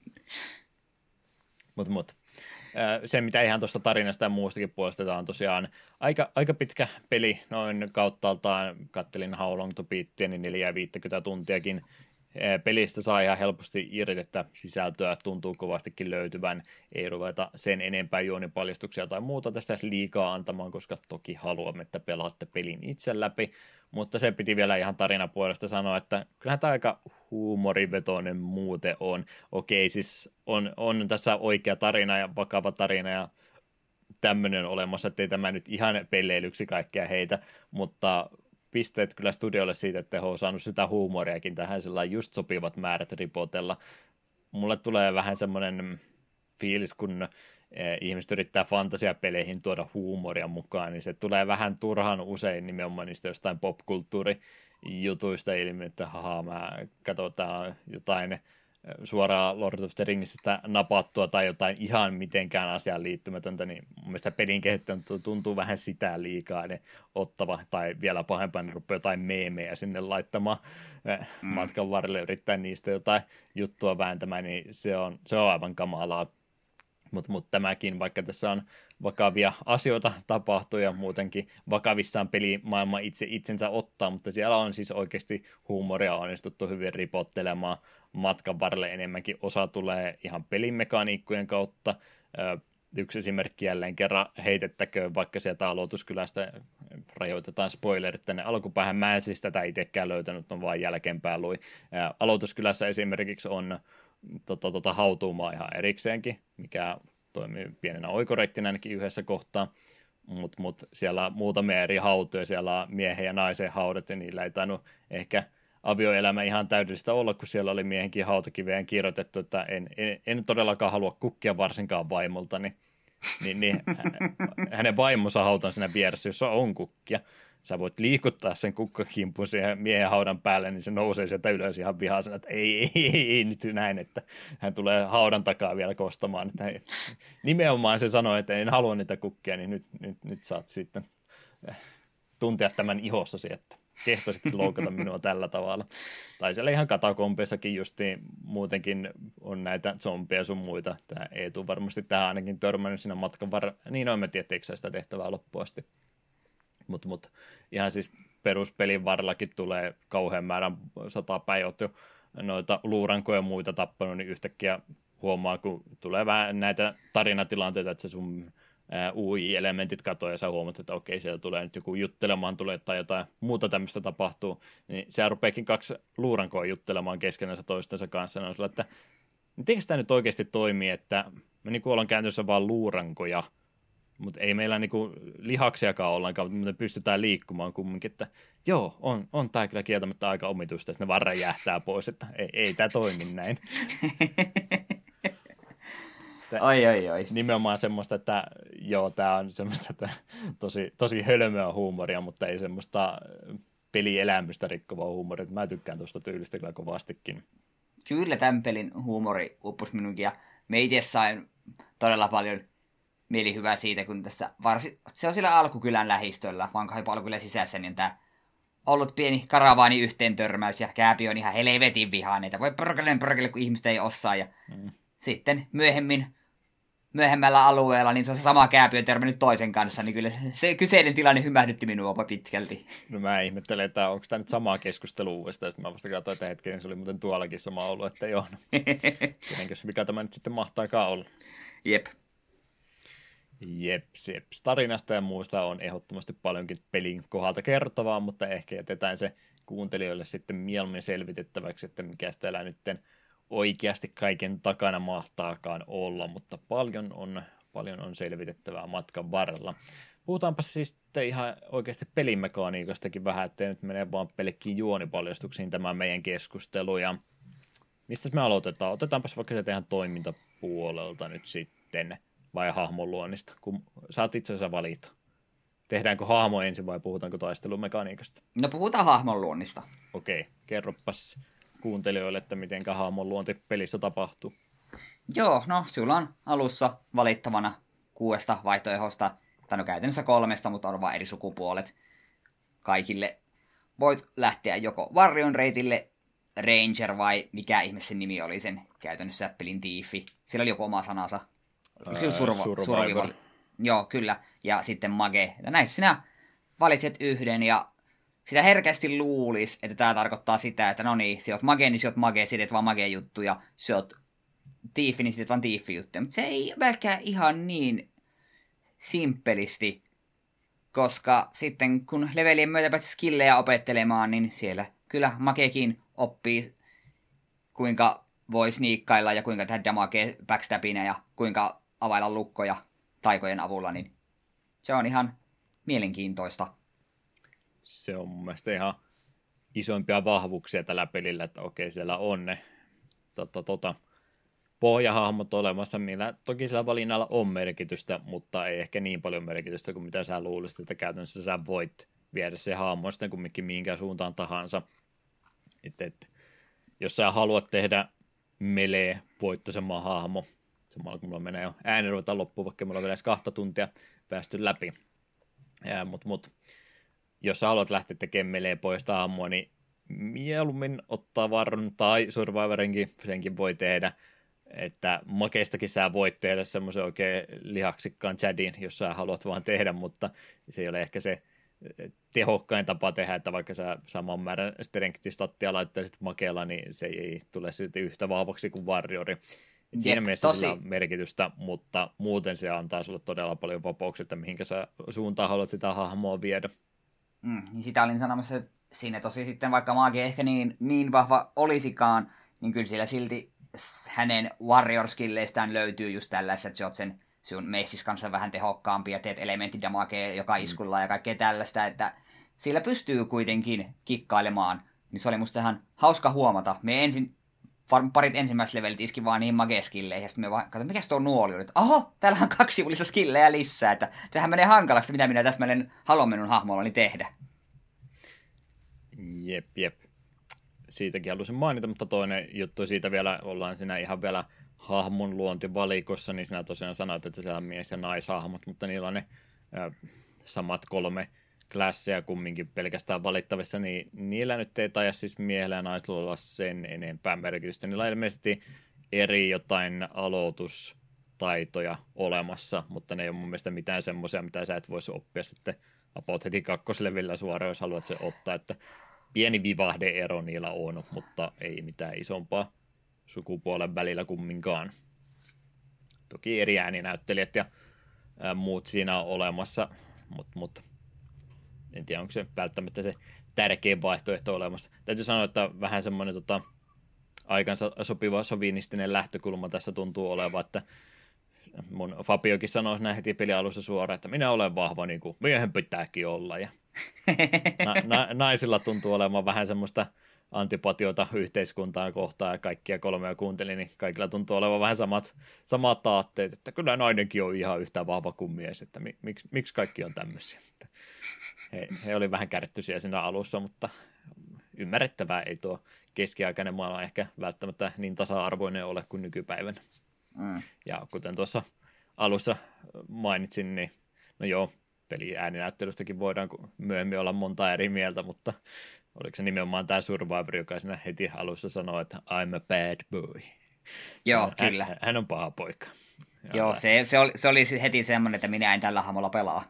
Mutta se, mitä ihan tuosta tarinasta ja muustakin puolesta, tämä on tosiaan aika pitkä peli, noin kauttaaltaan, kattelin How Long to Beatia, niin 4-50 tuntiakin. Pelistä saa ihan helposti irtettä sisältöä, tuntuu kovastikin löytyvän, ei ruveta sen enempää juonipaljastuksia tai muuta tässä liikaa antamaan, koska toki haluamme, että pelaatte pelin itse läpi, mutta se piti vielä ihan tarinapuolesta sanoa, että kyllähän tämä aika huumorivetoinen muuten on. Okei, siis on tässä oikea tarina ja vakava tarina ja tämmöinen olemassa, ettei tämä nyt ihan pelleilyksi kaikkea heitä, mutta pisteet kyllä studiolle siitä, että he on saanut sitä huumoriakin tähän sellainen just sopivat määrät ripotella. Mulle tulee vähän semmoinen fiilis, kun ihmiset yrittää fantasiapeleihin tuoda huumoria mukaan, niin se tulee vähän turhan usein nimenomaan niistä jostain popkulttuurijutuista ilmi, että mä katsotaan jotain suoraan Lord of the Ringsistä napattua tai jotain ihan mitenkään asiaan liittymätöntä, niin mun mielestä pelin kehittäminen tuntuu vähän sitä liikaa ne ottava, tai vielä pahempaa, niin rupeaa jotain meemejä sinne laittamaan matkan varrelle, yrittää niistä jotain juttua vääntämään, niin se on aivan kamalaa. Mutta tämäkin, vaikka tässä on vakavia asioita tapahtuu ja muutenkin vakavissaan pelimaailma itsensä ottaa, mutta siellä on siis oikeasti huumoria onnistuttu hyvin ripottelemaan matkan varrelle enemmänkin. Osa tulee ihan pelimekaniikkojen kautta. Yksi esimerkki jälleen kerran heitettäköön, vaikka sieltä aloituskylästä rajoitetaan spoilerit tänne alkupäähän. Mä en siis tätä itsekään löytänyt, on vaan jälkeenpäin luin. Aloituskylässä esimerkiksi on hautuumaa ihan erikseenkin, mikä toimii pienenä oikoreittinä ainakin yhdessä kohtaa, mutta siellä on muutamia eri hautoja, siellä on miehen ja naisen haudat, ja niillä ei tainnut ehkä avioelämä ihan täydellistä olla, kun siellä oli miehenkin hautakiveen kirjoitettu, että en todellakaan halua kukkia varsinkaan vaimolta, niin hänen vaimonsa hautan siinä vieressä, jossa on kukkia. sä voit liikuttaa sen kukkakimpun siihen miehen haudan päälle, niin se nousee sieltä ylös ihan vihaisena, että ei nyt näin, että hän tulee haudan takaa vielä kostamaan. Että nimenomaan se sanoi, että en halua niitä kukkia, niin nyt saat sitten tuntea tämän ihossasi, että kehtasit loukata minua tällä tavalla. Tai siellä ihan katakompeissakin justiin muutenkin on näitä zombeja sun muita. Tämä Eetu varmasti tähän ainakin törmännyt siinä matkan varrella. Niin en mä tiedä, etteikö sä sitä tehtävää loppuun asti. Mutta ihan siis peruspelin varrellakin tulee kauhean määrän 100 päivät jo noita luurankoja ja muita tappanut, niin yhtäkkiä huomaa, kun tulee vähän näitä tarinatilanteita, että se sun UI-elementit katoaa ja sä huomaat, että okei, siellä tulee nyt joku juttelemaan tulee tai jotain muuta tämmöistä tapahtuu, niin se rupeekin 2 luurankoa juttelemaan keskenänsä toistensa kanssa, ja on sillä, että miten tämä nyt oikeasti toimii, että me niin ollaan käytössä vaan luurankoja, mutta ei meillä niinku lihaksiakaan ollenkaan, mutta me pystytään liikkumaan kumminkin, että joo, on tämä kyllä kieltämättä aika omituista, että ne vaan räjähtää pois, että ei tämä toimi näin. Oi. Nimenomaan semmoista, että joo, tämä on semmoista, että tosi hölmöä huumoria, mutta ei semmoista pelielämystä rikkovaa huumoria. Mä tykkään tuosta tyylistä kyllä kovastikin. Kyllä tämän pelin huumori uppus minunkin, ja me itse sain todella paljon mielihyvää siitä, kun tässä se on siellä alkukylän lähistöllä, vaan alkukylän sisässä, niin tämä ollut pieni karavaani yhteen törmäys, ja Kääpi on ihan helvetin vihainen, että voi porkele, kun ihmistä ei osaa, ja sitten myöhemmällä alueella, niin se on se sama Kääpi on törmännyt toisen kanssa, niin kyllä se kyseinen tilanne hymähdytti minua pitkälti. No mä ihmettelen, että onko tämä nyt samaa keskustelua uudestaan, sitten mä vasta katsoin, että hetken, niin se oli muuten tuollakin sama ollut, että joo, no, mikä tämä nyt sitten mahtaakaan olla. Jep. Jeps. Tarinasta ja muusta on ehdottomasti paljonkin pelin kohdalta kertovaa, mutta ehkä jätetään se kuuntelijoille sitten mieluummin selvitettäväksi, että mikä täällä nyt oikeasti kaiken takana mahtaakaan olla, mutta paljon on selvitettävää matkan varrella. Puhutaanpa siis ihan oikeasti pelimekaniikastakin vähän, ettei nyt mene vaan pelkkiin juonipaljastuksiin tämä meidän keskustelu. Ja mistä me aloitetaan? Otetaanpas vaikka se ihan toimintapuolelta nyt sitten, vai hahmon luonnista, kun saat itse asiassa valita. Tehdäänkö hahmo ensin vai puhutaanko taistelumekaniikasta? No puhutaan hahmon luonnista. Okei, kerropas kuuntelijoille, että miten hahmon luonti pelissä tapahtuu. Joo, no sulla on alussa valittavana 6 vaihtoehdosta, tai no käytännössä 3, mutta on vaan eri sukupuolet kaikille. Voit lähteä joko Warrion reitille, Ranger vai mikä ihme sen nimi oli sen käytännössä pelin tiifi. Sillä oli joku oma sanansa. Survivor. Joo, kyllä. Ja sitten Mage. Ja näissä sinä valitset yhden ja sitä herkästi luulisi, että tämä tarkoittaa sitä, että no niin, sä oot Mage, niin sä oot Mage, sä teet vaan Mage-juttuja. Sä oot tiifi, niin sä teet vaan tiifi-juttuja. Mutta se ei välkään ihan niin simppelisti, koska sitten kun levelien myötä pääset skillejä opettelemaan, niin siellä kyllä Magekin oppii, kuinka voi sniikkailla ja kuinka tehdä damagea backstabina ja kuinka availla lukkoja taikojen avulla, niin se on ihan mielenkiintoista. Se on mun mielestä ihan isoimpia vahvuuksia tällä pelillä, että okei, siellä on ne pohjahahmot olemassa, millä toki sillä valinnalla on merkitystä, mutta ei ehkä niin paljon merkitystä kuin mitä sä luulisit, että käytännössä sä voit viedä se hahmo sitten kumminkin mihinkään suuntaan tahansa. Jos sä haluat tehdä melee-voittoisemman hahmo, samalla kun mulla menee jo ääni ruvetaan loppuun, vaikka mulla on vielä 2 tuntia päästy läpi. Mutta jos sä haluat lähteä tekemään melee-poista hahmoa, niin mieluummin ottaa Warron tai Survivorinkin, senkin voi tehdä, että Makeistakin sä voit tehdä semmoisen oikein lihaksikkaan chadin, jos sä haluat vaan tehdä, mutta se ei ole ehkä se tehokkain tapa tehdä, että vaikka sä saman määrän strength-stattia laittaisit Makeella, niin se ei tule sitten yhtä vahvaksi kuin Warriori. Siinä mielessä sillä on merkitystä, mutta muuten se antaa sulle todella paljon vapauksia, että mihinkä sä suuntaan haluat sitä hahmoa viedä. Niin sitä olin sanomassa, että siinä tosi sitten vaikka magia ehkä niin vahva olisikaan, niin kyllä siellä silti hänen warrior-skilleistään löytyy just tällaista, että sä oot sen sun meissis kanssa vähän tehokkaampi ja teet elementtidamagea joka iskulla ja kaikkea tällaista, että sillä pystyy kuitenkin kikkailemaan. Niin se oli musta ihan hauska huomata. Me parit ensimmäiset levelit iski vaan niihin mage-skilleihin, ja sitten me vaan katsoin, mikä se tuo nuoli oli, että oho, täällä on 2 sivullista skillejä lisää, että tämähän menee hankalaksi, mitä minä täsmälleen haluan minun hahmollani tehdä. Jep. Siitäkin halusin mainita, mutta toinen juttu siitä vielä, ollaan siinä ihan vielä hahmon luontivalikossa, niin sinä tosiaan sanoit, että siellä on mies- ja naishahmot, mutta niillä on ne samat 3 klasseja kumminkin pelkästään valittavissa, niin niillä nyt ei taida siis miehellä ja naisella olla sen enempää merkitystä. Niillä on ilmeisesti eri jotain aloitustaitoja olemassa, mutta ne ei ole mun mielestä mitään semmoisia, mitä sä et voisi oppia sitten about heti 2. suoraan, jos haluat sen ottaa, että pieni vivahde-ero niillä on, mutta ei mitään isompaa sukupuolen välillä kumminkaan. Toki eri ääninäyttelijät ja muut siinä on olemassa, mutta en tiedä, onko se välttämättä se tärkein vaihtoehto olemassa. Täytyy sanoa, että vähän semmoinen aikansa sopiva sovinistinen lähtökulma tässä tuntuu olevan, että mun Fabiokin sanoi näin heti pelin alussa suoraan, että minä olen vahva, niin kuin miehen pitääkin olla. Ja naisilla tuntuu olevan vähän semmoista antipatiota yhteiskuntaan kohtaan ja kaikkia 3 kuuntelin, niin kaikilla tuntuu olevan vähän samat taatteet, että kyllä nainenkin on ihan yhtä vahva kuin mies, että miksi kaikki on tämmöisiä. He oli vähän kärttyisiä siinä alussa, mutta ymmärrettävää ei tuo keskiaikainen maailma ehkä välttämättä niin tasa-arvoinen ole kuin nykypäivänä. Ja kuten tuossa alussa mainitsin, niin no joo, peliääninäyttelystäkin voidaan myöhemmin olla monta eri mieltä, mutta oliko se nimenomaan tämä Survivor, joka siinä heti alussa sanoi, että I'm a bad boy. Joo, kyllä. Hän on paha poika. Joo, se oli heti semmoinen, että minä en tällä hahmolla pelaa.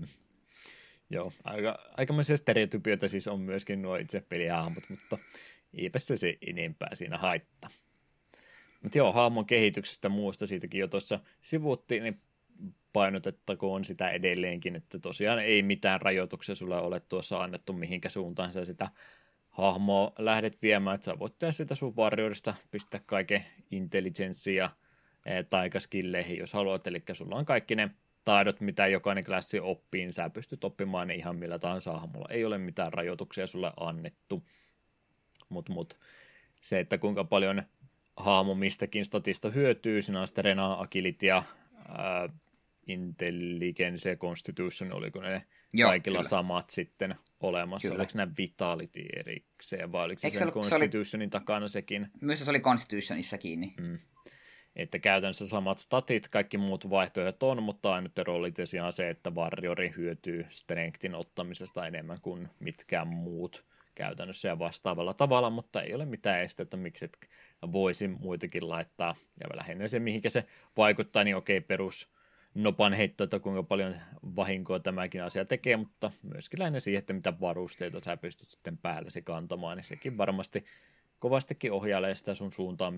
Joo, aikamoisia stereotypioita siis on myöskin nuo itse pelihahmot, mutta eipä se enempää siinä haittaa. Mutta joo, hahmon kehityksestä muusta siitäkin jo tuossa sivuttiin, niin painotettakoon sitä edelleenkin, että tosiaan ei mitään rajoituksia sulle ole tuossa annettu mihinkä suuntaan sä sitä hahmoa lähdet viemään, että sä voit tehdä sitä sun warriorista, pistää kaiken intelligenssiä taikaskilleihin, jos haluat, eli sulla on kaikki ne taidot, mitä jokainen klassi oppii, niin sä pystyt oppimaan ne ihan millä tahansa hahmolla. Ei ole mitään rajoituksia sulle annettu, mutta se, että kuinka paljon hahmo mistäkin statista hyötyy, siinä on sitten Renaa, Agilitia, Intelligence ja Constitution, oliko ne kaikilla kyllä samat sitten olemassa? Kyllä. Oliko ne Vitality erikseen, vai oliko se sen Constitutionin takana sekin? Myös se oli Constitutionissa kiinni. Että käytännössä samat statit, kaikki muut vaihtoehdot on, mutta ainut ero oli tosiaan se, että Warriori hyötyy Strengthin ottamisesta enemmän kuin mitkään muut käytännössä ja vastaavalla tavalla, mutta ei ole mitään estettä, miksi et voisi muitakin laittaa. Ja lähinnä se, mihinkä se vaikuttaa, niin okei, perus nopan heitto, että kuinka paljon vahinkoa tämäkin asia tekee, mutta myöskin lähinnä siihen, että mitä varusteita sä pystyt sitten päälläsi kantamaan, niin sekin varmasti kovastikin ohjailee sitä sun suuntaan,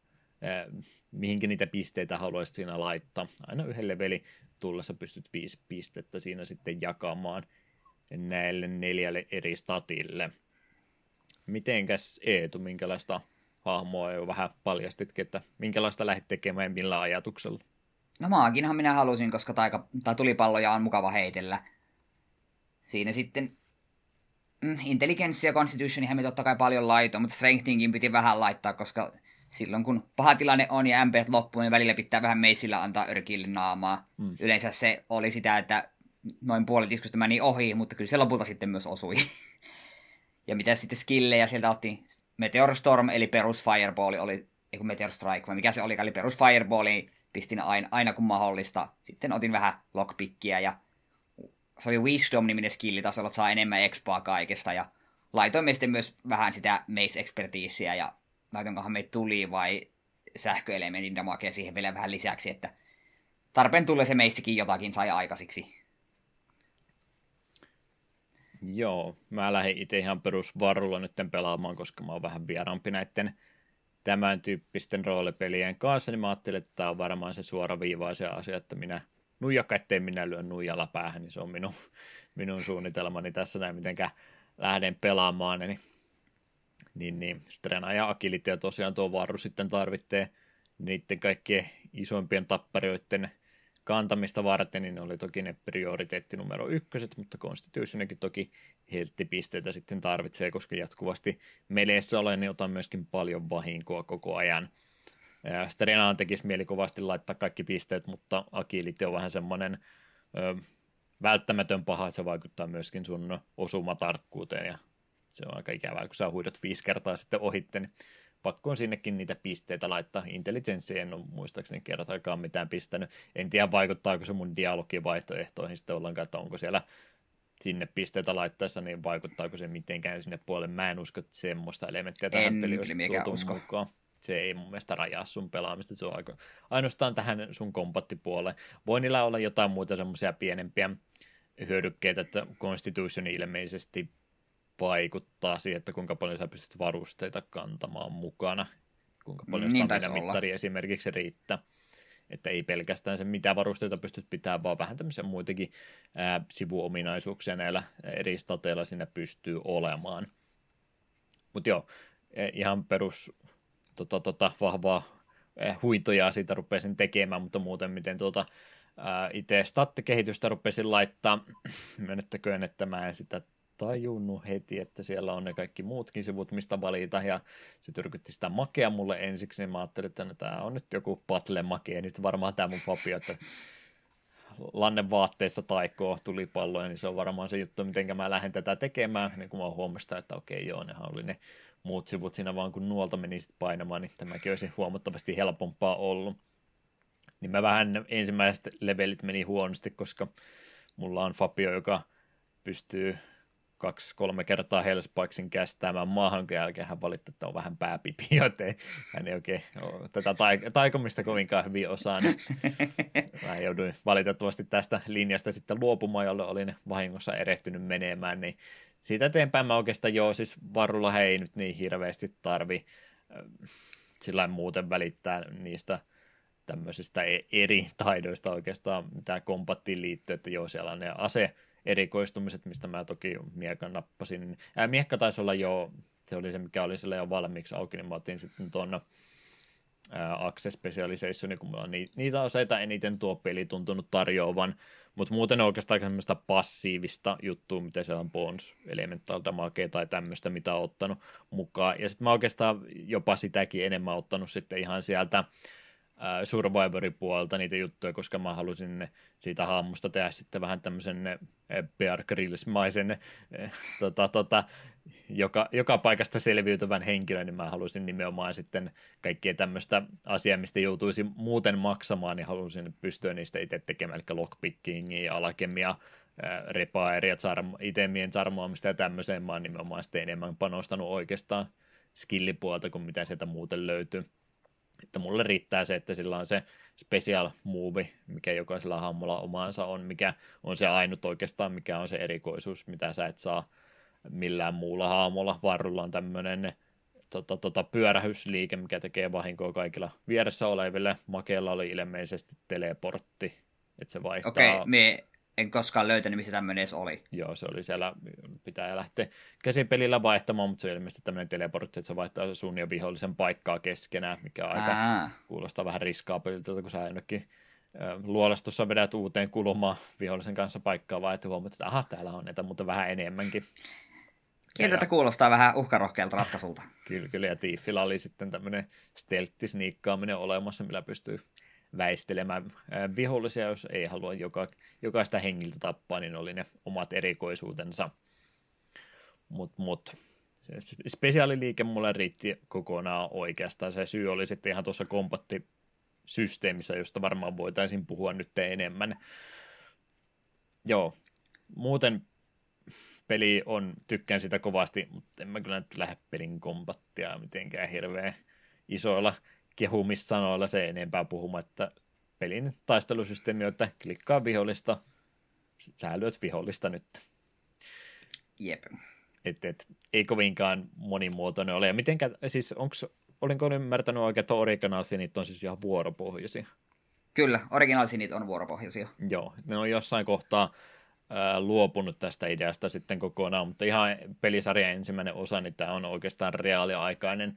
mihinkä niitä pisteitä haluaisit siinä laittaa. Aina yhden leveli tullessa pystyt 5 pistettä siinä sitten jakamaan näille 4 eri statille. Mitenkäs Eetu, minkälaista hahmoa jo vähän paljastitkin, että minkälaista lähdit tekemään ja millä ajatuksella? No maaginhan minä halusin, koska tulipalloja on mukava heitellä. Siinä sitten intelligenssi ja constitutionihan me totta kai paljon laitoin, mutta strengthinkin piti vähän laittaa, koska silloin kun paha tilanne on ja MP:t loppuu, niin välillä pitää vähän meisillä antaa örkille naamaa. Yleensä se oli sitä, että noin puolet iskusta meni ohi, mutta kyllä se lopulta sitten myös osui. Ja mitä sitten skillejä sieltä otti? Meteor Storm, eli perus Fireball oli, eiku Meteor Strike, vai mikä se oli, eli perus Fireball, pistin aina kun mahdollista. Sitten otin vähän lockpickia ja se oli Wisdom-niminen skillitasolla, että saa enemmän expaa kaikesta. Ja laitoin meistä myös vähän sitä mace-expertiisiä ja laitonkohan meitä tuli vai sähköelementin damagea siihen vielä vähän lisäksi, että tarpeen tulee se meissikin jotakin sai aikaisiksi. Joo, mä lähdin itse ihan perusvarulla nyt pelaamaan, koska mä oon vähän vieraampi näiden tämän tyyppisten roolipelien kanssa, niin mä ajattelin, että tämä on varmaan se suoraviivaisen asia, että minä nuijakka, ettei minä lyö nuijalla päähän, niin se on minun suunnitelmani tässä näin, mitenkä lähden pelaamaan, niin Strena ja Agility tosiaan tuo varu sitten tarvitsee niiden kaikkien isoimpien tapparioiden kantamista varten, niin ne oli toki ne prioriteetti numero 1, mutta Constitutionikin toki helttipisteitä sitten tarvitsee, koska jatkuvasti meleessä olen, niin otan myöskin paljon vahinkoa koko ajan. Strenaan tekisi mieli kovasti laittaa kaikki pisteet, mutta Agility on vähän semmoinen välttämätön paha, että se vaikuttaa myöskin sun osumatarkkuuteen, ja Se on aika ikävää, kun sä huidot 5 kertaa sitten ohitte, niin pakko on sinnekin niitä pisteitä laittaa. Intelligenssiin en ole muistaakseni kertaakaan mitään pistänyt. En tiedä, vaikuttaako se mun dialogivaihtoehtoihin sitten ollenkaan, että onko siellä sinne pisteitä laittaessa, niin vaikuttaako se mitenkään sinne puolelle. Mä en usko, että semmoista elementtiä tähän peliin olisi tuotu mukaan. Se ei mun mielestä rajaa sun pelaamista, se on ainoastaan tähän sun kompattipuolelle. Voi niillä olla jotain muuta semmoisia pienempiä hyödykkeitä, että Constitution ilmeisesti vaikuttaa siihen, että kuinka paljon sä pystyt varusteita kantamaan mukana, kuinka paljon stamina-mittari esimerkiksi riittää. Että ei pelkästään se, mitä varusteita pystyt pitämään, vaan vähän tämmöisiä muitakin sivuominaisuuksia näillä eri stateilla siinä pystyy olemaan. Mutta joo, ihan perus vahvaa huitoja siitä rupesin tekemään, mutta muuten miten itse stattikehitystä rupesin laittaa. Myönnettäköön, että mä en sitä tajunnut heti, että siellä on ne kaikki muutkin sivut, mistä valita, ja se tyrkytti sitä makea mulle ensiksi, niin mä ajattelin, että tämä on nyt joku patle-makea, nyt varmaan tämä mun Fabio, että lannen vaatteissa taikoo tulipalloja, niin se on varmaan se juttu, miten mä lähden tätä tekemään, niin kun mä huomasin, että okei, joo, nehän oli ne muut sivut siinä vaan, kun nuolta meni sitten painamaan, niin tämäkin olisi huomattavasti helpompaa ollut. Niin mä vähän ensimmäiset levelit meni huonosti, koska mulla on Fabio, joka pystyy 2-3 kertaa Hellspikesin kästäämään maahan, jälkeen hän valittaa, että on vähän pääpipi, joten hän ei oikein tätä taikomista kovinkaan hyvin osaa. Niin mä jouduin valitettavasti tästä linjasta sitten luopumaan, jolle olin vahingossa erehtynyt menemään, niin siitä eteenpäin mä oikeastaan siis varulla ei nyt niin hirveästi tarvi sillä muuten välittää niistä tämmöisistä eri taidoista oikeastaan, mitä kompattiin liittyy, että joo, siellä on ne ase-erikoistumiset, mistä mä toki miekan nappasin. Miekka taisi olla jo, se oli se, mikä oli siellä jo valmiiksi auki, niin mä otin sitten tuon Access Specialization, kun mulla on niitä aseita eniten tuo peli tuntunut tarjoavan, mutta muuten oikeastaan semmoista passiivista juttua, mitä siellä on Bones, Elemental Damage tai tämmöistä, mitä on ottanut mukaan. Ja sitten mä oikeastaan jopa sitäkin enemmän ottanut sitten ihan sieltä Survivorin puolelta niitä juttuja, koska mä halusin siitä hahmosta tehdä sitten vähän tämmöisen Bear Grylls-maisen joka paikasta selviytyvän henkilön, niin mä halusin nimenomaan sitten kaikkia tämmöistä asiaa, mistä joutuisi muuten maksamaan, niin halusin pystyä niistä itse tekemään, eli lockpickingia, alkemia, repairia, itemien sarmoamista ja tämmöiseen. Mä oon nimenomaan sitten enemmän panostanut oikeastaan skillipuolta kuin mitä sieltä muuten löytyy. Että mulle riittää se, että sillä on se special move, mikä jokaisella hahmolla omaansa on, mikä on se ainut oikeastaan, mikä on se erikoisuus, mitä sä et saa millään muulla hahmolla. Varrulla on tämmöinen pyörähysliike, mikä tekee vahinkoa kaikilla vieressä oleville. Makeella oli ilmeisesti teleportti, että se vaihtaa. Okei, me en koskaan löytänyt, missä tämmöinen edes oli. Joo, se oli siellä, pitää lähteä käsipelillä vaihtamaan, mutta se on ilmeisesti tämmöinen teleportti, että se vaihtaa sun ja vihollisen paikkaa keskenään, mikä aika kuulostaa vähän riskaapelilta, kun sä ainakin luolastossa vedät uuteen kulmaan vihollisen kanssa paikkaa, vaan että huomaat, että aha, täällä on näitä, mutta vähän enemmänkin. Kieltä kuulostaa vähän uhkarohkealta ratkaisulta. Kyllä, ja Thiefillä oli sitten tämmöinen stealth-sniikkaaminen olemassa, millä pystyy väistelemään vihollisia, jos ei halua jokaista hengiltä tappaa, niin oli ne omat erikoisuutensa. Mut spesiaaliliike mulle riitti kokonaan oikeastaan. Se syy oli sitten ihan tuossa kompattisysteemissä, josta varmaan voitaisiin puhua nyt enemmän. Joo, muuten peli tykkään sitä kovasti, mutta en mä kyllä nyt lähde pelin kombattia mitenkään hirveän isoilla kehumissanoilla se enempää puhumatta. Pelin taistelusysteemi on, että klikkaa vihollista, sä lyöt vihollista nyt. Jep. Ei kovinkaan monimuotoinen ole. Ja siis olinko ymmärtänyt oikein, että Original Sinit on siis ihan vuoropohjaisia? Kyllä, Original Sinit on vuoropohjaisia. Joo, ne on jossain kohtaa luopunut tästä ideasta sitten kokonaan, mutta ihan pelisarjan ensimmäinen osa, niin tämä on oikeastaan reaaliaikainen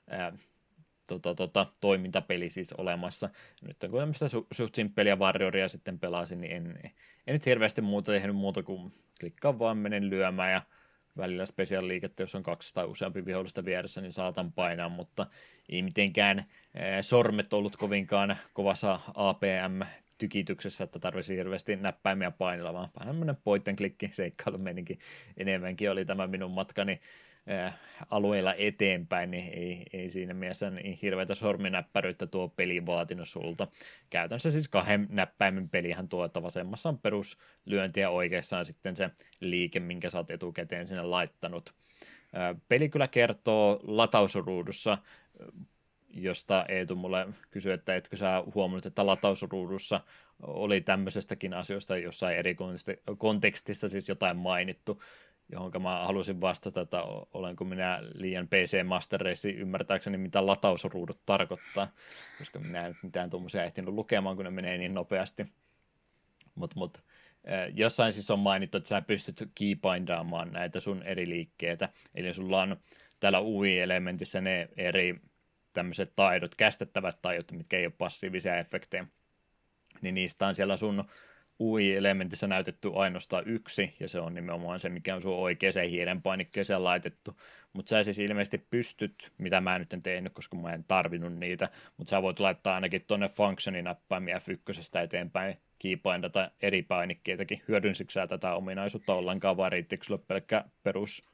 toimintapeli siis olemassa. Nyt kun tämmöistä suht simppeliä Warrioria sitten pelasin, niin en nyt hirveästi muuta tehnyt muuta kuin klikkaa vaan, menen lyömään ja välillä special liikettä, jos on 2 tai useampi vihollista vieressä, niin saatan painaa, mutta ei mitenkään sormet ollut kovinkaan kovassa tykityksessä, että tarvisi hirveästi näppäimiä painella, vaan vähän semmoinen point and click seikkailu menikin enemmänkin oli tämä minun matkani alueella eteenpäin, niin ei siinä mielessä niin hirveätä sorminäppäryyttä tuo peli vaatinut sulta. Käytännössä siis 2 näppäimen pelihän tuo, että vasemmassa on peruslyönti ja oikeassa on sitten se liike, minkä sä oot etukäteen sinne laittanut. Peli kyllä kertoo latausruudussa, josta Eetu mulle kysyi, että etkö sä huomannut, että latausruudussa oli tämmöisestäkin asioista jossain eri kontekstissa siis jotain mainittu, johon mä halusin vastata, että olenko minä liian PC Master Race ymmärtääkseni, mitä latausruudut tarkoittaa, koska minä en mitään tuommoisia ehtinyt lukemaan, kun ne menee niin nopeasti. Mut jossain siis on mainittu, että sä pystyt keybindaamaan näitä sun eri liikkeitä, eli sulla on täällä UI-elementissä ne eri tämmöiset taidot, kästettävät taidot, mitkä ei ole passiivisia efektejä, niin niistä on siellä sun UI-elementissä näytetty ainoastaan 1, ja se on nimenomaan se, mikä on sun oikeaan hiiren painikkeeseen laitettu, mutta sä siis ilmeisesti pystyt, mitä mä nyt en tehnyt, koska mä en tarvinnut niitä, mutta sä voit laittaa ainakin tuonne functionin-näppäimiä F1 eteenpäin, keybindata eri painikkeitakin. Hyödynsikö sä tätä ominaisuutta ollenkaan, vai riittikö sulle pelkkä perus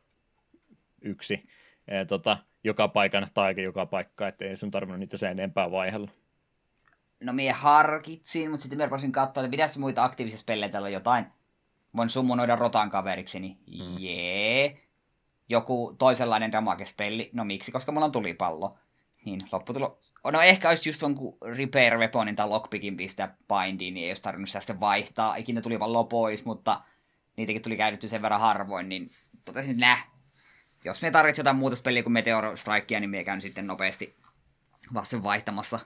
1 joka paikan tai joka paikka, ettei sun tarvinnut niitä sen enempää vaihella? No mie harkitsin, mutta sitten mä rupesin katsoa, että pitäisi muita aktiivisia spellejä täällä jotain. Voin summonoida Rotan kaverikseni. Jee. Joku toisenlainen damage-spelli. No miksi? Koska mulla on tulipallo. Niin lopputulos. No ehkä olisi just jonkun Repair Weaponin tai Lockpickin pistää bindiin, niin ei olisi tarvinnut sitä sitten vaihtaa. Ikinä tulipalloa pois, mutta niitäkin tuli käytetty sen verran harvoin, niin totesin, että jos me tarvitsee jotain muutospeliä kuin Meteor Strikea, niin me käyn sitten nopeasti vaan sen vaihtamassa.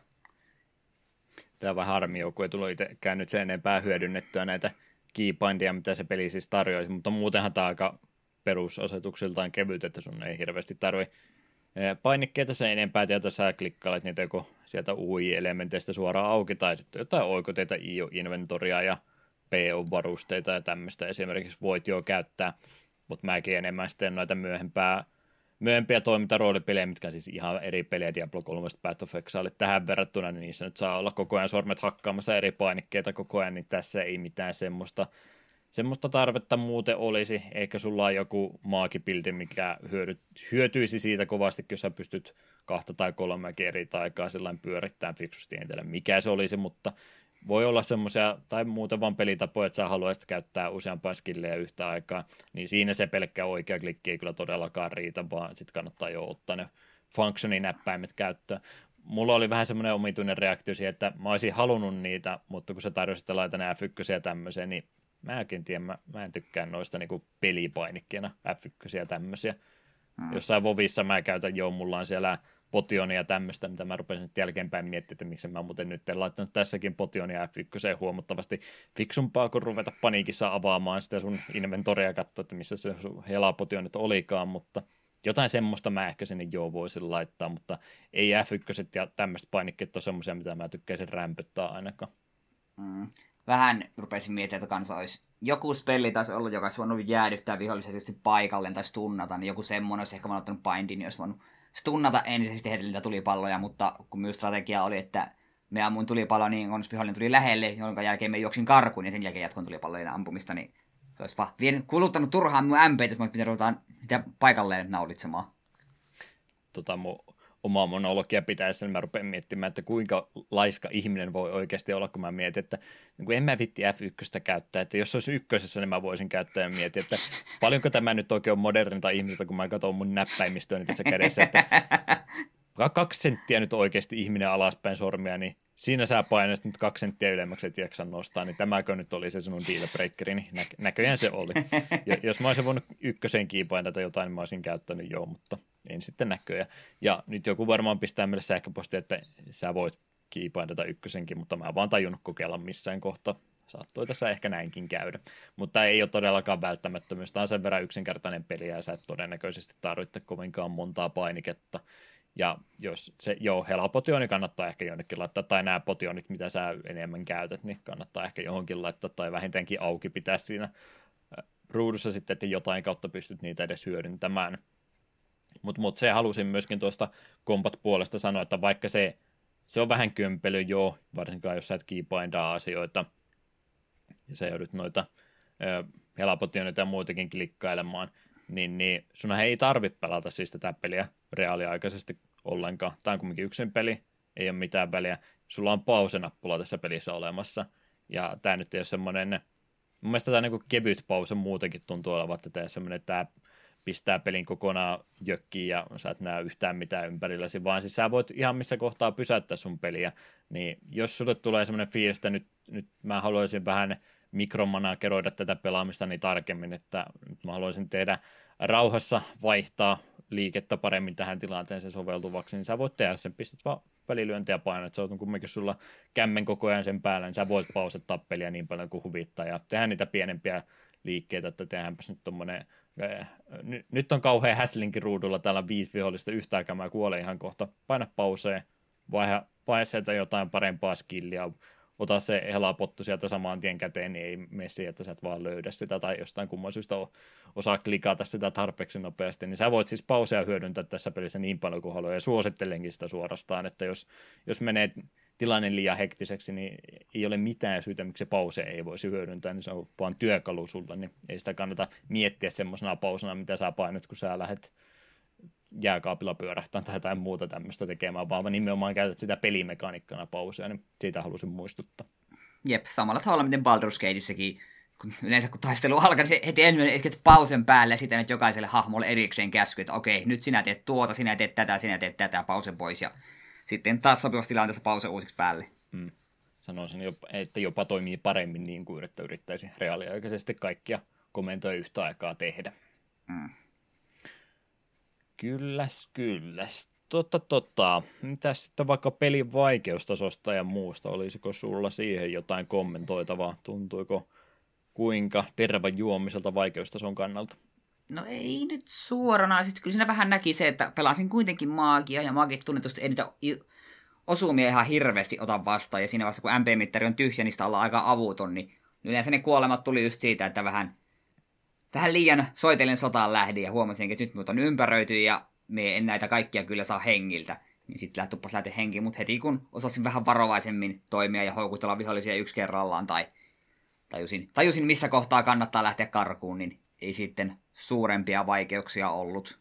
Tämä on vähän harmi, kun ei tullut itsekään nyt sen enempää hyödynnettyä näitä keybindia, mitä se peli siis tarjoaisi, mutta muutenhan tämä aika perusasetuksiltaan kevyt, että sun ei hirveästi tarvitse painikkeita sen enempää, että sä klikkailet niitä joko sieltä UI-elementeistä suoraan auki, tai sitten jotain oikoteita, IO-inventoria ja PO-varusteita ja tämmöistä esimerkiksi voit jo käyttää, mutta mäkin enemmän sitten noita myöhempiä toimintaroolipelejä, mitkä on siis ihan eri pelejä, Diablo 3 Path of Exile tähän verrattuna, niin niissä nyt saa olla koko ajan sormet hakkaamassa eri painikkeita koko ajan, niin tässä ei mitään semmoista tarvetta muuten olisi. Eikä sulla ole joku maagipildi, mikä hyötyisi siitä kovasti, jos sä pystyt 2 tai 3 eri aikaa sellainen pyörittämään fiksusti, en tiedä mikä se olisi, mutta voi olla semmoisia, tai muuten vaan pelitapoja, että sä haluaisit käyttää useampaa skillejä yhtä aikaa, niin siinä se pelkkä oikea klikki ei kyllä todellakaan riitä, vaan sitten kannattaa jo ottaa ne functionin-näppäimet käyttöön. Mulla oli vähän semmoinen omituinen reaktio siihen, että mä olisin halunnut niitä, mutta kun sä tarjosit laita ne F1 ja tämmöisiä, niin mä en tykkää noista niinku pelipainikkeena F1 ja tämmöisiä. Jossain Vovissa mä käytän mulla on siellä Potionia ja tämmöistä, mitä mä rupesin nyt jälkeenpäin miettimään, että miksi mä muuten nyt en laittanut tässäkin Potionia F1 huomattavasti fiksumpaa, kun ruveta paniikissa avaamaan sitä sun inventoria ja katsoa, että missä se sun helapotion nyt olikaan, mutta jotain semmoista mä ehkä sinne voisin laittaa, mutta ei F1 ja tämmöiset painikkeet ole semmoisia, mitä mä tykkäisin rämpöttää ainakaan. Vähän rupesin miettimään, että kanssa olisi joku spelli taisi ollut, joka olisi voinut jäädyttää vihollisesti paikalleen tai stunnata, niin joku semmoinen, jos ehkä mä ottanut bindin, niin olisi voinut stunnata ensisijaisesti heitä niitä tulipalloja, mutta kun myös strategia oli, että me ammuin tulipalloa niin, kun vihollinen tuli lähelle, jonka jälkeen me juoksin karkuun ja sen jälkeen jatkoin tulipallojen ampumista, niin se olisi vaan kuluttanut turhaan mun MPtä, jos me pitää ruvetaan niitä paikalleen naulitsemaan. Mun omaa monologia pitäisi, niin mä rupean miettimään, että kuinka laiska ihminen voi oikeasti olla, kun mä mietin, että niin en mä vitti F1 käyttää, että jos se olisi ykkösessä, niin mä voisin käyttää ja mietin, että paljonko tämä nyt oikein on modernita ihmiseltä, kun mä katson mun näppäimistöäni tässä kädessä, että 2 senttiä nyt oikeasti ihminen alaspäin sormia, niin siinä sä painaisit nyt 2 senttiä ylemmäksi, et jaksa nostaa, niin tämäkö nyt oli se sinun dealbreakeri, niin näköjään se oli. Jos mä olisin voinut ykköseen kiipainata jotain, niin mä olisin käyttänyt mutta en sitten näköjään. Ja nyt joku varmaan pistää meille sähköpostia, että sä voit kiipainata ykkösenkin, mutta mä en vaan tajunnut kokeilla missään kohtaa. Saattoi tässä ehkä näinkin käydä, mutta ei ole todellakaan välttämättömyys. Tämä on sen verran yksinkertainen peli ja sä et todennäköisesti tarvitse kovinkaan montaa painiketta. Ja jos se helapotioni kannattaa ehkä jonnekin laittaa, tai nämä potionit, mitä sä enemmän käytät, niin kannattaa ehkä johonkin laittaa, tai vähintäänkin auki pitää siinä ruudussa sitten, että jotain kautta pystyt niitä edes hyödyntämään. Mutta se halusin myöskin tuosta kompat puolesta sanoa, että vaikka se se on vähän kömpelö jo, varsinkaan jos sä et keybindaa asioita, ja sä joudut noita helpotioneita ja muitakin klikkailemaan, niin sunhan ei tarvitse pelata siis tätä peliä reaaliaikaisesti ollenkaan. Tämä on kuitenkin yksin peli, ei ole mitään väliä. Sulla on pause-nappula tässä pelissä olemassa, ja tämä nyt ei ole semmoinen, mun mielestä tämä niin kevyt pause muutenkin tuntuu olevan, että tämä semmoinen, että tämä pistää pelin kokonaan jökkiin ja sä et näe yhtään mitään ympärilläsi, vaan siis sä voit ihan missä kohtaa pysäyttää sun peliä, niin jos sulle tulee semmoinen fiilis, että nyt mä haluaisin vähän mikromanageroida tätä pelaamista niin tarkemmin, että nyt mä haluaisin tehdä rauhassa vaihtaa liikettä paremmin tähän tilanteeseen soveltuvaksi, niin sä voit tehdä sen, pistät vaan välilyöntiä painaa, että se on kumminkin sulla kämmen koko ajan sen päällä, niin sä voit pausettaa peliä niin paljon kuin huvittaa ja tehdä niitä pienempiä liikkeitä, että tehdäänpäs nyt tommonen, nyt on kauhean häslinkin ruudulla, täällä on 5 vihollista yhtä aikaa, mä kuolen ihan kohta, paina pauseen, vaihe sieltä jotain parempaa skillia, ota se helapottu sieltä samaan tien käteen, niin ei mene siihen, että sä et vaan löydä sitä tai jostain kumman syystä osaa klikata sitä tarpeeksi nopeasti, niin sä voit siis pausea hyödyntää tässä pelissä niin paljon kuin haluaa, ja suosittelenkin sitä suorastaan, että jos menee tilanne liian hektiseksi, niin ei ole mitään syytä, miksi se pause ei voisi hyödyntää, niin se on vaan työkalu sulla, niin ei sitä kannata miettiä semmoisena pausena, mitä sä painat, kun sä lähdet jääkaapilla pyörähtään tai jotain muuta tämmöistä tekemään, vaan nimenomaan käytät sitä pelimekaniikkana pausea, niin siitä halusin muistuttaa. Jep, samalla tavalla miten Baldur's Gateissäkin, yleensä kun taistelu alkaa, niin se heti ensimmäinen isket pausen päälle ja sitten nyt jokaiselle hahmolle erikseen käsky, että okei, nyt sinä teet tuota, sinä teet tätä, pause pois ja sitten taas sopivassa tilanteessa pause uusiksi päälle. Sanoisin, että jopa toimii paremmin niin kuin että yrittäisi reaaliaikaisesti kaikkia komentoja yhtä aikaa tehdä. Kylläs. Mitäs sitten vaikka pelin vaikeustasosta ja muusta? Olisiko sulla siihen jotain kommentoitavaa? Tuntuiko kuinka tervan juomiselta vaikeustason kannalta? No ei nyt suoranaisesti. Kyllä siinä vähän näki se, että pelasin kuitenkin maagia ja maagit tunnetusti ei niitä osumia ihan hirveästi ota vastaan. Ja siinä vaiheessa kun MP-mittari on tyhjä, niistä ollaan aika avuton, niin yleensä ne kuolemat tuli just siitä, että vähän liian soitellen sotaan lähdin ja huomasin, että nyt minut on ympäröity ja me en näitä kaikkia kyllä saa hengiltä. Niin sitten tuppas lähteä henkiin, mutta heti kun osasin vähän varovaisemmin toimia ja houkutella vihollisia yksi kerrallaan tai tajusin missä kohtaa kannattaa lähteä karkuun, niin ei sitten suurempia vaikeuksia ollut.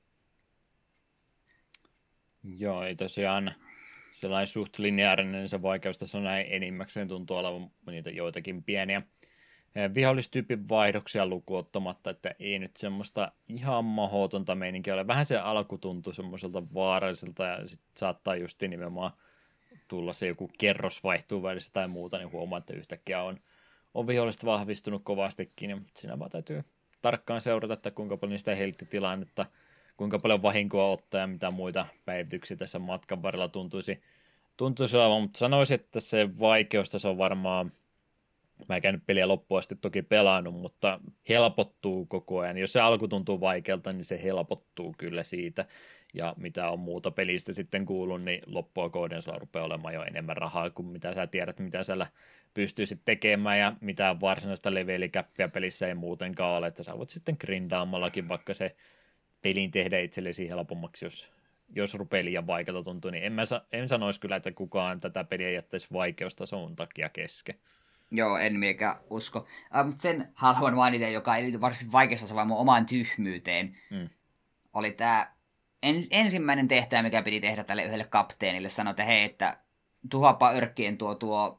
Joo, ei tosiaan sellainen suht lineaarinen se vaikeustaso näin enimmäkseen tuntuu olevan niitä joitakin pieniä vihollistyypin vaihdoksia lukuottamatta, että ei nyt semmoista ihan mahdotonta meininkiä ole. Vähän se alku tuntuu semmoiselta vaaralliselta ja sitten saattaa just nimenomaan tulla se joku kerros vaihtuu välissä tai muuta, niin huomaa, että yhtäkkiä on vihollista vahvistunut kovastikin, ja siinä vaan täytyy tarkkaan seurata, että kuinka paljon sitä helttitilannetta, kuinka paljon vahinkoa ottaa ja mitä muita päivityksiä tässä matkan varrella tuntuisi olevan, mutta sanoisin, että se vaikeustaso on varmaan, mä en käynyt peliä loppuun asti toki pelannut, mutta helpottuu koko ajan. Jos se alku tuntuu vaikealta, niin se helpottuu kyllä siitä. Ja mitä on muuta pelistä sitten kuullut, niin loppua kohden saa rupeaa olemaan jo enemmän rahaa kuin mitä sä tiedät, mitä siellä pystyisit tekemään ja mitä varsinaista levelikäppiä pelissä ei muutenkaan ole, että sä voit sitten grindaamallakin vaikka se pelin tehdä itsellesi helpommaksi, jos rupeaa liian vaikealta tuntuu, niin en sanoisi kyllä, että kukaan tätä peliä jättäisi vaikeustason takia kesken. Joo, en miekään usko. Mutta sen haluan mainita, joka ei liity varsinaisesti vaikeustasoon, vaan mun omaan tyhmyyteen. Oli tämä ensimmäinen tehtävä, mikä piti tehdä tälle yhdelle kapteenille. Sanoi, että hei, että tuhoapa örkkien tuo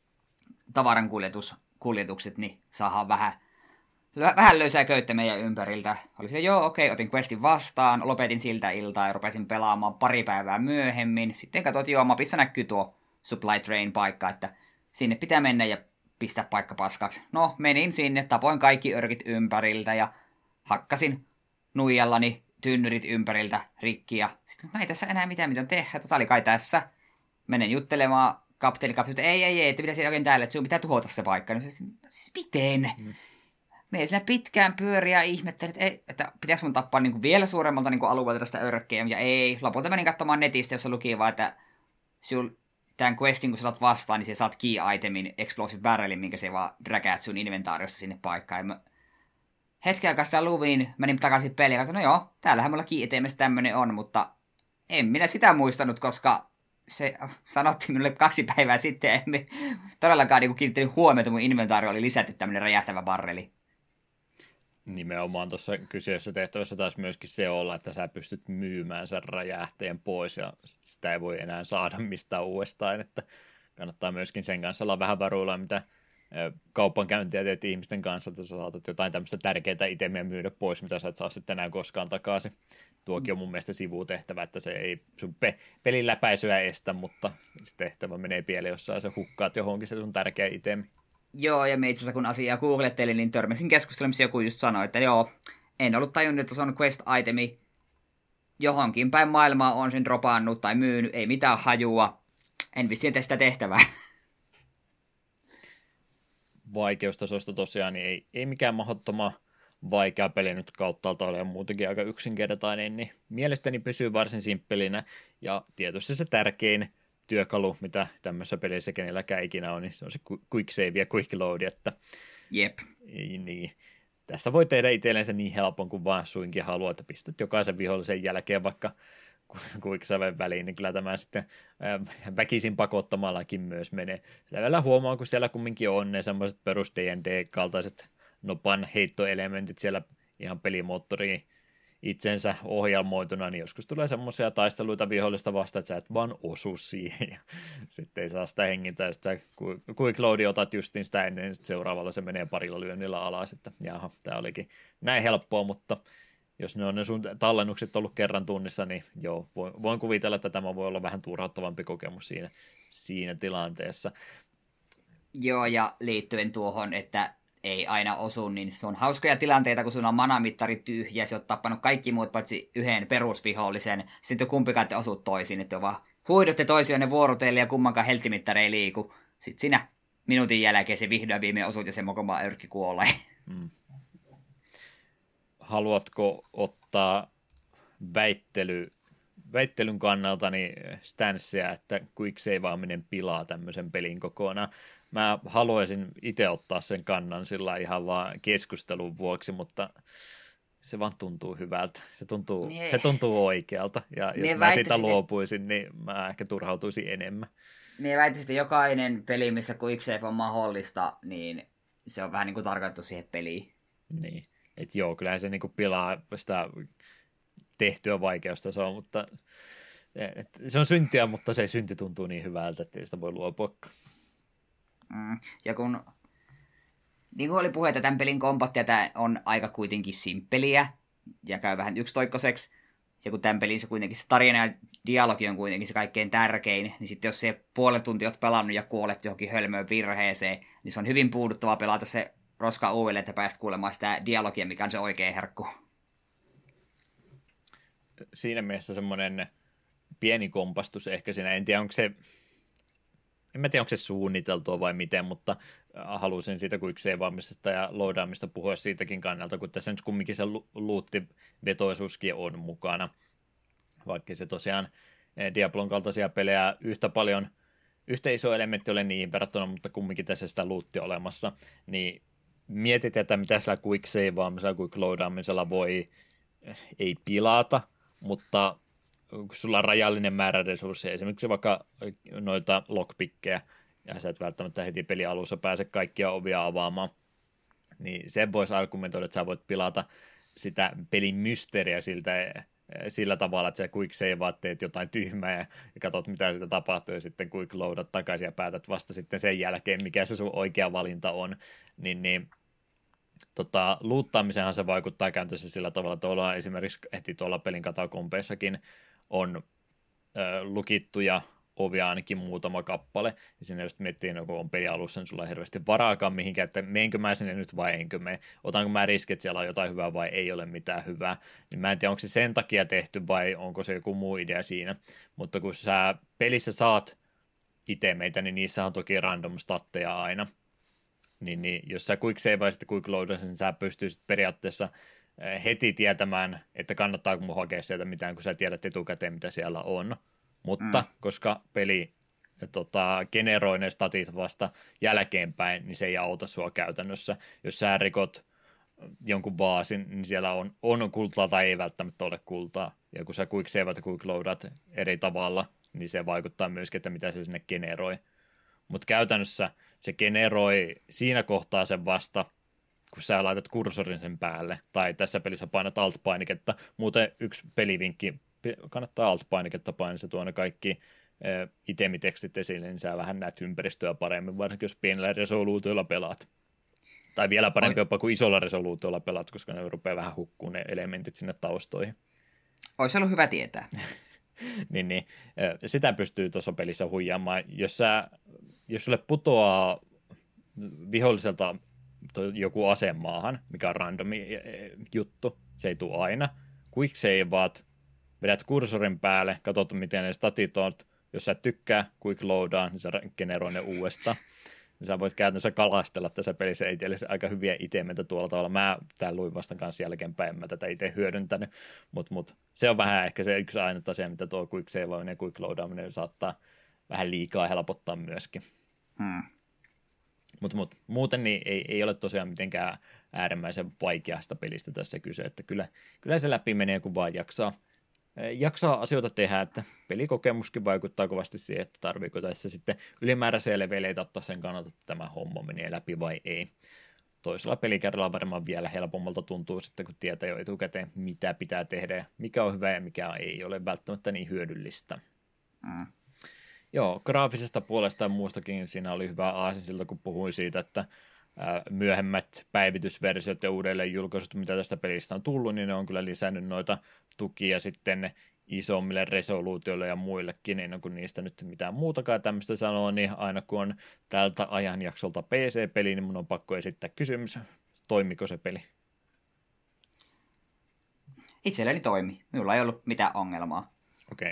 tavarankuljetukset, niin saadaan vähän löysää köyttä meidän ympäriltä. Oli se, joo, okei, otin questin vastaan, lopetin siltä iltaa ja rupesin pelaamaan pari päivää myöhemmin. Sitten katsoin, että joo, mapissa näkyy tuo supply train paikka, että sinne pitää mennä ja pistää paikka paskaksi. No, menin sinne, tapoin kaikki örkit ympäriltä ja hakkasin nuijallani tynnyrit ympäriltä rikki. Ja sitten ei tässä enää mitä tehdä, tämä oli kai tässä. Menen juttelemaan kapteeni, että ei, että pitäisi oikein täällä, että sinun pitää tuhota se paikka. No, siis miten? Me siinä pitkään pyöriä ja ihmettelin, että pitäisi mun tappaa niin kuin vielä suuremmalta niin kuin alueelta tästä örkkeä. Ja ei, lopulta menin katsomaan netistä, jossa luki vaan, että tämän questin, kun sä saat vastaan, niin sä saat key-itemin, explosive barrelin, minkä se vaan dräkäät sun inventaariosta sinne paikkaan. Hetken aikaa sitä luviin, menin takaisin peliin ja katsoin, no joo, täällähän mulla key-itemessä tämmönen on, mutta en minä sitä muistanut, koska se sanottiin minulle 2 päivää sitten, ja emme todellakaan niin kiinnittänyt huomiota, mun inventaari oli lisätty tämmöinen räjähtävä barreli. Nimenomaan tuossa kyseisessä tehtävässä taisi myöskin se olla, että sä pystyt myymään sen räjähteen pois, ja sitä ei voi enää saada mistään uudestaan, että kannattaa myöskin sen kanssa olla vähän varuilla, mitä kaupankäyntiä teet ihmisten kanssa, että sä saatat jotain tämmöistä tärkeää itemiä myydä pois, mitä sä et saa sitten enää koskaan takaisin. Tuokin on mun mielestä sivutehtävä, että se ei sun pelin läpäisyä estä, mutta se tehtävä menee pieleen, jos sä hukkaat johonkin se sun tärkeä itemi. Joo, ja me itse asiassa kun asiaa googlettelin, niin törmäsin keskustelua, missä joku just sanoi, että joo, en ollut tajunnut, että se on quest-itemi. Johonkin päin maailmaa on sen dropannut tai myynyt, ei mitään hajua. En vissiin tee sitä tehtävää. Vaikeustasosta tosiaan niin ei mikään mahdottoman vaikea peli nyt kauttaalta ole, muutenkin aika yksinkertainen, niin mielestäni pysyy varsin simppelinä, ja tietysti se tärkein työkalu, mitä tämmöisessä pelissä kenelläkään ikinä on, niin se on se quick save ja quick load, että Jep. Niin. Tästä voi tehdä itsellensä niin helpon kuin vaan suinkin haluaa, että pistät jokaisen vihollisen jälkeen vaikka quick saven väliin, niin kyllä tämä sitten väkisin pakottamallakin myös menee. Sillä vielä huomaa, kun siellä kumminkin on ne semmoiset perus D&D-kaltaiset nopan heittoelementit siellä ihan pelimoottoriin itsensä ohjelmoituna, niin joskus tulee semmoisia taisteluita vihollista vastaan, että sä et vaan osu siihen, ja sitten ei saa sitä hengintä, ja sitten quick loadi otat justiin sitä ennen, niin seuraavalla se menee parilla lyönnillä alas, että jaha, tämä olikin näin helppoa, mutta jos ne on ne sun tallennukset ollut kerran tunnissa, niin joo, voin kuvitella, että tämä voi olla vähän turhauttavampi kokemus siinä tilanteessa. Joo, ja liittyen tuohon, että ei aina osu, niin se on hauskoja tilanteita, kun sulla on manamittari tyhjä, ja sä oot tappanut kaikki muut paitsi yhden perusvihollisen, sitten kumpikaan ette osu toisiin, että vaan huidotte toisiaan vuorotelle ja kummankaan helttimittari ei liiku. Sitten sinä minuutin jälkeen se vihdoin viimein osut ja se mokoma yrkki kuolee. Haluatko ottaa väittelyn kannalta niin stanssiä, että quick saveaaminen pilaa tämmöisen pelin kokonaan? Mä haluaisin itse ottaa sen kannan sillä ihan vaan keskustelun vuoksi, mutta se vaan tuntuu hyvältä. Se tuntuu oikealta. Ja jos mä siitä luopuisin, niin mä ehkä turhautuisin enemmän. Mie väittäisin, että jokainen peli, missä quick save on mahdollista, niin se on vähän niin kuin tarkoitettu siihen peliin. Niin. Että joo, kyllähän se niinku pilaa sitä tehtyä vaikeustasoa, mutta se on syntiä, mutta se synti tuntuu niin hyvältä, että ei sitä voi luopuakaan. Ja kun niin kuin oli puhe, että tämän pelin kombattia on aika kuitenkin simppeliä ja käy vähän yksitoikkoiseksi, ja kun tämän pelin se kuitenkin se tarina ja dialogi on kuitenkin se kaikkein tärkein, niin sitten jos se puolen tuntia olet pelannut ja kuolet johonkin hölmöön virheeseen, niin se on hyvin puuduttavaa pelata se roska uudelleen, että päästä kuulemaan sitä dialogia, mikä on se oikea herkku. Siinä mielessä semmoinen pieni kompastus ehkä siinä, en tiedä onko se suunniteltua vai miten, mutta halusin siitä quick saveaamisesta ja loadaamista puhua siitäkin kannalta, kun tässä nyt kumminkin se luuttivetoisuuskin on mukana, vaikka se tosiaan Diablon kaltaisia pelejä yhtä iso elementti ole niihin verrattuna, mutta kumminkin tässä sitä luuttia olemassa, niin mietit, että mitä sillä quick saveaamisella, quick loadaamisella ei pilata, mutta kun sulla on rajallinen määrä resursseja, esimerkiksi vaikka noita lockpickkejä, ja sä et välttämättä heti peli alussa pääse kaikkia ovia avaamaan, niin sen voisi argumentoida, että sä voit pilata sitä pelin mysteeriä sillä tavalla, että sä quick saveaat, teet jotain tyhmää ja katsot, mitä sitä tapahtuu, ja sitten quick loadat takaisin ja päätät vasta sitten sen jälkeen, mikä se sun oikea valinta on, niin luuttaamisenhan se vaikuttaa käytössä sillä tavalla, että ollaan esimerkiksi heti tuolla pelin katakompeissakin on lukittuja ovia ainakin muutama kappale, ja siinä just miettii, kun on peli alussa, niin sulla ei hirveästi varaakaan mihinkään, että meenkö mä sinne nyt vai enkö mene, otanko mä riski, että siellä on jotain hyvää vai ei ole mitään hyvää, niin mä en tiedä, onko se sen takia tehty vai onko se joku muu idea siinä, mutta kun sä pelissä saat itemeitä, niin niissä on toki random statteja aina, niin jos sä quick savaisit ja quick loadasit, niin sä pystyisit periaatteessa heti tietämään, että kannattaako mun hakea sieltä mitään, kun sä tiedät etukäteen, mitä siellä on. Mutta koska peli generoi ne statit vasta jälkeenpäin, niin se ei auta sua käytännössä. Jos sä rikot jonkun vaasin, niin siellä on kultaa tai ei välttämättä ole kultaa. Ja kun sä quick saveat ja quick loadat eri tavalla, niin se vaikuttaa myöskin, että mitä se sinne generoi. Mutta käytännössä se generoi siinä kohtaa sen vasta, kun sä laitat kursorin sen päälle, tai tässä pelissä painat alt-painiketta. Muuten yksi pelivinkki, kannattaa alt-painiketta painaa, se tuo ne kaikki itemitekstit esille, niin sä vähän näet ympäristöä paremmin, varsinkin jos pienellä resoluutiolla pelaat. Tai vielä parempi jopa kuin isolla resoluutiolla pelaat, koska ne rupeaa vähän hukkuun ne elementit sinne taustoihin. Olisi ollut hyvä tietää. niin, sitä pystyy tuossa pelissä huijaamaan. Jos sulle putoaa viholliselta joku ase maahan, mikä on randomi juttu, se ei tule aina. Quick saveat, vedät kursorin päälle, katsot miten ne statit on. Jos sä et tykkää quick loadaa, niin sä generoi ne uudestaan. Niin sä voit käytännössä kalastella tässä pelissä itsellesi aika hyviä itemeitä tuolla tavalla. Mä tän luin vasta kanssa jälkeenpäin, mä tätä itse hyödyntänyt, mutta se on vähän ehkä se yksi ainut asia, mitä tuo quick saveaminen ja quick loadaaminen saattaa vähän liikaa helpottaa myöskin. Mutta muuten niin ei ole tosiaan mitenkään äärimmäisen vaikeasta pelistä tässä kyse, että kyllä se läpi menee, kun vaan jaksaa asioita tehdä, että pelikokemuskin vaikuttaa kovasti siihen, että tarviiko tässä sitten ylimääräisiä leveleitä ottaa sen kannalta, että tämä homma menee läpi vai ei. Toisella pelikerralla varmaan vielä helpommalta tuntuu sitten, kun tietää jo etukäteen, mitä pitää tehdä ja mikä on hyvä ja mikä ei ole välttämättä niin hyödyllistä. Joo, graafisesta puolesta ja muustakin siinä oli hyvä aasinsilta, kun puhuin siitä, että myöhemmät päivitysversiot ja uudelleen julkaisut, mitä tästä pelistä on tullut, niin ne on kyllä lisännyt noita tukia sitten isommille resoluutioille ja muillekin, ennen kuin niistä nyt mitään muutakaan tämmöistä sanoo, niin aina kun on tältä ajanjaksolta PC-peli, niin mun on pakko esittää kysymys, toimiko se peli? Itselläni toimi, minulla ei ollut mitään ongelmaa. Okei.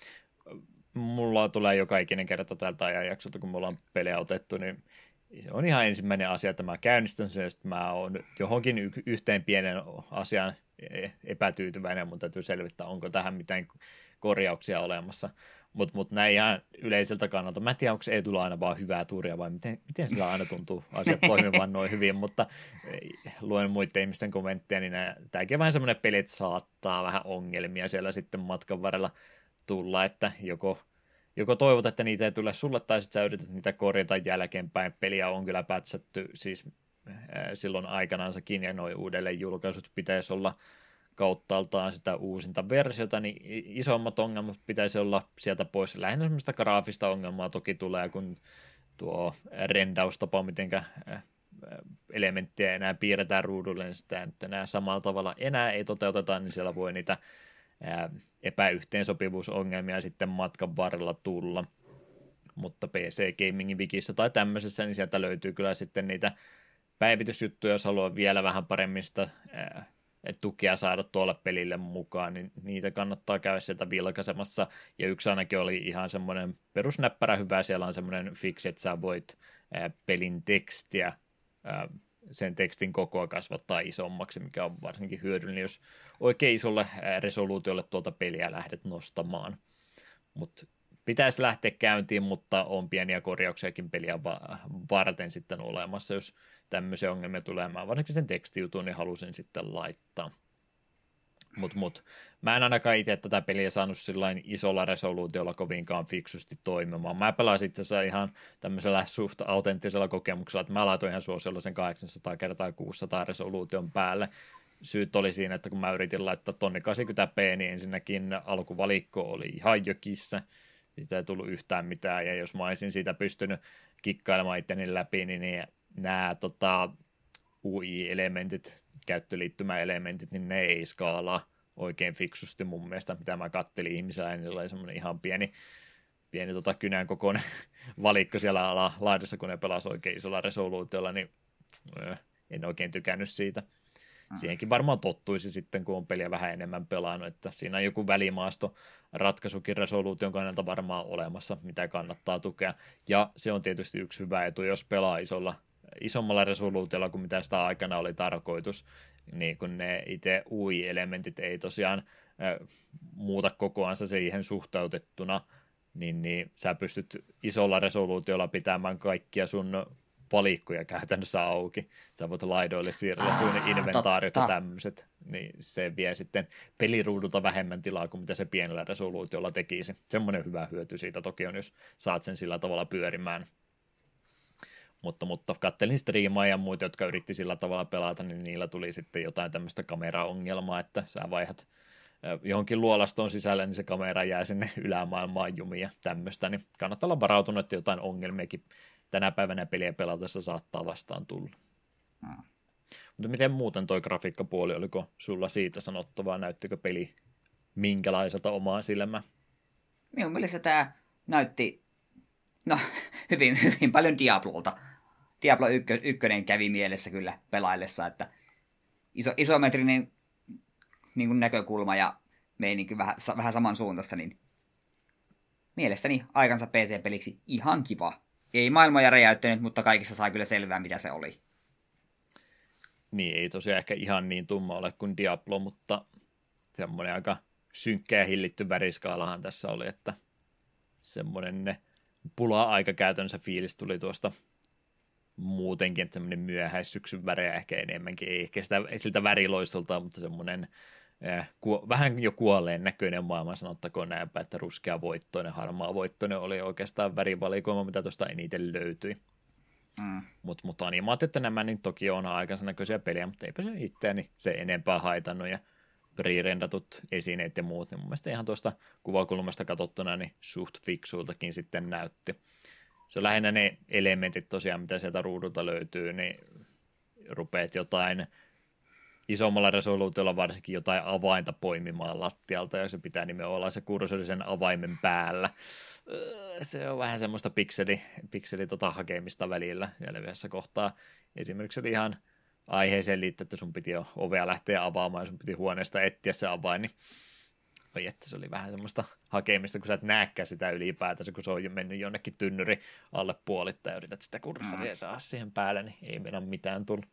Mulla tulee joka ikinen kerta tältä ajanjaksolta, kun me ollaan pelejä otettu, niin se on ihan ensimmäinen asia, että mä käynnistän sen, että mä oon johonkin yhteen pienen asian epätyytyväinen, mun täytyy selvittää, onko tähän mitään korjauksia olemassa. Mutta näin ihan yleiseltä kannalta, mä en tiedä, onko se ei tule aina vaan hyvää tuuria, vai miten sillä aina tuntuu asiat toimivan noin hyvin, mutta luen muiden ihmisten kommentteja, niin tämäkin on vähän semmoinen peli, että saattaa vähän ongelmia siellä sitten matkan varrella tulla, että joko toivot, että niitä ei tule sulle, tai sitten sä yrität niitä korjata jälkeenpäin. Peliä on kyllä pätsätty siis silloin aikanaansakin, ja nuo uudelleen julkaisut pitäisi olla kauttaaltaan sitä uusinta versiota, niin isommat ongelmat pitäisi olla sieltä pois. Lähinnä semmoista graafista ongelmaa toki tulee, kun tuo rendaustapa, mitenkä elementtejä enää piirretään ruudulle, niin sitä että enää samalla tavalla enää ei toteuteta, niin siellä voi niitä epäyhteensopivuusongelmia sitten matkan varrella tulla, mutta PC Gamingin wikissä tai tämmöisessä, niin sieltä löytyy kyllä sitten niitä päivitysjuttuja, jos haluaa vielä vähän paremmin sitä tukea saada tuolle pelille mukaan, niin niitä kannattaa käydä sieltä vilkaisemassa, ja yksi ainakin oli ihan semmoinen perusnäppärä hyvä, siellä on semmoinen fiksi, että sä voit pelin tekstiä sen tekstin kokoa kasvattaa isommaksi, mikä on varsinkin hyödyllinen, jos oikein isolle resoluutiolle tuota peliä lähdet nostamaan. Mutta pitäisi lähteä käyntiin, mutta on pieniä korjauksiakin peliä varten sitten olemassa, jos tämmöisiä ongelmia tulee. Mä varsinkin sen tekstijutun niin halusin sitten laittaa. Mut mä en ainakaan itse tätä peliä saanut sillain isolla resoluutiolla kovinkaan fiksusti toimimaan. Mä pelasin itse asiassa ihan tämmöisellä suht autenttisella kokemuksella, että mä laitoin ihan suosiolla sen 800 kertaa 600 resoluution päälle. Syyt oli siinä, että kun mä yritin laittaa tonne 80p, niin ensinnäkin alkuvalikko oli ihan jökissä. Siitä ei tullut yhtään mitään, ja jos mä olisin siitä pystynyt kikkailemaan itteni läpi, niin nämä UI-elementit, käyttöliittymäelementit, niin ne ei skaalaa oikein fiksusti mun mielestä, mitä mä kattelin ihmisellä, niin oli semmoinen ihan pieni kynän kokoinen valikko siellä laidassa, kun ne pelasi oikein isolla resoluutiolla, niin en oikein tykännyt siitä. Siihenkin varmaan tottuisi sitten, kun on peliä vähän enemmän pelannut, että siinä on joku välimaasto ratkaisukin resoluution kannalta varmaan olemassa, mitä kannattaa tukea. Ja se on tietysti yksi hyvä etu, jos pelaa isommalla resoluutiolla kuin mitä sitä aikana oli tarkoitus, niin kun ne itse UI-elementit ei tosiaan muuta kokoansa siihen suhteutettuna, niin sä pystyt isolla resoluutiolla pitämään kaikkia sun valikkoja käytännössä auki. Sä voit laidoille siirrellä sun inventaariot ja tämmöiset. Niin se vie sitten peliruudulta vähemmän tilaa kuin mitä se pienellä resoluutiolla tekisi. Semmoinen hyvä hyöty siitä toki on, jos saat sen sillä tavalla pyörimään. Mutta kattelin striimaa ja muita, jotka yritti sillä tavalla pelata, niin niillä tuli sitten jotain tämmöistä kameraongelmaa, että sä vaihdat johonkin luolastoon sisällä, niin se kamera jää sinne ylämaailmaan jumiin ja tämmöistä, niin kannattaa olla varautunut, että jotain ongelmiakin tänä päivänä peliä pelatessa saattaa vastaan tulla. Mutta miten muuten toi grafiikkapuoli, oliko sulla siitä sanottavaa, näyttikö peli minkälaiselta omaa silmää? Minun mielestä tämä näytti hyvin, hyvin paljon Diablolta. Diablo 1 kävi mielessä kyllä pelaillessa, että isometrinen niin kuin näkökulma ja meininki vähän samansuuntaista, niin mielestäni aikansa PC-peliksi ihan kiva. Ei maailmoja räjäyttänyt, mutta kaikissa sai kyllä selvää, mitä se oli. Niin, ei tosiaan ehkä ihan niin tumma ole kuin Diablo, mutta semmoinen aika synkkä ja hillitty väriskaalahan tässä oli, että semmoinen pula-aika käytännössä fiilis tuli tuosta muutenkin, että semmoinen myöhäissyksyn värejä ehkä enemmänkin, ei ehkä siltä väriloistolta, mutta semmoinen vähän jo kuolleen näköinen maailma, sanottakoon näinpä, että ruskea voittoinen, harmaa voittoinen oli oikeastaan värivalikoima, mitä tuosta eniten löytyi. Mutta animaatiot nämä, niin toki on aikansa näköisiä pelejä, mutta eipä se itseäni se enempää haitannut, ja pre-rendatut esineet ja muut, niin mun mielestä ihan tuosta kuvakulmasta katsottuna niin suht fiksuiltakin sitten näytti. Se on lähinnä ne elementit tosiaan, mitä sieltä ruudulta löytyy, niin rupeat jotain isommalla resoluutiolla varsinkin jotain avainta poimimaan lattialta, ja se pitää nimenomaan olla se kursori sen avaimen päällä. Se on vähän semmoista pikseli hakemista välillä, ja leveässä kohtaa esimerkiksi oli ihan aiheeseen liittyen, että sun piti jo ovea lähteä avaamaan, ja sun piti huoneesta etsiä se avain, niin oi, että se oli vähän semmoista hakemista, kun sä et näekään sitä ylipäätänsä, kun se on jo mennyt jonnekin tynnyri alle puolittain, ja yrität sitä kursoria saa siihen päälle, niin ei mennä mitään tullut.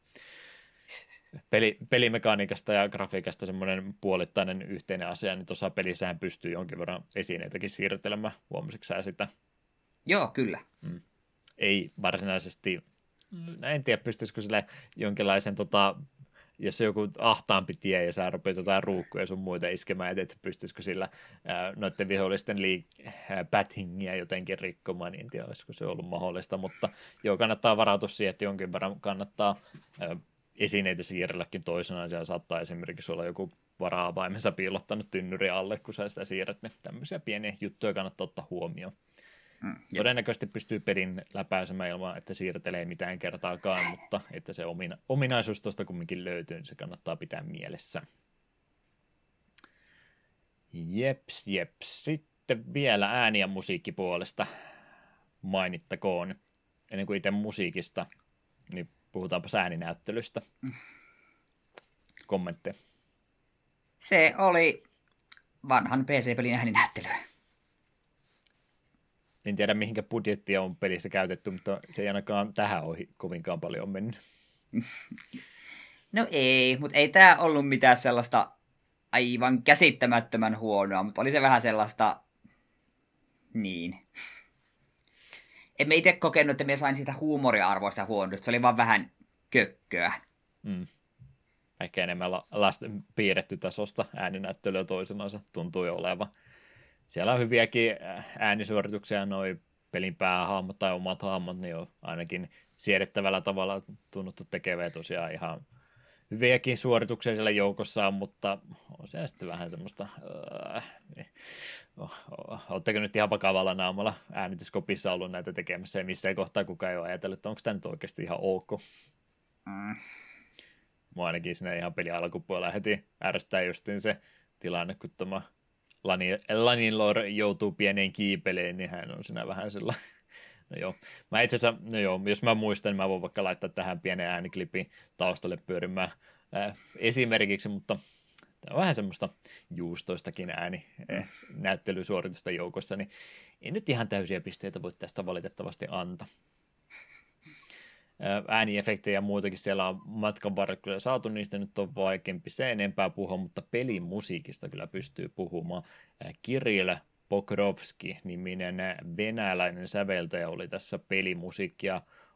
Pelimekaniikasta ja grafiikasta semmoinen puolittainen yhteinen asia, niin tuossa pelissähän pystyy jonkin verran esineitäkin siirtelemään. Huomasitko sä sitä? Joo, kyllä. Ei varsinaisesti, en tiedä pystyisikö sille jonkinlaisen, jos se joku ahtaampi tie ja sä rupeat jotain ruukkuja sun muita iskemään, että pystyisikö sillä noiden vihollisten bathingia jotenkin rikkomaan, niin en tiedä, olisiko se ollut mahdollista, mutta joo, kannattaa varautua siihen, että jonkin verran kannattaa esineitä siirrelläkin toisenaan. Siellä saattaa esimerkiksi olla joku vara-avaimensa piilottanut tynnyri alle, kun sä sitä siirrät. Niin tämmöisiä pieniä juttuja kannattaa ottaa huomioon. Todennäköisesti pystyy pelin läpäisemään ilman, että siirtelee mitään kertaakaan, mutta että se ominaisuus tuosta kumminkin löytyy, niin se kannattaa pitää mielessä. Jeps. Sitten vielä ääni- ja musiikkipuolesta mainittakoon. Ennen kuin itse musiikista, niin puhutaanpa ääninäyttelystä. Kommentteja. Se oli vanhan PC-pelin ääninäyttelyä. En tiedä, mihinkä budjettia on pelissä käytetty, mutta se ei ainakaan tähän ohi kovinkaan paljon mennyt. No ei, mutta ei tämä ollut mitään sellaista aivan käsittämättömän huonoa, mutta oli se vähän sellaista, niin. En me itse kokenut, että me sain siitä huumoriarvoista huonosta, se oli vaan vähän kökköä. Ehkä enemmän lasten piirretty tasosta ääninäyttelyä toisenansa tuntuu jo olevan. Siellä on hyviäkin äänisuorituksia, noi pelin päähahmot tai omat hahmot, niin on ainakin siedettävällä tavalla tunnuttu tekevää tosiaan ihan hyviäkin suorituksia siellä joukossa, mutta on se sitten vähän semmoista, oletteko nyt ihan vakavalla naamalla äänityskopissa ollut näitä tekemässä ja missään kohtaa kukaan ei ole ajatellut, että onko tämä nyt oikeasti ihan ok. Mua ainakin siinä ihan pelin alkupuolella heti ärsyttää justiin se tilanne, kun tämä Laninlor joutuu pieneen kiipeleen, niin hän on siinä vähän sillä. No joo. Mä itse asiassa, jos mä muistan, niin mä voin vaikka laittaa tähän pienen ääniklipin taustalle pyörimään esimerkiksi, mutta tämä on vähän semmoista juustoistakin näyttelysuoritusta joukossa, niin ei nyt ihan täysiä pisteitä voi tästä valitettavasti antaa. Ääniefektejä ja muutakin siellä on matkan varrella kyllä saatu, niistä nyt on vaikeampi se enempää puhua, mutta pelimusiikista kyllä pystyy puhumaan. Kirill Pokrovski-niminen venäläinen säveltäjä oli tässä pelimusiikkia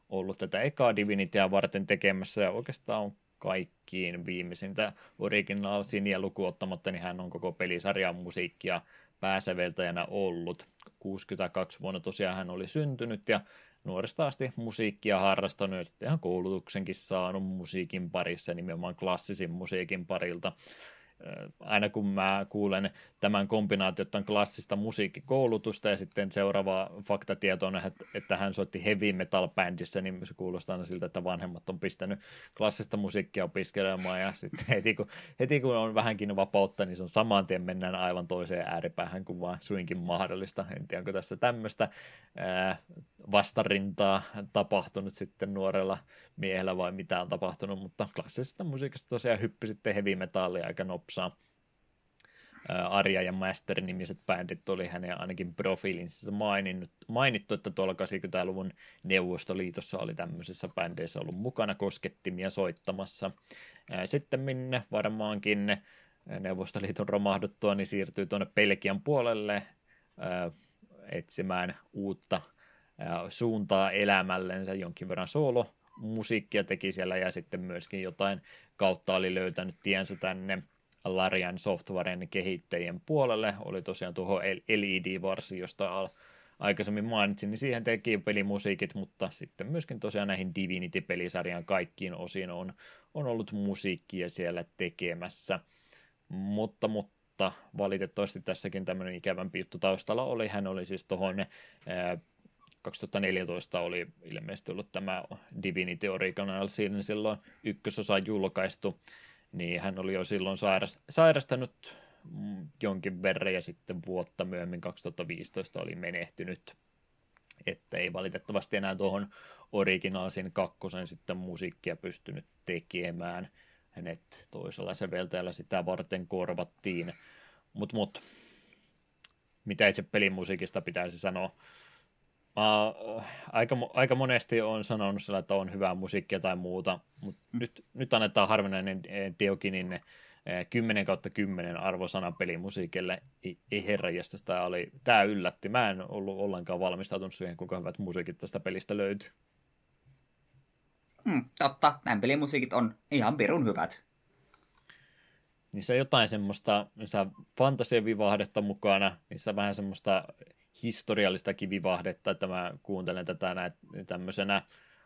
ollut tätä ekaa Divinityä varten tekemässä, ja oikeastaan on kaikkiin viimeisintä Original Sinia lukuun ottamatta, niin hän on koko pelisarjan musiikkia pääsäveltäjänä ollut. 62 vuonna tosiaan hän oli syntynyt, ja nuoresta asti musiikkia harrastanut, ja sitten ihan koulutuksenkin saanut musiikin parissa, nimenomaan klassisin musiikin parilta. Aina kun mä kuulen tämän kombinaation klassista musiikkikoulutusta ja sitten seuraava faktatieto on, että hän soitti heavy metal bändissä, niin se kuulostaa aina siltä, että vanhemmat on pistänyt klassista musiikkia opiskelemaan ja sitten heti kun on vähänkin vapautta, niin se on saman tien mennään aivan toiseen ääripäähän kuin vaan suinkin mahdollista. En tiedä, onko tässä tämmöistä vastarintaa tapahtunut sitten nuorella miehellä vai mitä on tapahtunut, mutta klassisesta musiikista tosiaan hyppi sitten heavy metallia aika nopsaa. Arja ja Master-nimiset bändit oli hänen ainakin profiilinsa mainittu, että tuolla 80-luvun Neuvostoliitossa oli tämmöisissä bändeissä ollut mukana koskettimia soittamassa. Sitten minne varmaankin Neuvostoliiton romahduttua, niin siirtyi tuonne Belgian puolelle etsimään uutta suuntaa elämällensä, jonkin verran soolomusiikkia teki siellä ja sitten myöskin jotain kautta oli löytänyt tiensä tänne Larian Softwaren kehittäjien puolelle. Oli tosiaan tuohon LED-varsi, josta aikaisemmin mainitsin, niin siihen teki pelimusiikit, mutta sitten myöskin tosiaan näihin Divinity-pelisarjan kaikkiin osiin on ollut musiikkia siellä tekemässä. Mutta valitettavasti tässäkin tämmöinen ikävämpi juttu taustalla oli. Hän oli siis tuohon 2014 oli ilmeisesti ollut tämä Divinity Original Sin silloin ykkösosa julkaistu, niin hän oli jo silloin sairastanut jonkin verran ja sitten vuotta myöhemmin 2015 oli menehtynyt, että ei valitettavasti enää tuohon Original Sin 2 sitten musiikkia pystynyt tekemään. Hänet toisella säveltäjällä sitä varten korvattiin, mutta mitä itse pelimusiikista pitäisi sanoa? Aika monesti on sanonut sillä, että on hyvää musiikkia tai muuta, mutta nyt annetaan harvinainen Dioginin 10/10 arvosana pelimusiikille. Ei herranjestas, tämä yllätti. Mä en ollut ollenkaan valmistautunut siihen, kuinka hyvät musiikit tästä pelistä löytyy. Totta, näin pelimusiikit on ihan pirun hyvät. Niissä on jotain semmoista fantasiavivahdetta mukana, niissä on vähän semmoista historiallistakin vivahdetta, että mä kuuntelen tätä tämmöisenä,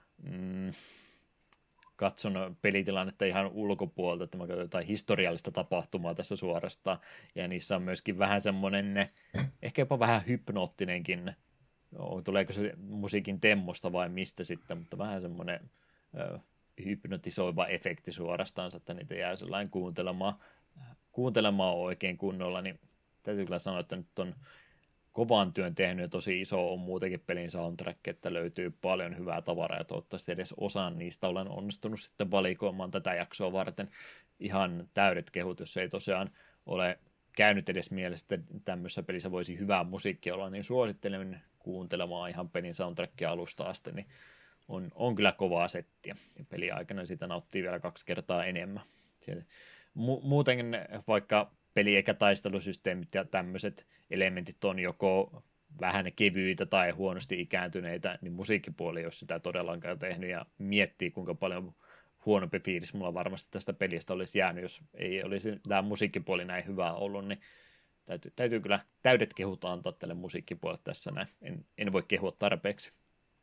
katson pelitilannetta ihan ulkopuolelta, että mä katson jotain historiallista tapahtumaa tässä suorastaan, ja niissä on myöskin vähän semmoinen, ehkä jopa vähän hypnoottinenkin, tuleeko se musiikin temmosta vai mistä sitten, mutta vähän semmoinen hypnotisoiva efekti suorastaan, että niitä jää sellainen kuuntelemaan oikein kunnolla, niin täytyy kyllä sanoa, että nyt on kovan työn tehnyt ja tosi iso on muutenkin pelin soundtrack, että löytyy paljon hyvää tavaraa ja toivottavasti edes osan niistä olen onnistunut sitten valikoimaan tätä jaksoa varten. Ihan täydet kehut, jos ei tosiaan ole käynyt edes mielessä, että tämmöisessä pelissä voisi hyvää musiikkia olla, niin suosittelen kuuntelemaan ihan pelin soundtrackia alusta asti, niin on kyllä kovaa settiä ja peliaikana siitä nauttii vielä 2 kertaa enemmän. Muutenkin vaikka peli- eikä taistelusysteemit ja tämmöiset elementit on joko vähän kevyitä tai huonosti ikääntyneitä, niin musiikkipuoli ei ole sitä todellakaan tehnyt ja miettii, kuinka paljon huonompi fiilis mulla varmasti tästä pelistä olisi jäänyt, jos ei olisi tämä musiikkipuoli näin hyvää ollut, niin täytyy kyllä täydet kehut antaa tälle musiikkipuolelle tässä näin. En voi kehua tarpeeksi.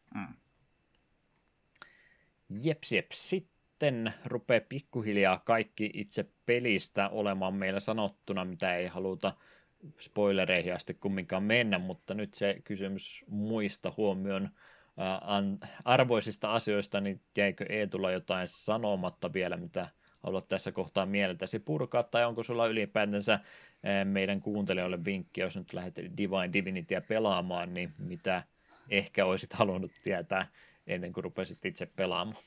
Jeps. Sitten rupeaa pikkuhiljaa kaikki itse pelistä olemaan meillä sanottuna, mitä ei haluta spoilereihin asti kumminkaan mennä, mutta nyt se kysymys muista huomioon arvoisista asioista, niin jäikö Eetulla jotain sanomatta vielä, mitä haluat tässä kohtaa mieleltäsi purkaa, tai onko sulla ylipäätänsä meidän kuuntelijoille vinkki, jos nyt lähdet Divine Divinityä pelaamaan, niin mitä ehkä olisit halunnut tietää ennen kuin rupesit itse pelaamaan?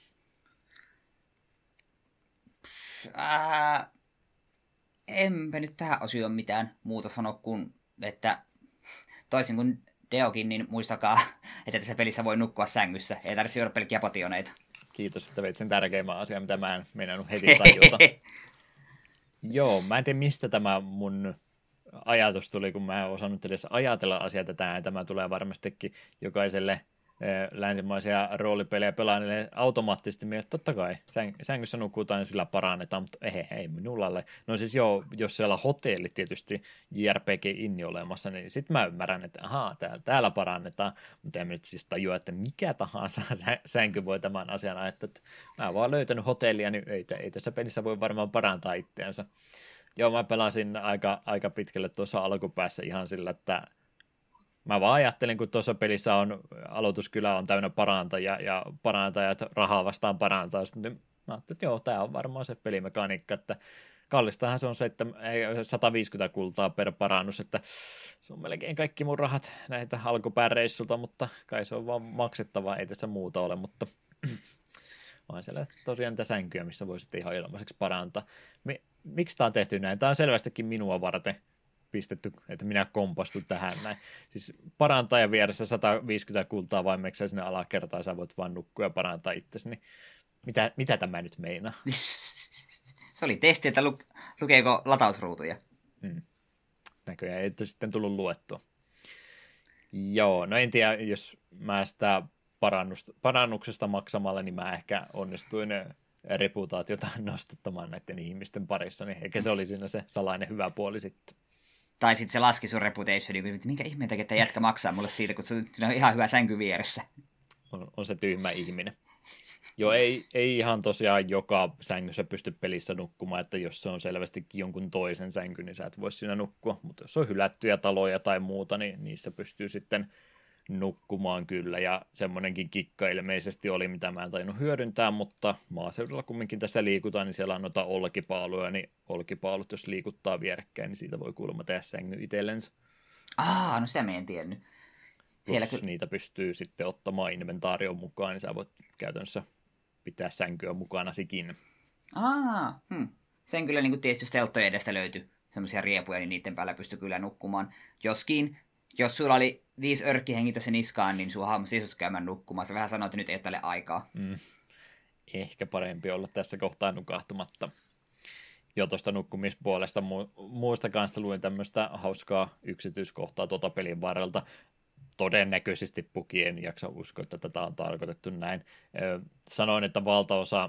Enpä nyt tähän osioon mitään muuta sanoa kuin, että toisin kuin Deokin, niin muistakaa, että tässä pelissä voi nukkua sängyssä. Ei tarvitse juoda pelkkiä potioneita. Kiitos, että veit sen tärkeimmän asian, mitä mä en meinannut heti tajuta. Joo, mä en tiedä mistä tämä mun ajatus tuli, kun mä en osannut edes ajatella asioita tänään. Tämä tulee varmastikin jokaiselle länsimaisia roolipelejä pelaaneille automaattisesti mieltä, että totta kai sängyssä nukutaan ja sillä parannetaan, mutta ei minulla ole. No siis joo, jos siellä hotelli tietysti JRPG inni olemassa, niin sitten mä ymmärrän, että ahaa, täällä parannetaan, mutta en nyt siis tajua, että mikä tahansa sänky voi tämän asian ajatella, että mä vaan löytänyt hotellia, niin ei tässä pelissä voi varmaan parantaa itseänsä. Joo, mä pelasin aika pitkälle tuossa alkupäässä ihan sillä, että mä vaan ajattelin, kun tuossa pelissä aloituskylä on täynnä parantajia ja parantajat rahaa vastaan parantaa. Sitten mä ajattelin, että joo, tää on varmaan se pelimekaniikka, että kallistahan se on se, että 150 kultaa per parannus, että se on melkein kaikki mun rahat näitä alkupääreissulta, mutta kai se on vaan maksettavaa, ei tässä muuta ole, mutta vaan siellä tosiaan niitä sänkyjä, missä voi sitten ihan ilmaiseksi parantaa. Miksi tämä on tehty näin? Tämä on selvästikin minua varten pistetty, että minä kompastun tähän näin. Siis parantaja vieressä 150 kultaa vai meksää sinne alakertaan, sä voit vaan nukkua ja parantaa itsesi, niin mitä tämä nyt meinaa? Se oli testi, että lukeeko latausruutuja. Näköjään ei sitten tullut luettua. Joo, no en tiedä, jos mä sitä parannuksesta maksamalla, niin mä ehkä onnistuin reputaatiota nostattamaan näiden ihmisten parissa, niin eikä se oli siinä se salainen hyvä puoli sitten. Tai sitten se laski sun reputationi, että minkä ihmeen takia tämä jätkä maksaa mulle siitä, kun se on ihan hyvä sänky vieressä. On se tyhmä ihminen. Joo, ei ihan tosiaan joka sängyssä pysty pelissä nukkumaan, että jos se on selvästikin jonkun toisen sänky, niin sä et voi siinä nukkua, mutta jos on hylättyjä taloja tai muuta, niin niissä pystyy sitten nukkumaan kyllä, ja semmoinenkin kikka ilmeisesti oli, mitä mä en tainnut hyödyntää, mutta maaseudulla kumminkin tässä liikutaan, niin siellä on noita olkipaaluja, niin olkipaalut, jos liikuttaa vierekkäin, niin siitä voi kuulemma tehdä sängy itsellensä. No sitä mä en tiennyt. Jos niitä pystyy sitten ottamaan inventaarion mukaan, niin sä voit käytännössä pitää sänkyä mukana sikin. Sen kyllä niin kuin tietysti, jos telttojen edestä löytyi semmoisia riepuja, niin niiden päällä pystyi kyllä nukkumaan. Joskin, jos sulla oli 5 örkkihengitä sen niskaan, niin sun hahmo sisustui käymään nukkumaan. Sä vähän sanoit, että nyt ei ole tälle aikaa. Ehkä parempi olla tässä kohtaa nukahtumatta. Jo tuosta nukkumispuolesta muusta kanssa luin tämmöistä hauskaa yksityiskohtaa tuota pelin varrelta. Todennäköisesti Puki en jaksa uskoa, että tätä on tarkoitettu näin. Sanoin, että valtaosa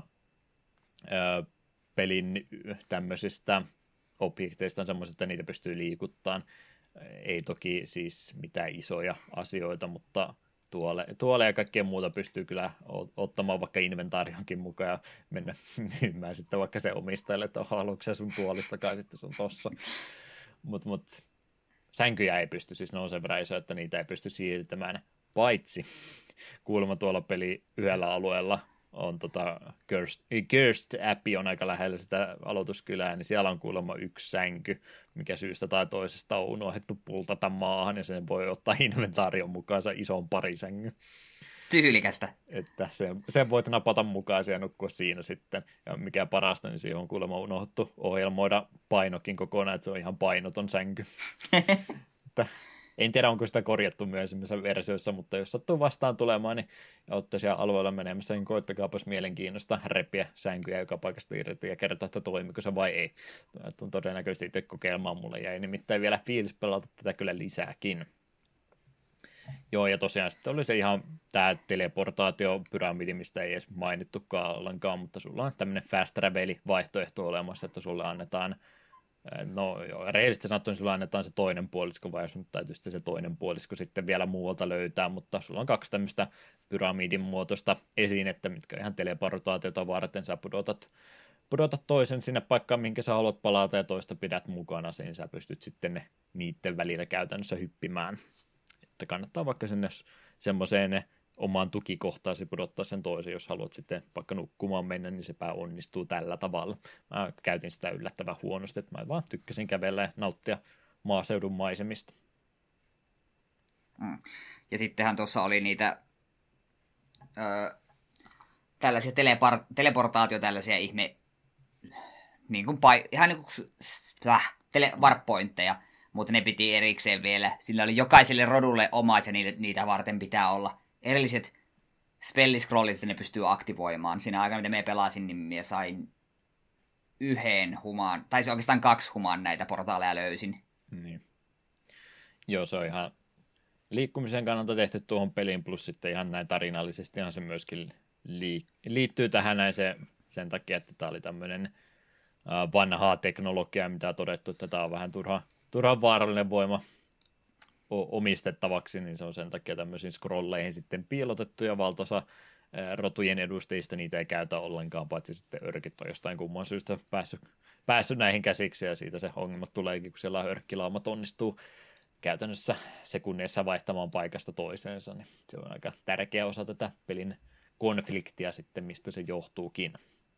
pelin tämmöisistä objekteista on semmoiset, että niitä pystyy liikuttamaan. Ei toki siis mitään isoja asioita, mutta tuolle ja kaikkea muuta pystyy kyllä ottamaan vaikka inventaarionkin mukaan ja mennä myymään sitten vaikka se omistajalle, että haluatko sä sun tuolistakaan, sitten se on tossa. Mut sänkyjä ei pysty, siis ne on sen verran iso, että niitä ei pysty siirtämään, paitsi kuulemma tuolla peli yhdellä alueella on Cursed-appi on aika lähellä sitä aloituskylää, niin siellä on kuulemma yksi sänky, mikä syystä tai toisesta on unohdettu pultata maahan, ja sen voi ottaa inventaarion mukaansa ison parisängyn. Tyylikästä. Että sen voit napata mukaan ja nukkua siinä sitten. Ja mikä parasta, niin siihen on kuulemma unohdettu ohjelmoida painokin kokonaan, että se on ihan painoton sänky. Että en tiedä, onko sitä korjattu myöhemmissä versioissa, mutta jos sattuu vastaan tulemaan, niin olette siellä alueella menemässä, niin koittakaapas mielenkiinnosta repiä sänkyjä joka paikasta irti ja kertoa, että toimiko se vai ei. On todennäköisesti itse kokeilemaan, mulle jäi nimittäin vielä fiilis pelata tätä kyllä lisääkin. Joo, ja tosiaan sitten oli se ihan tämä teleportaatiopyramidi, mistä ei edes mainittukaan ollenkaan, mutta sulla on tämmöinen fast travel-vaihtoehto olemassa, että sulle annetaan, no joo, rehellisesti sanottuna sulle annetaan se toinen puolisko, vai jos nyt täytyy sitten se toinen puolisko sitten vielä muualta löytää, mutta sulla on 2 tämmöistä pyramidin muotoista esinettä, mitkä ihan teleportaatiota varten sä pudotat toisen sinne paikkaan, minkä sä haluat palata, ja toista pidät mukana, niin sä pystyt sitten niiden välillä käytännössä hyppimään. Että kannattaa vaikka sinne semmoiseen omaan tukikohtaasi pudottaa sen toisen, jos haluat sitten vaikka nukkumaan mennä, niin sepä onnistuu tällä tavalla. Mä käytin sitä yllättävän huonosti, että mä vaan tykkäsin kävellä ja nauttia maaseudun maisemista. Ja sittenhän tuossa oli niitä tällaisia teleportaatio, tällaisia ihme niin kuin ihan niin kuin warp-pointteja, mutta ne piti erikseen vielä. Sillä oli jokaiselle rodulle omat ja niitä varten pitää olla erilliset spelliscrollit, että ne pystyy aktivoimaan. Siinä aikana, mitä me pelasin, niin minä sain 1 humaan, tai se oikeastaan 2 humaan näitä portaaleja löysin. Niin. Joo, se on ihan liikkumisen kannalta tehty tuohon peliin, plus sitten ihan näin tarinallisesti ihan se myöskin liittyy tähän näin sen takia, että tämä oli tämmöinen vanhaa teknologiaa, mitä on todettu, että tämä on vähän turhaan vaarallinen voima omistettavaksi, niin se on sen takia tämmöisiin scrolleihin sitten piilotettu, ja valtaosa rotujen edustajista niitä ei käytä ollenkaan, paitsi sitten örkit on jostain kumman syystä päässyt näihin käsiksi, ja siitä se ongelmat tuleekin, kun siellä örkkilaumat onnistuu käytännössä sekunneissa vaihtamaan paikasta toiseensa, niin se on aika tärkeä osa tätä pelin konfliktia sitten, mistä se johtuukin.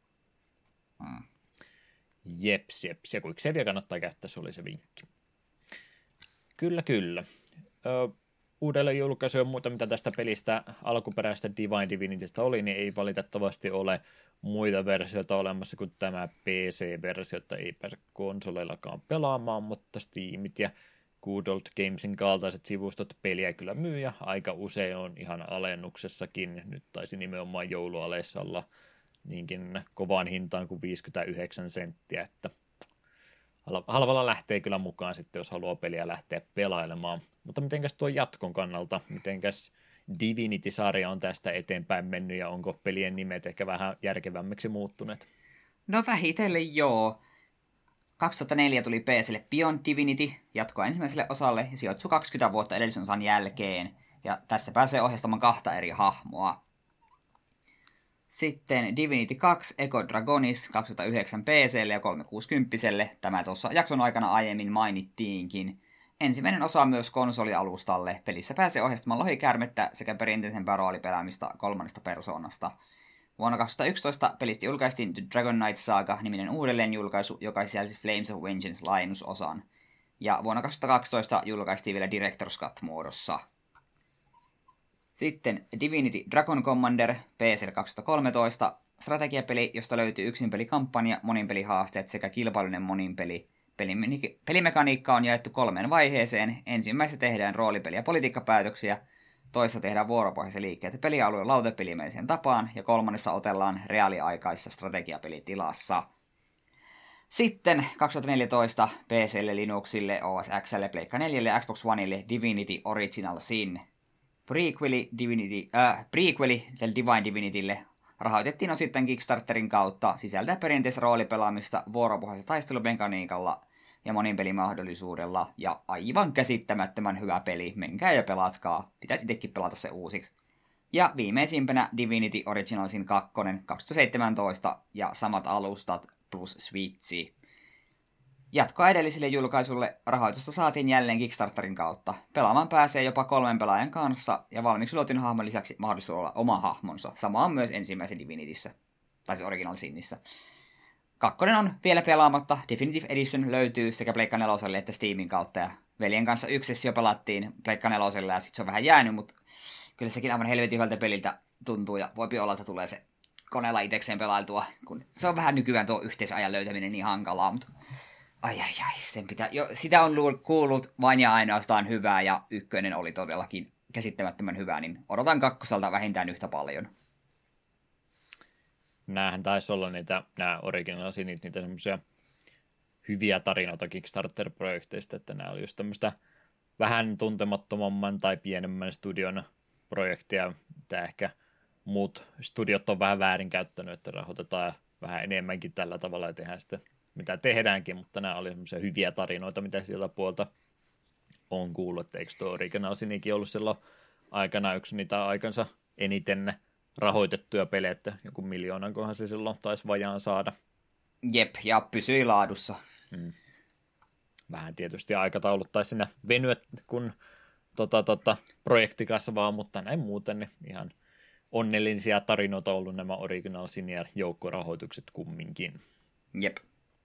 Jeps, ja Quicksaveä kannattaa käyttää, se oli se vinkki. Kyllä. Uudelleen julkaisu ja muuta, mitä tästä pelistä alkuperäistä Divine Divinitystä oli, niin ei valitettavasti ole muita versioita olemassa kuin tämä PC-versio, että ei pääse konsoleillakaan pelaamaan, mutta Steamit ja Good Old Gamesin kaltaiset sivustot peliä kyllä myy, ja aika usein on ihan alennuksessakin. Nyt taisi nimenomaan joulualeissa olla niinkin kovaan hintaan kuin 59 senttiä, että halvalla lähtee kyllä mukaan sitten, jos haluaa peliä lähteä pelailemaan. Mutta mitenkäs tuo jatkon kannalta, mitenkäs Divinity-sarja on tästä eteenpäin mennyt, ja onko pelien nimet ehkä vähän järkevämmiksi muuttuneet? No vähitellen joo. 2004 tuli PC:lle Beyond Divinity, jatkoa ensimmäiselle osalle, ja sijoittui 20 vuotta edellisen osan jälkeen. Ja tässä pääsee ohjastamaan 2 eri hahmoa. Sitten Divinity 2 Echo Dragonis 2009 PC:lle ja 360-selle. Tämä tuossa jakson aikana aiemmin mainittiinkin. Ensimmäinen osa myös konsolialustalle. Pelissä pääsee ohjastamaan lohikäärmettä sekä perinteisempää roolipelaamista 3. persoonasta. Vuonna 2011 pelistä julkaistiin The Dragon Knight Saga-niminen uudelleenjulkaisu, joka sisälsi Flames of Vengeance -laajennusosan. Ja vuonna 2012 julkaistiin vielä Director's Cut-muodossa. Sitten Divinity Dragon Commander PC:lle 2013, strategiapeli, josta löytyy yksinpelikampanja, moninpelihaasteet sekä kilpailullinen moninpeli. Pelimekaniikka on jaettu 3 vaiheeseen. Ensimmäisessä tehdään roolipeli- ja politiikkapäätöksiä, toisessa tehdään vuoropohjaisia liikkeitä pelialueen lautapelimäiseen tapaan, ja 3. otellaan reaaliaikaisessa strategiapelitilassa. Sitten 2014 PC:lle, Linuxille, OS X:lle, Pleikka 4:lle ja Xbox Oneille Divinity Original Sin. Prequeli Divine Divinitylle rahoitettiin osittain Kickstarterin kautta, sisältää perinteistä roolipelaamista vuoropohjaisella taistelumekaniikalla ja moninpelimahdollisuudella, ja aivan käsittämättömän hyvä peli, menkää ja pelatkaa, pitäisi itsekin pelata se uusiksi. Ja viimeisimpänä Divinity Original Sin 2 2017 ja samat alustat plus Switchi. Jatkoa edelliselle julkaisulle rahoitusta saatiin jälleen Kickstarterin kautta. Pelaamaan pääsee jopa 3 pelaajan kanssa, ja valmiiksi luotin hahmon lisäksi mahdollisuus olla oma hahmonsa. Sama on myös ensimmäisen Divinityssä, tai siis Original Sinissä. 2 on vielä pelaamatta, Definitive Edition löytyy sekä Pleikka 4 että Steamin kautta, ja veljen kanssa yksi sessio pelattiin Pleikka 4, ja sit se on vähän jäänyt, mutta kyllä sekin aivan helvetin hyvältä peliltä tuntuu, ja voipi olla, että tulee se koneella itsekseen pelailtua, kun se on vähän nykyään tuo yhteisajan löytäminen niin hankalaa, mutta ai, sen pitää, sitä on kuullut vain ja ainoastaan hyvää, ja 1 oli todellakin käsittämättömän hyvää, niin odotan 2 vähintään yhtä paljon. Näähän taisi olla nämä Original Sinit, niitä semmoisia hyviä tarinoita Kickstarter-projekteista, että nämä oli just tämmöistä vähän tuntemattomamman tai pienemmän studion projektia, mitä ehkä muut studiot on vähän väärinkäyttänyt, että rahoitetaan vähän enemmänkin tällä tavalla, ja tehdään sitten mitä tehdäänkin, mutta nämä oli semmoisia hyviä tarinoita, mitä sieltä puolta on kuullut, että eikö tuo Original Sinikin ollut silloin aikana yksi niitä aikansa eniten rahoitettuja pelejä, että joku 1 miljoonankohan se silloin taisi vajaan saada. Jep, ja pysyi laadussa. Vähän tietysti aikataulut taisi sinne venyä, kun projekti kasvaa, mutta näin muuten niin ihan onnellisia tarinoita on ollut nämä Original Sinier joukkorahoitukset kumminkin. Jep.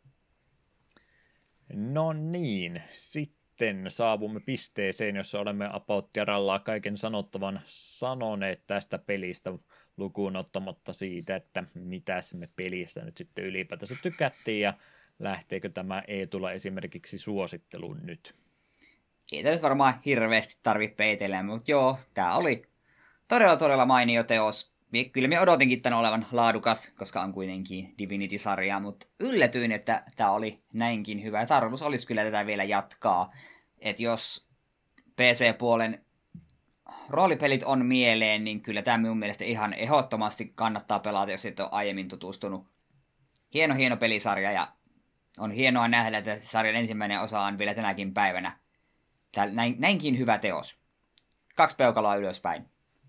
No niin, sitten saavumme pisteeseen, jossa olemme about ja rallaa kaiken sanottavan sanoneet tästä pelistä lukuun ottamatta siitä, että mitäs me pelistä nyt sitten ylipäätänsä tykättiin ja lähteekö tämä Eetulla esimerkiksi suositteluun nyt. Ei tämä nyt varmaan hirveästi tarvitse peitellä, mutta joo, tämä oli todella mainio teos. Kyllä minä odotinkin tämän olevan laadukas, koska on kuitenkin Divinity-sarja, mutta yllätyin, että tämä oli näinkin hyvä. Ja tarkoitus olisi kyllä tätä vielä jatkaa. Että jos PC-puolen roolipelit on mieleen, niin kyllä tämä minun mielestä ihan ehdottomasti kannattaa pelata, jos et ole aiemmin tutustunut. Hieno pelisarja ja on hienoa nähdä, että sarjan ensimmäinen osa on vielä tänäkin päivänä. Näinkin hyvä teos. 2 peukaloa ylöspäin.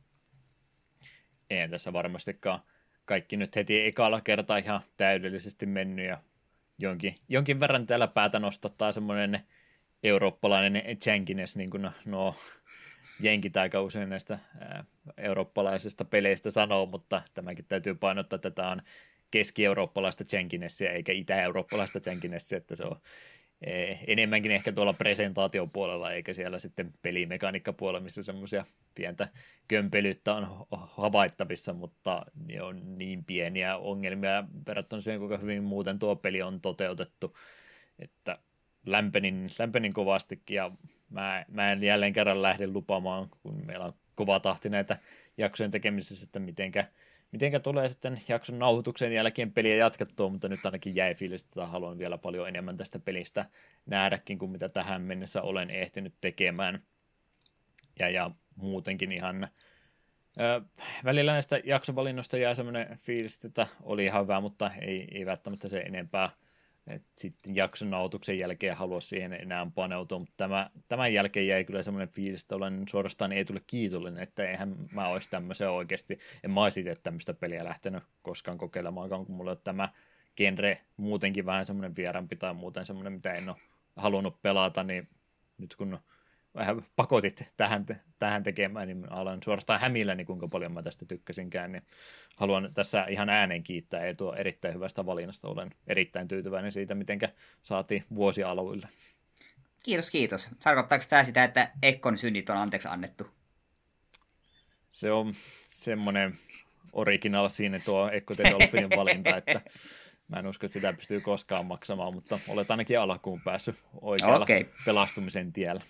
Ei tässä varmastikaan kaikki nyt heti ekalla kertaa ihan täydellisesti mennyt ja jonkin verran täällä päätä nostattaa semmoinen eurooppalainen jankiness, niin kuin nuo jenkit aika usein näistä eurooppalaisista peleistä sanoo, mutta tämäkin täytyy painottaa, että tämä on keski-eurooppalaista jankinessia eikä itä-eurooppalaista jankinessia, että se on enemmänkin ehkä tuolla presentaatiopuolella eikä siellä sitten pelimekaniikkapuolella, missä semmoisia pientä kömpelyyttä on havaittavissa, mutta ne on niin pieniä ongelmia verrattuna siihen, kuinka hyvin muuten tuo peli on toteutettu, että lämpenin kovastikin ja mä en jälleen kerran lähde lupaamaan, kun meillä on kova tahti näitä jaksojen tekemisessä, että mitenkä tulee sitten jakson nauhoituksen jälkeen peliä jatkettua, mutta nyt ainakin jäi fiilis, että haluan vielä paljon enemmän tästä pelistä nähdäkin kuin mitä tähän mennessä olen ehtinyt tekemään. Ja muutenkin ihan välillä näistä jaksovalinnoista jää semmoinen fiilis, että oli ihan hyvä, mutta ei välttämättä se enempää. Sitten jakson nauhoituksen jälkeen halua siihen enää paneutua, mutta tämän jälkeen jäi kyllä semmoinen fiilis, että olen suorastaan ei tule kiitollinen, että eihän mä olisi tämmöisen oikeasti, en mä olisi itse tämmöistä peliä lähtenyt koskaan kokeilemaankaan, kun mulla on tämä genre muutenkin vähän semmoinen vierampi tai muuten semmoinen, mitä en ole halunnut pelata, niin nyt kun vähän pakotit tähän tekemään, niin alan suorastaan hämilläni, kuinka paljon mä tästä tykkäsinkään, niin haluan tässä ihan ääneen kiittää Eetua erittäin hyvästä valinnasta. Olen erittäin tyytyväinen siitä, mitenkä saatiin vuosi aluille. Kiitos. Tarkoittaako tämä sitä, että Ekkon synnit on anteeksi annettu? Se on semmoinen original siinä tuo Ekko The Dolphinin valinta, että mä en usko, että sitä pystyy koskaan maksamaan, mutta olet ainakin alkuun päässyt oikealla pelastumisen tiellä.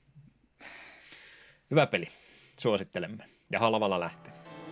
Hyvä peli. Suosittelemme. Ja halvalla lähtee.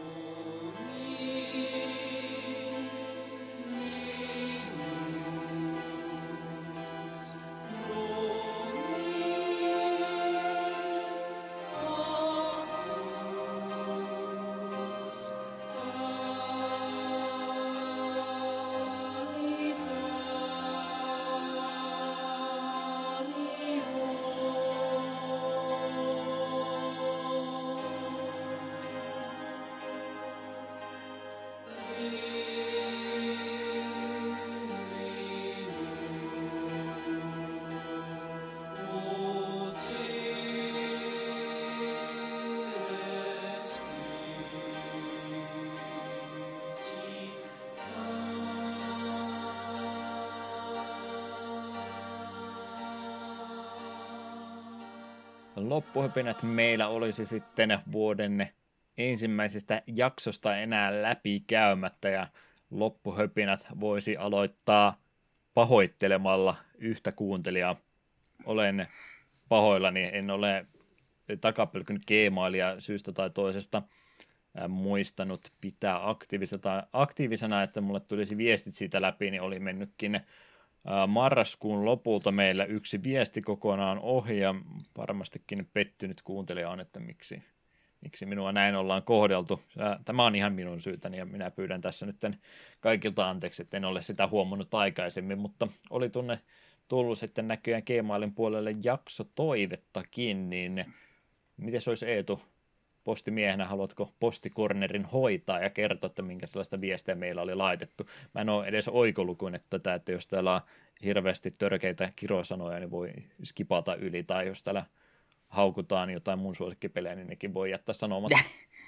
Loppuhypinät meillä olisi sitten vuoden ensimmäisestä jaksosta enää läpi käymättä ja loppuhypinät voisi aloittaa pahoittelemalla yhtä kuuntelijaa. Olen pahoillani, en ole takapölkyn Gmailia syystä tai toisesta muistanut pitää aktiivisena, että mulle tulisi viestit siitä läpi, niin oli mennytkin marraskuun lopulta meillä yksi viesti kokonaan ohi ja varmastikin pettynyt kuuntelija on, että miksi minua näin ollaan kohdeltu. Tämä on ihan minun syytäni ja minä pyydän tässä nyt kaikilta anteeksi, että en ole sitä huomannut aikaisemmin, mutta oli tullut sitten näköjään Gmailin puolelle jaksotoivettakin, niin miten se olisi Eetu postimiehenä, haluatko postikornerin hoitaa ja kertoa, että minkä sellaista viestejä meillä oli laitettu. Mä en ole edes oikolukuinen tätä, että jos täällä on hirveästi törkeitä kirosanoja, niin voi skipata yli, tai jos täällä haukutaan jotain mun suosikkipelejä, niin nekin voi jättää sanomatta.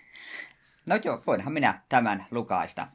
No joo, voinhan minä tämän lukaista.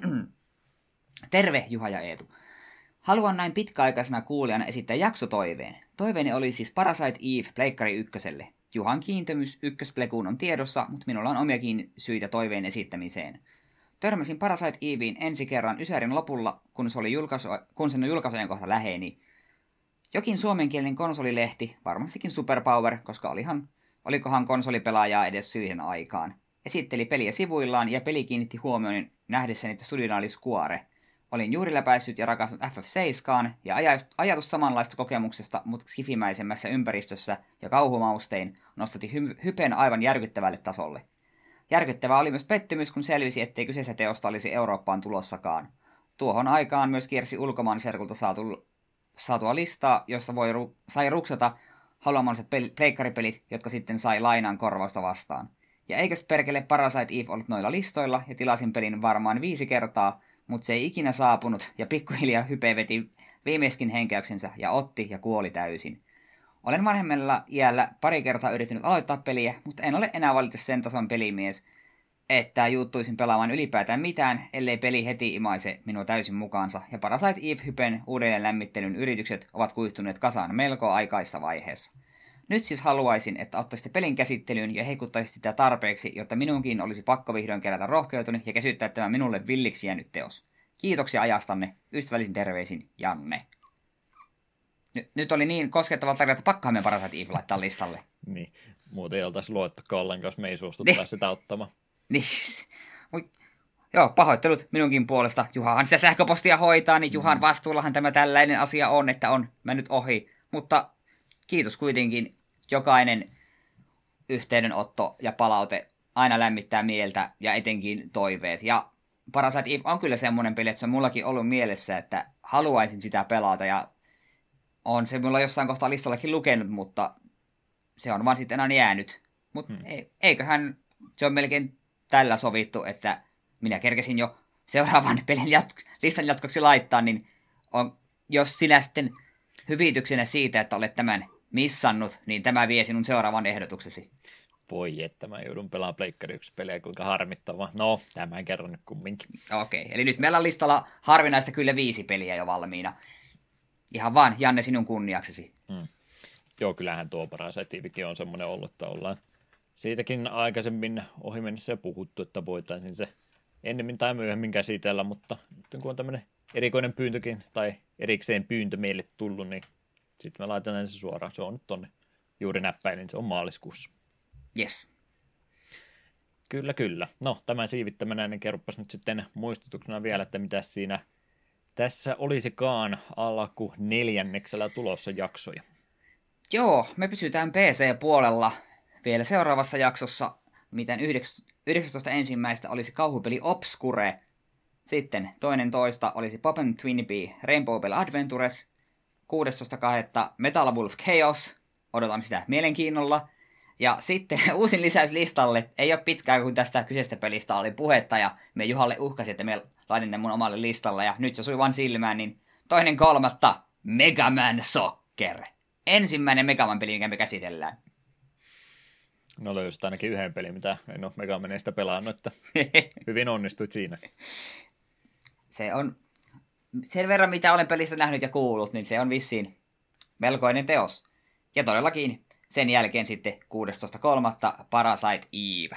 Terve Juha ja Eetu. Haluan näin pitkäaikaisena kuulijana esittää jaksotoiveen. Toiveeni oli siis Parasite Eve Pleikkari ykköselle. Juhan kiintymys ykkösplekuun on tiedossa, mutta minulla on omiakin syitä toiveen esittämiseen. Törmäsin Parasite Eveen ensi kerran Ysärin lopulla, kun sen julkaisujen kohta läheni. Jokin suomenkielinen konsolilehti, varmastikin Superpower, koska olikohan konsolipelaajaa edes siihen aikaan, esitteli peliä sivuillaan ja peli kiinnitti huomioon nähdessäni, että studiona oli Square. Olin juuri läpäissyt ja rakastunut FF7 ja ajatus samanlaista kokemuksesta, mutta skifimäisemmässä ympäristössä ja kauhumaustein nostatti hypen aivan järkyttävälle tasolle. Järkyttävää oli myös pettymys, kun selvisi, ettei kyseistä teosta olisi Eurooppaan tulossakaan. Tuohon aikaan myös kiersi ulkomaan serkulta saatua listaa, jossa sai ruksata haluamansa pleikkaripelit, jotka sitten sai lainan korvausta vastaan. Ja eikös perkele Parasite Eve ollut noilla listoilla, ja tilasin pelin varmaan 5 kertaa, mutta se ei ikinä saapunut, ja pikkuhiljaa hype veti viimeiskin henkäyksensä ja otti ja kuoli täysin. Olen vanhemmalla iällä pari kertaa yrittänyt aloittaa peliä, mutta en ole enää valitettavasti sen tason pelimies, että juuttuisin pelaamaan ylipäätään mitään, ellei peli heti imaise minua täysin mukaansa, ja Parasite Eve-hypen uudelleen lämmittelyn yritykset ovat kuihtuneet kasaan melko aikaisessa vaiheessa. Nyt siis haluaisin, että ottaisitte pelin käsittelyyn ja heikuttaisitte sitä tarpeeksi, jotta minunkin olisi pakko vihdoin kerätä rohkeutunut ja käsyttää tämä minulle villiksi jäänyt teos. Kiitoksia ajastanne. Ystävällisin terveisin, Janne. Nyt oli niin koskettava tarina, että pakkohan me Parasite Eve laittaa listalle. Niin, muuten ei oltaisi luottakaan ollenkaan, jos me ei suostuttaisi sitä ottamaan. Niin. Joo, pahoittelut minunkin puolesta. Juhahan sitä sähköpostia hoitaa, niin Juhan vastuullahan tämä tällainen asia on, että on mennyt ohi. Mutta kiitos kuitenkin. Jokainen yhteydenotto ja palaute aina lämmittää mieltä ja etenkin toiveet. Ja Parasite Eve on kyllä semmoinen peli, että se on mullakin ollut mielessä, että haluaisin sitä pelata. Ja on se mulla jossain kohtaa listallakin lukenut, mutta se on vaan sitten enää jäänyt. Mutta eiköhän se on melkein tällä sovittu, että minä kerkesin jo seuraavan pelin listan jatkoksi laittaa, niin jos sinä sitten hyvityksenä siitä, että olet tämän missannut, niin tämä vie sinun seuraavan ehdotuksesi. Voi, että mä joudun pelaamaan Pleikkari 1 pelejä, kuinka harmittavaa. No, tämän kerron nyt kumminkin. Okei, eli nyt meillä on listalla harvinaista kyllä 5 peliä jo valmiina. Ihan vaan, Janne, sinun kunniaksesi. Joo, kyllähän tuo Parasite Evekin on semmoinen ollut, että ollaan siitäkin aikaisemmin ohi mennessä jo puhuttu, että voitaisiin se ennemmin tai myöhemmin käsitellä, mutta nyt kun on tämmöinen erikoinen pyyntökin tai erikseen pyyntö meille tullut, niin sitten me laitetaan se suoraan. Se on nyt tonne juuri näppäin, se on maaliskuussa. Yes. Kyllä, kyllä. No, tämän siivittämänä, niin kerropas nyt sitten muistutuksena vielä, että mitä siinä tässä olisikaan alku 4. tulossa jaksoja. Joo, me pysytään PC-puolella vielä seuraavassa jaksossa, miten 19.1. olisi kauhupeli Obscure. Sitten 2.2. olisi Poppen Twinbee Rainbow Bell Adventures. 16.2. Metal Wolf Chaos. Odotan sitä mielenkiinnolla. Ja sitten uusin lisäys listalle. Ei ole pitkään, kun tästä kyseistä pelistä oli puhetta. Ja me Juhalle uhkasi, että me laitan ne mun omalle listalle. Ja nyt se sui vaan silmään, niin 2.3. Mega Man Soccer. Ensimmäinen Mega Man peli, mikä me käsitellään. No löysit ainakin yhden pelin, mitä en ole Mega Manista pelannut, että hyvin onnistuit siinä. Se on, sen verran mitä olen pelistä nähnyt ja kuullut, niin se on vissiin melkoinen teos. Ja todellakin sen jälkeen sitten 16.3. Parasite Eve.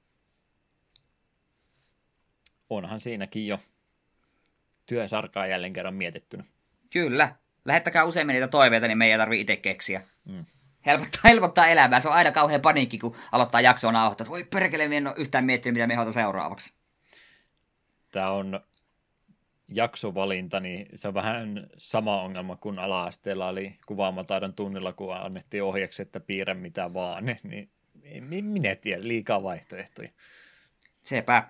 Onhan siinäkin jo työsarkaa jälleen kerran mietittynä. Kyllä. Lähettäkää useimmin niitä toiveita, niin me ei tarvitse itse keksiä. Helpottaa elämää. Se on aina kauhean paniikki, kun aloittaa jaksoa nauhoittaa. Voi perkele, en ole yhtään miettinyt, mitä me hoitaa seuraavaksi. Tämä on jaksovalinta, niin se on vähän sama ongelma kuin ala-asteella oli kuvaamataidon tunnilla, kun annettiin ohjeeksi, että piirrä mitä vaan. Niin minä tiedän, liikaa vaihtoehtoja. Sepä.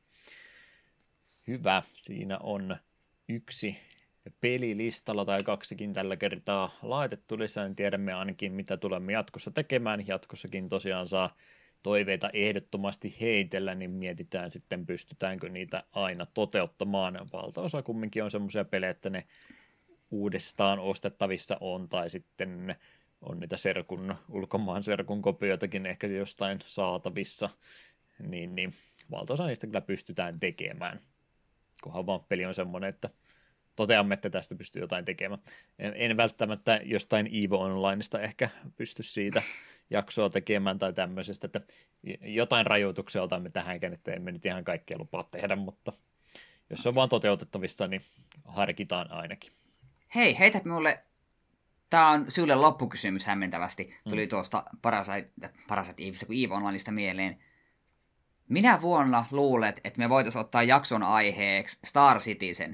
Hyvä. Siinä on 1 pelilistalla tai 2kin tällä kertaa laitettu lisää, niin tiedämme ainakin, mitä tulemme jatkossa tekemään. Jatkossakin tosiaan saa toiveita ehdottomasti heitellä, niin mietitään sitten, pystytäänkö niitä aina toteuttamaan. Valtaosa kumminkin on semmoisia pelejä, että ne uudestaan ostettavissa on, tai sitten on niitä ulkomaan serkun kopioitakin ehkä jostain saatavissa, niin valtaosa niistä kyllä pystytään tekemään. Kunhan vaan peli on semmoinen, että toteamme, että tästä pystyy jotain tekemään. En välttämättä jostain EVE Onlineista ehkä pysty siitä jaksoa tekemään tai tämmöisestä, että jotain rajoituksia otamme tähänkään, että emme nyt ihan kaikkea lupaa tehdä, mutta jos se on vaan toteutettavista, niin harkitaan ainakin. Hei, heität minulle, tämä on sinulle loppukysymys hämmentävästi, tuli tuosta Parasite Evestä kuin EVE Onlineista mieleen. Minä vuonna luulet, että me voitaisiin ottaa jakson aiheeksi Star Citizen?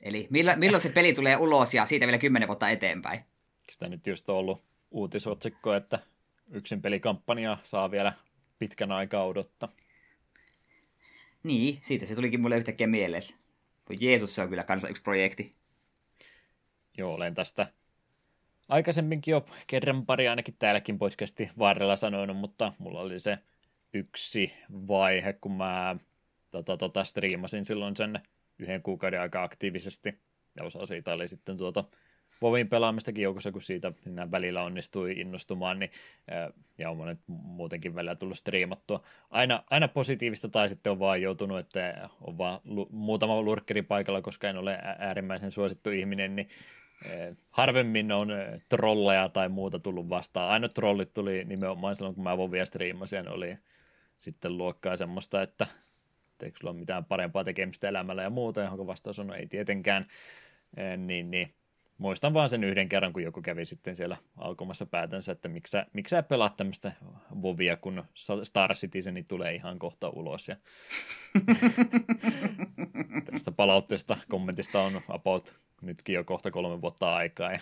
Eli milloin se peli tulee ulos ja siitä vielä 10 vuotta eteenpäin? Eikö sitä nyt just ollut uutisotsikko, että yksin pelikampanja saa vielä pitkän aikaa odottaa? Niin, siitä se tulikin mulle yhtäkkiä mieleen. Voi Jeesus, se on kyllä kanssa yksi projekti. Joo, olen tästä aikaisemminkin jo kerran pari ainakin täälläkin podcastin varrella sanonut, mutta mulla oli se yksi vaihe, kun mä striimasin silloin sen 1 kuukauden aika aktiivisesti, ja osa siitä oli sitten Vovin pelaamistakin joukossa, kun siitä välillä onnistui innostumaan, niin, ja on monet muutenkin välillä tullut striimattua. Aina positiivista, tai sitten on vaan joutunut, että on vaan muutama lurkkeri paikalla, koska en ole äärimmäisen suosittu ihminen, niin harvemmin on trolleja tai muuta tullut vastaan. Aina trollit tuli nimenomaan silloin, kun mä Vovia striimasin, oli sitten luokkaa semmoista, että eikö sulla ole mitään parempaa tekemistä elämällä ja muuta, johon vastaus on, ei tietenkään, niin muistan vaan sen yhden kerran, kun joku kävi sitten siellä aukomassa päätänsä, että miksi sä pelaat tämmöistä Vovia, kun Star Citizen tulee ihan kohta ulos. Ja tästä palautteesta, kommentista on about nytkin jo kohta 3 vuotta aikaa. Ja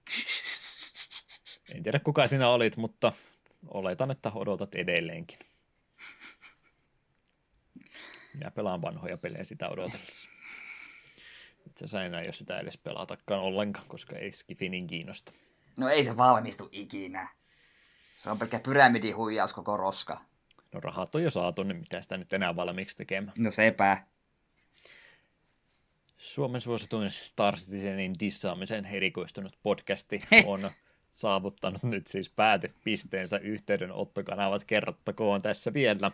en tiedä, kuka sinä olit, mutta oletan, että odotat edelleenkin. Minä pelaan vanhoja pelejä sitä odotellessa. Itse asiassa enää jos sitä edes pelatakaan ollenkaan, koska ei Skifi niin kiinnosta. No ei se valmistu ikinä. Se on pelkkä pyramidihuijaus koko roska. No rahat on jo saatu, niin mitä sitä nyt enää valmiiksi tekemään. No sepä. Suomen suosituin Star Citizenin dissaamiseen erikoistunut podcasti on saavuttanut nyt siis päätepisteensä. Yhteydenottokanavat kerrottakoon tässä vielä.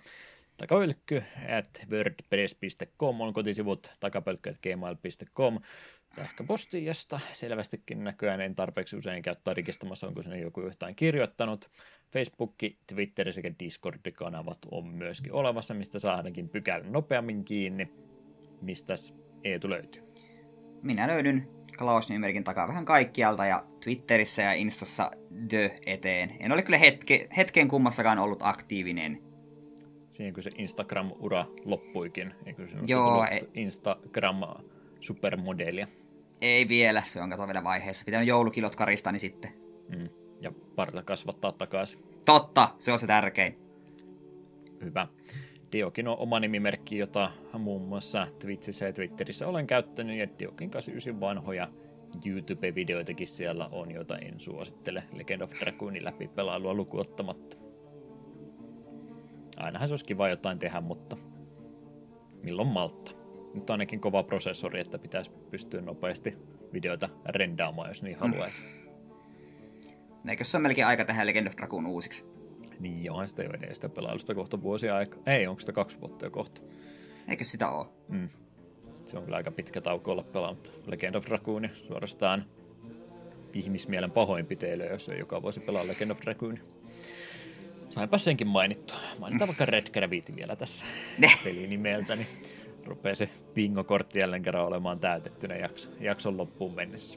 Takapölkky@wordpress.com on kotisivut, takapölkky@gmail.com, sähköposti, josta selvästikin näköjään en tarpeeksi usein käy tarkistamassa, onko sinne joku jotain kirjoittanut. Facebook, Twitter sekä Discord-kanavat on myöskin olemassa, mistä saa ainakin pykälän nopeammin kiinni. Mistäs Eetu löytyy? Minä löydyn Klaus-nimimerkin takaa vähän kaikkialta ja Twitterissä ja Instassa The eteen. En ole kyllä hetken kummassakaan ollut aktiivinen. Siihen kun se Instagram-ura loppuikin, eikö sinusta Joo, tullut Instagram-supermodelia? Ei vielä, se on kato vielä vaiheessa. Pitää joulukilot karistani sitten. Ja parta kasvattaa takaisin. Totta, se on se tärkein. Hyvä. Diokin on oma nimimerkki, jota muun muassa Twitchissä ja Twitterissä olen käyttänyt, ja Diokin 89 vanhoja YouTube-videoitakin siellä on, joita en suosittele Legend of Dragoonin läpi pelailua lukuottamatta. Ainahan se olisi kiva jotain tehdä, mutta milloin malttaa. Nyt on ainakin kova prosessori, että pitäisi pystyä nopeasti videoita rendaamaan, jos niin haluaisi. Eikö se ole melkein aika tehdä Legend of Dragoon uusiksi? Niin, onhan sitä jo edestä pelailusta kohta vuosia aikaa. Ei, onko sitä 2 vuotta jo kohta? Eikö sitä ole? Se on kyllä aika pitkä tauko olla pelaamatta. Legend of Dragoon suorastaan ihmismielen pahoinpiteilyä, jos ei joka vuosi pelaa Legend of Dragoon. Sainpa senkin mainittua. Mainitaan vaikka Red Gravity vielä tässä pelinimeltä, niin rupeaa se bingo-kortti jälleen kerran olemaan täytettynä jakson loppuun mennessä.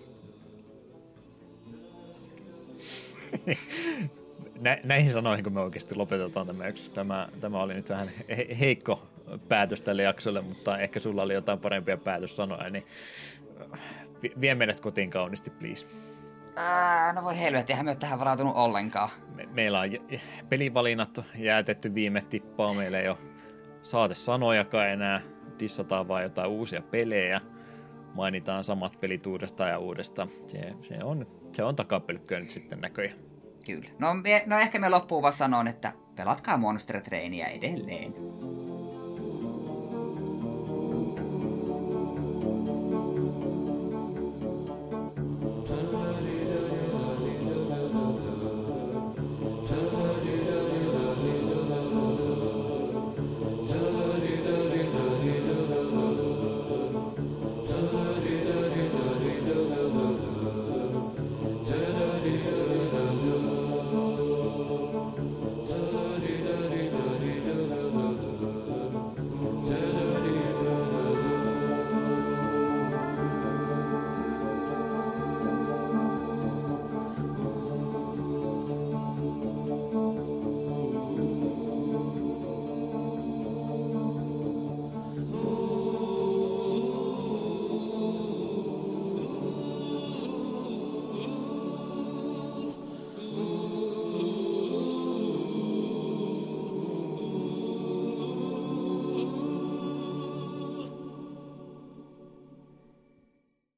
Näihin sanoihin, kun me oikeasti lopetetaan tämä oli nyt vähän heikko päätös tälle jaksolle, mutta ehkä sulla oli jotain parempia päätössanoja, niin vie meidät kotiin kauniisti, please. No voi helvetti, eihän me ole tähän varautunut ollenkaan. Meillä on pelivalinnat jäätetty viime tippaa, meillä ei ole saatesanojakaan enää, dissataan vaan jotain uusia pelejä, mainitaan samat pelit uudestaan ja uudestaan. Se on takapölkköä nyt sitten näköjään. Kyllä. No ehkä me loppuun vaan sanon, että pelatkaa Monster Trainia edelleen.